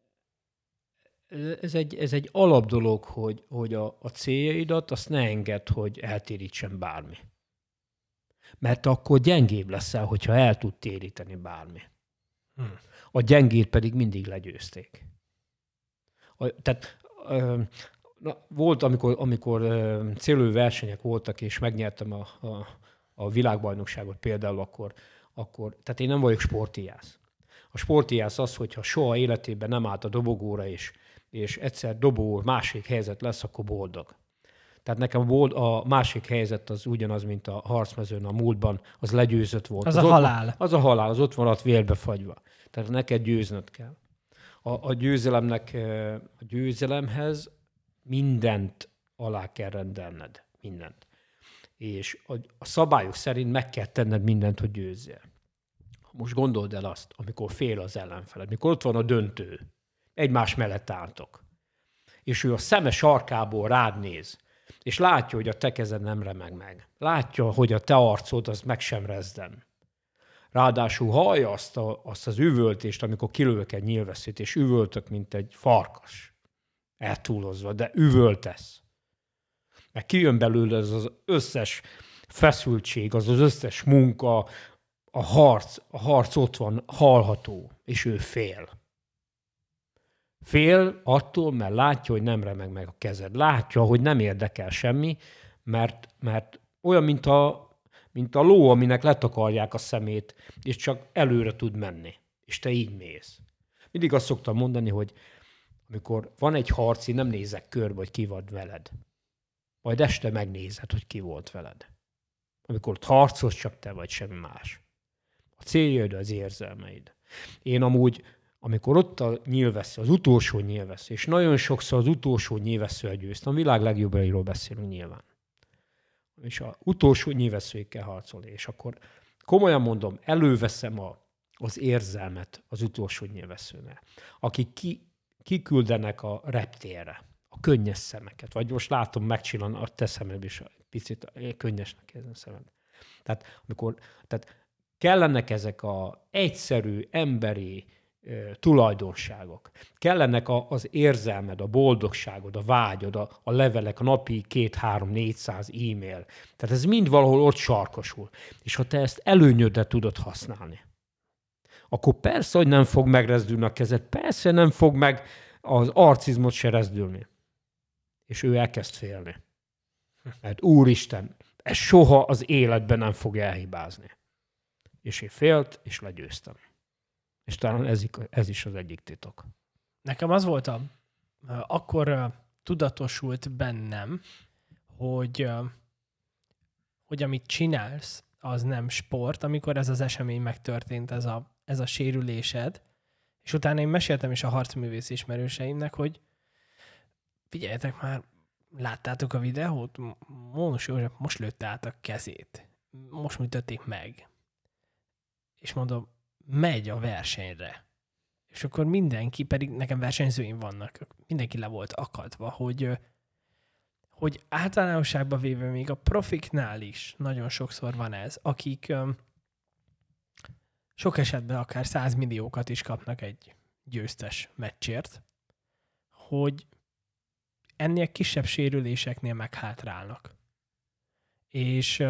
ez, egy, ez egy alapdolog, hogy, hogy a, a céljaidat azt ne engedd, hogy eltérítsen bármi. Mert akkor gyengébb leszel, hogyha el tud téríteni bármi. Hmm. A gyengét pedig mindig legyőzték. A, tehát... Ö, Na, volt, amikor, amikor uh, célő versenyek voltak, és megnyertem a, a, a világbajnokságot például, akkor, akkor, tehát én nem vagyok sportíjász. A sportíjász az, hogyha soha életében nem állt a dobogóra, és, és egyszer dobó másik helyzet lesz, akkor boldog. Tehát nekem a, bold, a másik helyzet az ugyanaz, mint a harcmezőn a múltban, az legyőzött volt. Az, az a halál. Ott, az a halál, az ott maradt vérbe fagyva. Tehát neked győznöd kell. A, a győzelemnek, a győzelemhez mindent alá kell rendelned. Mindent. És a, a szabályok szerint meg kell tenned mindent, hogy győzzél. Most gondold el azt, amikor fél az ellenfeled, mikor ott van a döntő, egymás mellett álltok, és ő a szeme sarkából rád néz, és látja, hogy a te kezed nem remeg meg. Látja, hogy a te arcod az meg sem rezden. Ráadásul hallja azt, a, azt az üvöltést, amikor kilövök egy nyílvesszőt, és üvöltök, mint egy farkas. Eltúlozva, de üvöltesz. Mert kijön belőle az, az összes feszültség, az az összes munka, a harc, a harc ott van, hallható, és ő fél. Fél attól, mert látja, hogy nem remeg meg a kezed. Látja, hogy nem érdekel semmi, mert, mert olyan, mint a, mint a ló, aminek letakarják a szemét, és csak előre tud menni. És te így mész. Mindig azt szoktam mondani, hogy amikor van egy harc, én nem nézek körbe, hogy ki volt veled. Majd este megnézed, hogy ki volt veled. Amikor ott harcolsz, csak te vagy, semmi más. A céljaid az érzelmeid. Én amúgy, amikor ott a nyílvessző, az utolsó nyílvessző, és nagyon sokszor az utolsó nyílvesszővel győztem, a világ legjobbairól beszélünk nyilván. és az utolsó nyilvesszőig kell harcolni. És akkor komolyan mondom, előveszem a, az érzelmet az utolsó nyilvesszőnél, akik ki, kiküldenek a reptérre, a könnyes szemeket, vagy most látom, megcsillan a te szemed is picit könnyesnek ezen szemed. Tehát, amikor, tehát kellenek ezek az egyszerű, emberi uh, tulajdonságok. Kellenek a, az érzelmed, a boldogságod, a vágyod, a, a levelek, a napi két, három, négyszáz e-mail. Tehát ez mind valahol ott sarkosul. És ha te ezt előnyödre tudod használni, akkor persze, hogy nem fog megrezdülni a kezed, persze nem fog meg az arcizmot se rezdülni. És ő elkezd félni. Mert úristen, ez soha az életben nem fog elhibázni. És én félt, és legyőztem. És talán ez, ez is az egyik titok. Nekem az volt a, akkor uh, tudatosult bennem, hogy, uh, hogy amit csinálsz, az nem sport, amikor ez az esemény megtörtént, ez a, ez a sérülésed, és utána én meséltem is a harcművész ismerőseimnek, hogy figyeljetek már, láttátok a videót? Mónos József most lőtte át a kezét. Most műtötték meg. És mondom, megy a versenyre. És akkor mindenki, pedig nekem versenyzőim vannak, mindenki le volt akadva, hogy, hogy általánosságban véve még a profiknál is nagyon sokszor van ez, akik sok esetben akár százmilliókat is kapnak egy győztes meccsért, hogy ennél kisebb sérüléseknél meghátrálnak. És,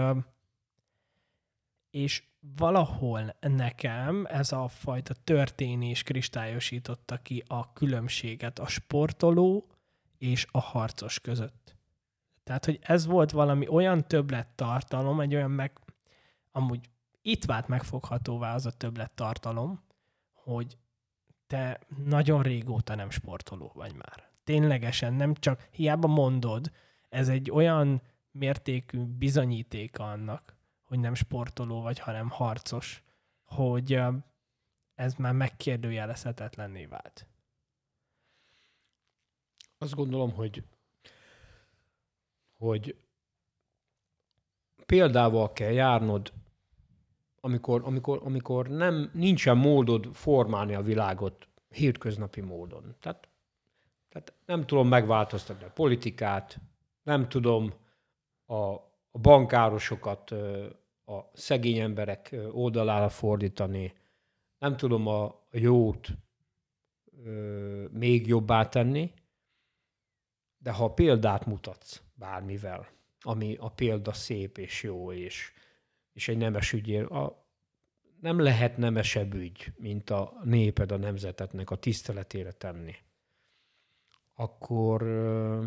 és valahol nekem ez a fajta történés kristályosította ki a különbséget a sportoló és a harcos között. Tehát, hogy ez volt valami olyan többlettartalom, egy olyan meg, amúgy itt vált megfoghatóvá az a többlettartalom, hogy te nagyon régóta nem sportoló vagy már. Ténylegesen nem csak, hiába mondod, ez egy olyan mértékű bizonyítéka annak, hogy nem sportoló vagy, hanem harcos, hogy ez már megkérdőjelezhetetlenné vált. Azt gondolom, hogy, hogy példával kell járnod, amikor, amikor, amikor nem, nincsen módod formálni a világot hétköznapi módon. Tehát, tehát nem tudom megváltoztatni a politikát, nem tudom a, a bankárosokat a szegény emberek oldalára fordítani, nem tudom a jót ö, még jobbá tenni, de ha példát mutatsz bármivel, ami a példa szép és jó, és, és egy nemes ügyér, a, nem lehet nemesebb ügy, mint a néped, a nemzetednek a tiszteletére tenni, akkor, ö,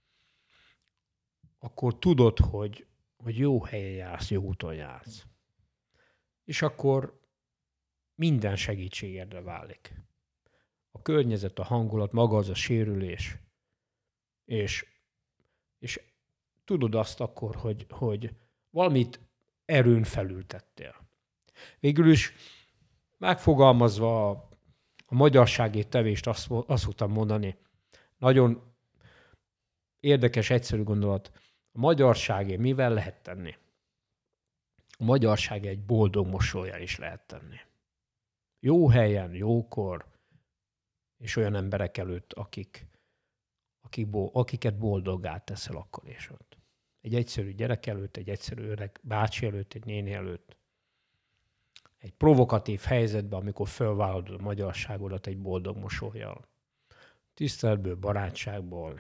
akkor tudod, hogy, hogy jó helyen jársz, jó úton jársz. És akkor minden segítségedre válik. A környezet, a hangulat, maga az a sérülés. És, és tudod azt akkor, hogy, hogy valamit erőn felül tettél. Végül is megfogalmazva a, a magyarságért tevést azt, azt tudtam mondani. Nagyon érdekes, egyszerű gondolat. A magyarságért mivel lehet tenni? A magyarság egy boldog mosollyal is lehet tenni. Jó helyen, jókor, és olyan emberek előtt, akik, akik, akiket boldoggá teszel akkor és ott. Egy egyszerű gyerek előtt, egy egyszerű öreg bácsi előtt, egy néni előtt. Egy provokatív helyzetben, amikor felvállalod a magyarságodat egy boldog mosollyal. Tiszteletből, barátságból,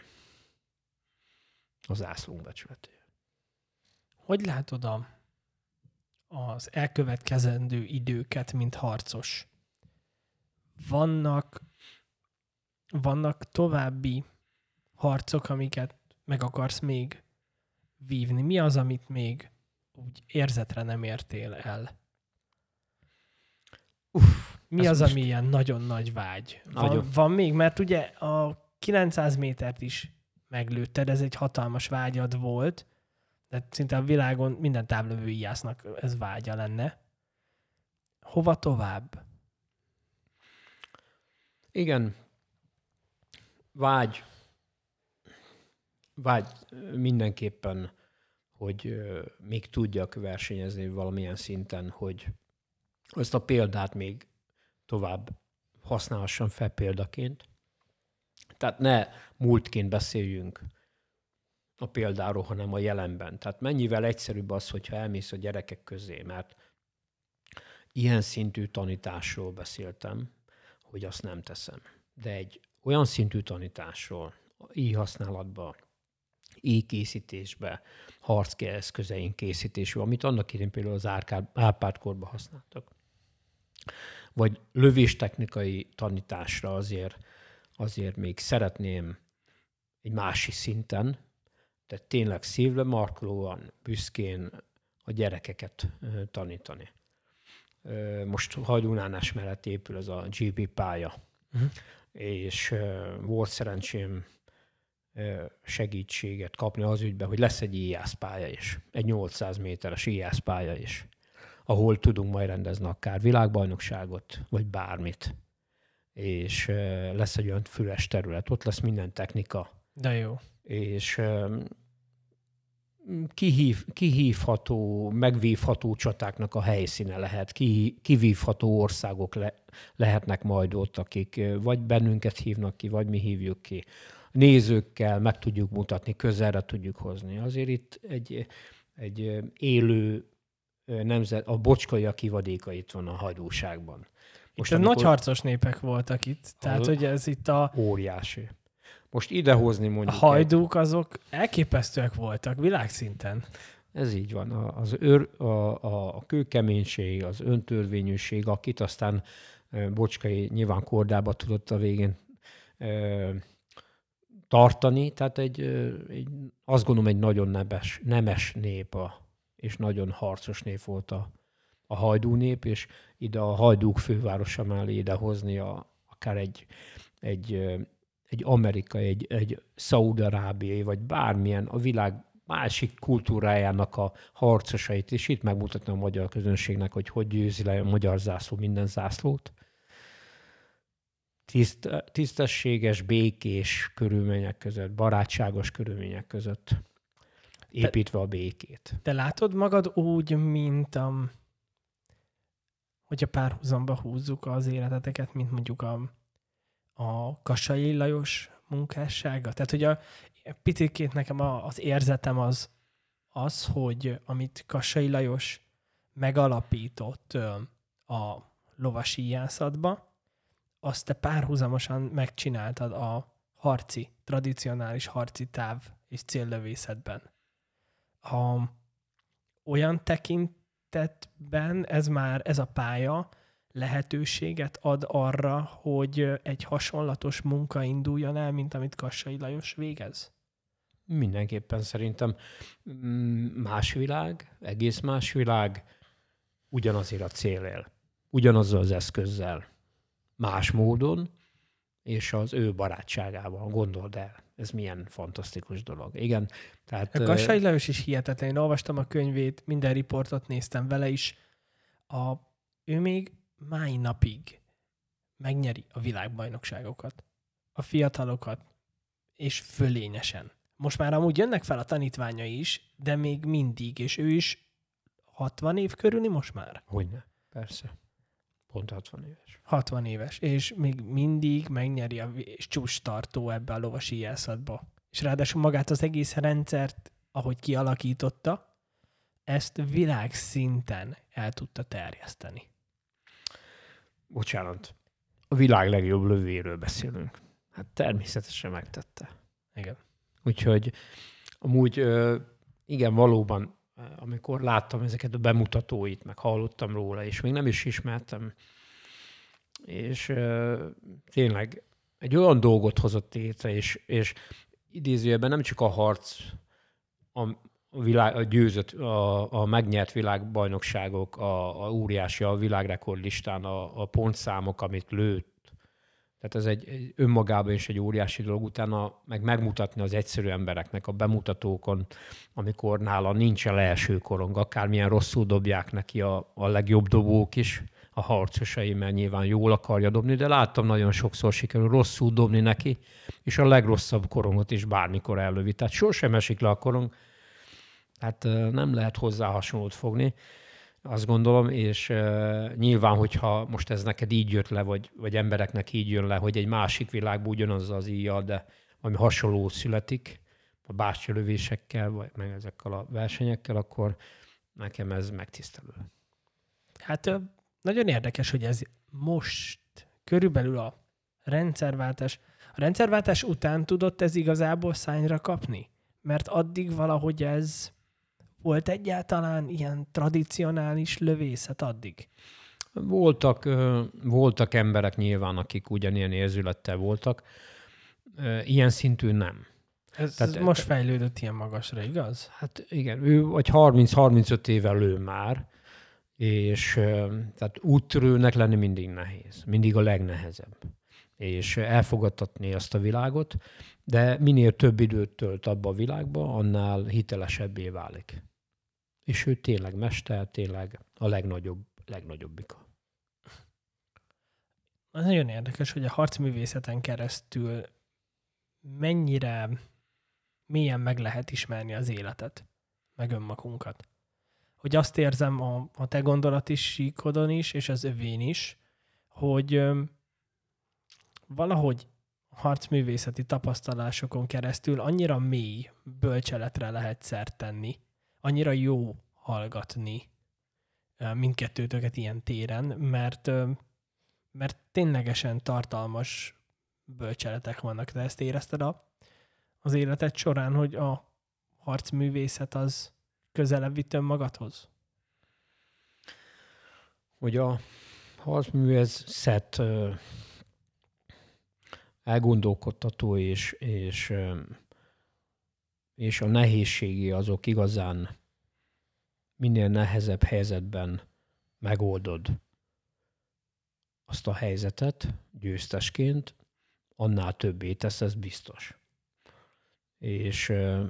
az zászlónk becsületével. Hogy látod a, az elkövetkezendő időket, mint harcos? Vannak, vannak további harcok, amiket meg akarsz még vívni? Mi az, amit még úgy érzetre nem értél el? Uff, Mi az, most... ami ilyen nagyon nagy vágy? Nagyon. Van, van még? Mert ugye a kilencszáz métert is meglőtted, ez egy hatalmas vágyad volt, de szinte a világon minden távlövő íjásznak ez vágya lenne. Hova tovább? Igen. Vágy. Vágy mindenképpen hogy még tudjak versenyezni valamilyen szinten, hogy ezt a példát még tovább használhassam fel példaként. Tehát ne múltként beszéljünk a példáról, hanem a jelenben. Tehát mennyivel egyszerűbb az, hogyha elmész a gyerekek közé, mert ilyen szintű tanításról beszéltem, hogy azt nem teszem. De egy olyan szintű tanításról, i-használatban, i-készítésbe, harceszközeink készítésben, amit annak idején például az Árpád-korban használtak. Vagy lövéstechnikai tanításra azért, azért még szeretném egy másik szinten, tehát tényleg szívle markolóan, büszkén a gyerekeket tanítani. Most Hajdúnánás mellett épül ez a gé pé pálya, uh-huh. és volt szerencsém segítséget kapni az ügyben, hogy lesz egy íjász pálya is, egy nyolcszáz méteres íjász pálya is, ahol tudunk majd rendezni akár világbajnokságot, vagy bármit. És lesz egy olyan füles terület, ott lesz minden technika. De jó. És kihív, kihívható, megvívható csatáknak a helyszíne lehet, ki, kivívható országok le, lehetnek majd ott, akik vagy bennünket hívnak ki, vagy mi hívjuk ki. Nézőkkel meg tudjuk mutatni, közelre tudjuk hozni. Azért itt egy, egy élő nemzet, a Bocskai kivadéka itt van a Hajdúságban. Most amikor... nagy harcos népek voltak itt, tehát hogy ez itt a... Óriási. Most idehozni mondjuk... A hajdúk azok elképesztőek voltak világszinten. Ez így van. Az ör, a, a, a kőkeménység, az öntörvényűség, akit aztán Bocskai nyilván kordába tudott a végén ö, tartani, tehát egy, egy, azt gondolom, egy nagyon nemes, nemes nép, a, és nagyon harcos nép volt a, a hajdú nép, és ide a hajdúk fővárosa mellé idehozni a, akár egy, egy, egy amerikai, egy, egy szaúd-arábiai, vagy bármilyen a világ másik kultúrájának a harcosait, és itt megmutatni a magyar közönségnek, hogy hogy győzi le a magyar zászló minden zászlót. Tiszt, tisztességes, békés körülmények között, barátságos körülmények között építve a békét. Te látod magad úgy, mint a, hogyha párhuzamba húzzuk az életeteket, mint mondjuk a, a Kassai Lajos munkássága? Tehát, hogy a picikét nekem az érzetem az, az, hogy amit Kassai Lajos megalapított a lovasíjászatba, azt te párhuzamosan megcsináltad a harci, tradicionális harci táv és céllövészetben. A, olyan tekintetben ez már, ez a pálya lehetőséget ad arra, hogy egy hasonlatos munka induljon el, mint amit Kassai Lajos végez? Mindenképpen szerintem más világ, egész más világ, ugyanazért a célél, ugyanazzal az eszközzel, más módon, és az ő barátságával. Gondold el, ez milyen fantasztikus dolog. Igen, tehát... A Kassai Lajos is hihetetlen. Én olvastam a könyvét, minden riportot néztem vele is. A, ő még mai napig megnyeri a világbajnokságokat, a fiatalokat, és fölényesen. Most már amúgy jönnek fel a tanítványai is, de még mindig, és ő is hatvan év körüli most már? Hogyne, persze. Pont hatvan éves. hatvan éves, és még mindig megnyeri a csúcstartó ebbe a lovasíjászatba. És ráadásul magát az egész rendszert, ahogy kialakította, ezt világszinten el tudta terjeszteni. Bocsánat. A világ legjobb lövéről beszélünk. Hát természetesen megtette. Igen. Úgyhogy amúgy igen, valóban amikor láttam ezeket a bemutatóit, meg hallottam róla, és még nem is ismertem, és uh, tényleg egy olyan dolgot hozott létre, és, és idézőjelben nem csak a harc, a, a, világ, a győzött, a, a megnyert világbajnokságok, a, a óriási, a világrekordlistán a, a pontszámok, amit lőtt, tehát ez egy, egy önmagában is egy óriási dolog, utána meg megmutatni az egyszerű embereknek a bemutatókon, amikor nála nincs a leeső korong, akármilyen rosszul dobják neki a, a legjobb dobók is, a harcosai, mert nyilván jól akarja dobni, de láttam nagyon sokszor sikerül rosszul dobni neki, és a legrosszabb korongot is bármikor ellövi. Tehát sosem esik le a korong, Hát nem lehet hozzá hasonlót fogni, azt gondolom, és uh, nyilván, hogyha most ez neked így jött le, vagy, vagy embereknek így jön le, hogy egy másik világban ugyanaz az íjjal, de valami hasonló születik, a bástya-lövésekkel, vagy meg ezekkel a versenyekkel, akkor nekem ez megtisztelő. Hát nagyon érdekes, hogy ez most körülbelül a rendszerváltás. A rendszerváltás után tudott ez igazából szányra kapni? Mert addig valahogy ez volt egyáltalán ilyen tradicionális lövészet addig? Voltak, voltak emberek nyilván, akik ugyanilyen érzülettel voltak. Ilyen szintű nem. Ez, Tehát, ez most fejlődött ilyen magasra, igaz? Hát igen, ő vagy harminc-harmincöt éve lő már, és tehát úttörőnek lenni mindig nehéz. Mindig a legnehezebb. És elfogadtatni azt a világot, de minél több időt tölt abba a világba, annál hitelesebbé válik. És ő tényleg mester, tényleg a legnagyobb, legnagyobbika. Az nagyon érdekes, hogy a harcművészeten keresztül mennyire mélyen meg lehet ismerni az életet, meg önmagunkat. Hogy azt érzem a, a te gondolati síkodon is, és az övén is, hogy öm, valahogy harcművészeti tapasztalásokon keresztül annyira mély bölcseletre lehet szert tenni, annyira jó hallgatni mindkettőtöket ilyen téren, mert, mert ténylegesen tartalmas bölcseletek vannak. Te ezt érezted a, az életed során, hogy a harcművészet az közelebb vitt önmagadhoz? Hogy a harcművészet elgondolkodtató és, és, és a nehézségi azok igazán minél nehezebb helyzetben megoldod azt a helyzetet győztesként, annál többé tesz, ez biztos. És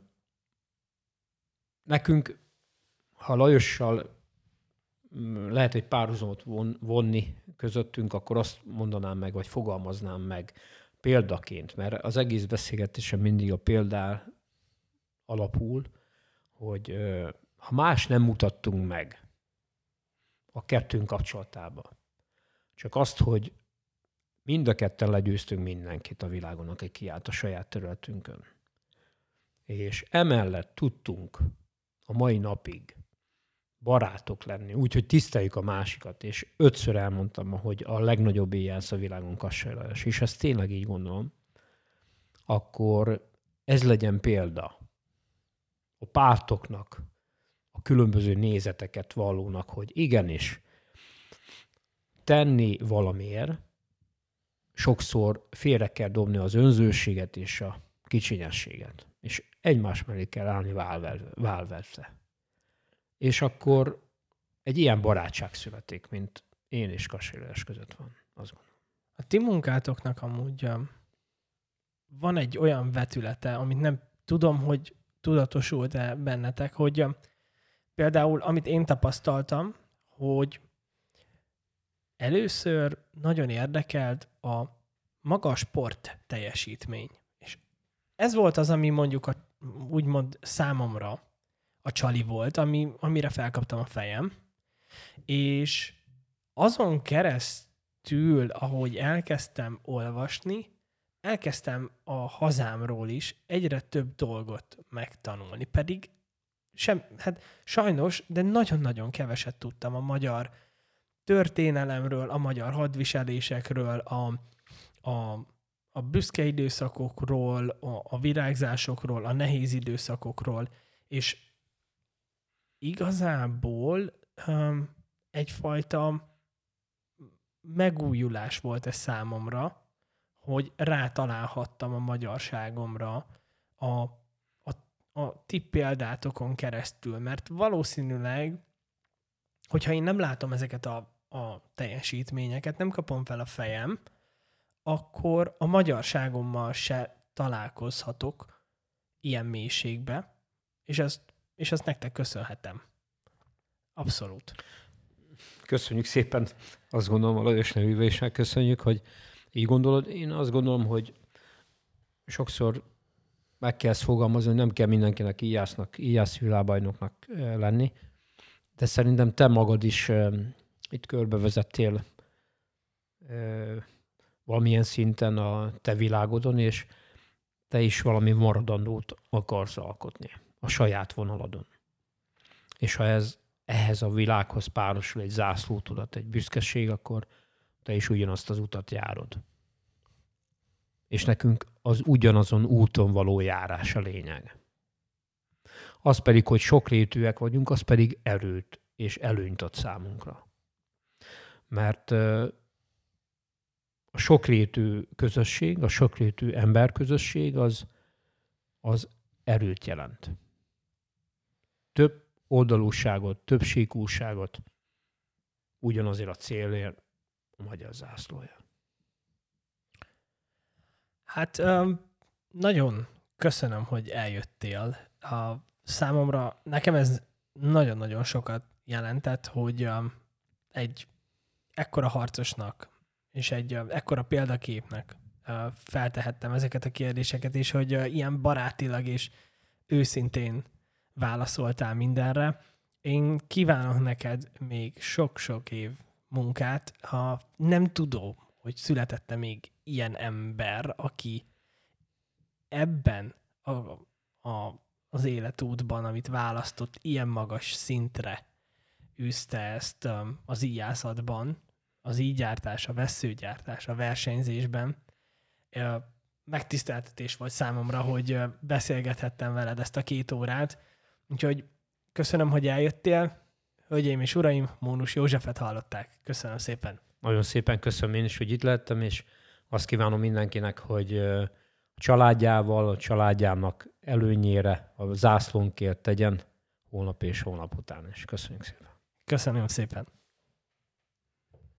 nekünk, ha Lajossal lehet egy párhuzamot von, vonni közöttünk, akkor azt mondanám meg, vagy fogalmaznám meg példaként, mert az egész beszélgetésen mindig a példá alapul, hogy ha más nem mutattunk meg a kettőnk kapcsolatába, csak azt, hogy mind a ketten legyőztünk mindenkit a világon, aki kiállt a saját területünkön. És emellett tudtunk a mai napig barátok lenni, úgyhogy tiszteljük a másikat, és ötször elmondtam, hogy a legnagyobb éjjelsz a világon Kassai Lajos, és ezt tényleg így gondolom, akkor ez legyen példa a pártoknak, a különböző nézeteket vallónak, hogy igenis tenni valamiért, sokszor félre kell dobni az önzőséget és a kicsinyességet, és egymás mellé kell állni válvetve. És akkor egy ilyen barátság születik, mint én és Kassai Lajos között van, azt gondolom. A ti munkátoknak amúgy van egy olyan vetülete, amit nem tudom, hogy tudatosult-e bennetek, hogy például, amit én tapasztaltam, hogy először nagyon érdekelt a maga a sport teljesítmény. És ez volt az, ami mondjuk a, úgymond számomra a csali volt, ami, amire felkaptam a fejem. És azon keresztül, ahogy elkezdtem olvasni, elkezdtem a hazámról is egyre több dolgot megtanulni. Pedig sem, hát sajnos, de nagyon-nagyon keveset tudtam a magyar történelemről, a magyar hadviselésekről, a, a, a büszke időszakokról, a, a virágzásokról, a nehéz időszakokról, és igazából um, egyfajta megújulás volt ez számomra, hogy rátalálhattam a magyarságomra a, a, a ti példátokon keresztül, mert valószínűleg, hogyha én nem látom ezeket a, a teljesítményeket, nem kapom fel a fejem, akkor a magyarságommal se találkozhatok ilyen mélységbe, és ezt, és ezt nektek köszönhetem. Abszolút. Köszönjük szépen, azt gondolom, a Lajos nevűvel is megköszönjük, hogy így gondolod. Én azt gondolom, hogy sokszor meg kell ezt fogalmazni, hogy nem kell mindenkinek íjásznak, íjász világbajnoknak lenni, de szerintem te magad is itt körbevezettél valamilyen szinten a te világodon, és te is valami maradandót akarsz alkotni a saját vonaladon. És ha ez ehhez a világhoz párosul egy zászlótudat, egy büszkeség, akkor te is ugyanazt az utat járod. És nekünk az ugyanazon úton való járás a lényeg. Az pedig, hogy sokrétűek vagyunk, az pedig erőt és előnyt ad számunkra. Mert a sokrétű közösség, a sokrétű emberközösség az, az erőt jelent. Több oldalúságot, több síkúságot ugyanazért a célért a magyar zászlója. Hát nagyon köszönöm, hogy eljöttél. A számomra, nekem ez nagyon-nagyon sokat jelentett, hogy egy ekkora harcosnak és egy ekkora példaképnek feltehettem ezeket a kérdéseket, és hogy ilyen barátilag és őszintén válaszoltál mindenre. Én kívánok neked még sok-sok év munkát, ha nem tudom, hogy születette még ilyen ember, aki ebben a, a, az életútban, amit választott, ilyen magas szintre űzte ezt az íjászatban, az ígygyártás, a vesszőgyártás, a versenyzésben. Megtiszteltetés volt számomra, hogy beszélgethettem veled ezt a két órát. Úgyhogy köszönöm, hogy eljöttél. Hölgyeim és uraim, Mónus Józsefet hallották. Köszönöm szépen. Nagyon szépen köszönöm én is, hogy itt lettem, és azt kívánom mindenkinek, hogy a családjával, a családjának előnyére, a zászlónkért tegyen holnap és holnap után is. Köszönjük szépen. Köszönöm szépen.